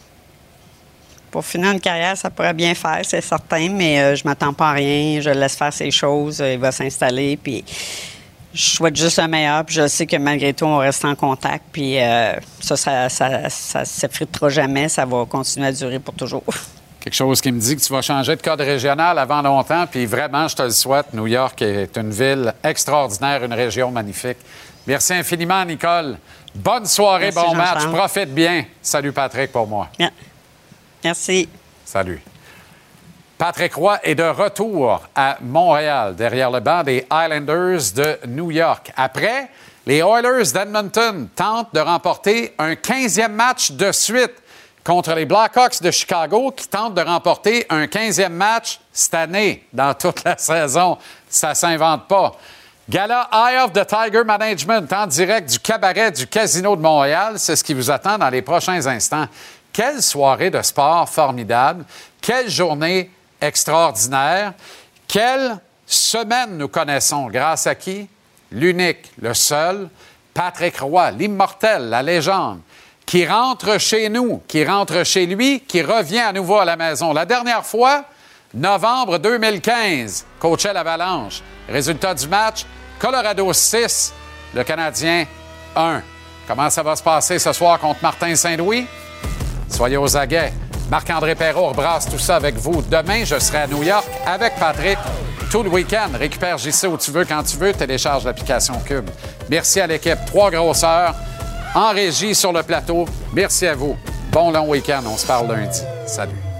Speaker 10: Pour finir une carrière, ça pourrait bien faire, c'est certain, mais euh, je m'attends pas à rien, je le laisse faire ses choses, euh, il va s'installer, puis je souhaite juste le meilleur, puis je sais que malgré tout, on reste en contact, puis euh, ça, ça, ça, ça s'effritera jamais, ça va continuer à durer pour toujours.
Speaker 3: Quelque chose qui me dit que tu vas changer de code régional avant longtemps, puis vraiment, je te le souhaite. New York est une ville extraordinaire, une région magnifique. Merci infiniment, Nicole. Bonne soirée,
Speaker 10: Merci,
Speaker 3: bon match.
Speaker 10: Jean-Charles.
Speaker 3: Profite bien. Salut, Patrick, pour moi.
Speaker 10: Yeah. Merci.
Speaker 3: Salut. Patrick Roy est de retour à Montréal, derrière le banc des Islanders de New York. Après, les Oilers d'Edmonton tentent de remporter un quinzième match de suite contre les Blackhawks de Chicago, qui tentent de remporter un quinzième match cette année, dans toute la saison. Ça ne s'invente pas. Gala Eye of the Tiger Management, en direct du cabaret du Casino de Montréal. C'est ce qui vous attend dans les prochains instants. Quelle soirée de sport formidable. Quelle journée extraordinaire. Quelle semaine nous connaissons. Grâce à qui? L'unique, le seul, Patrick Roy, l'immortel, la légende, qui rentre chez nous, qui rentre chez lui, qui revient à nouveau à la maison. La dernière fois, novembre deux mille quinze, coachait l'Avalanche. Résultat du match, Colorado six, le Canadien un. Comment ça va se passer ce soir contre Martin Saint-Louis? Soyez aux aguets. Marc-André Perrault rebrasse tout ça avec vous. Demain, je serai à New York avec Patrick tout le week-end. Récupère J C où tu veux, quand tu veux. Télécharge l'application Cube. Merci à l'équipe. Trois grosseurs. En régie sur le plateau. Merci à vous. Bon long week-end. On se parle lundi. Salut.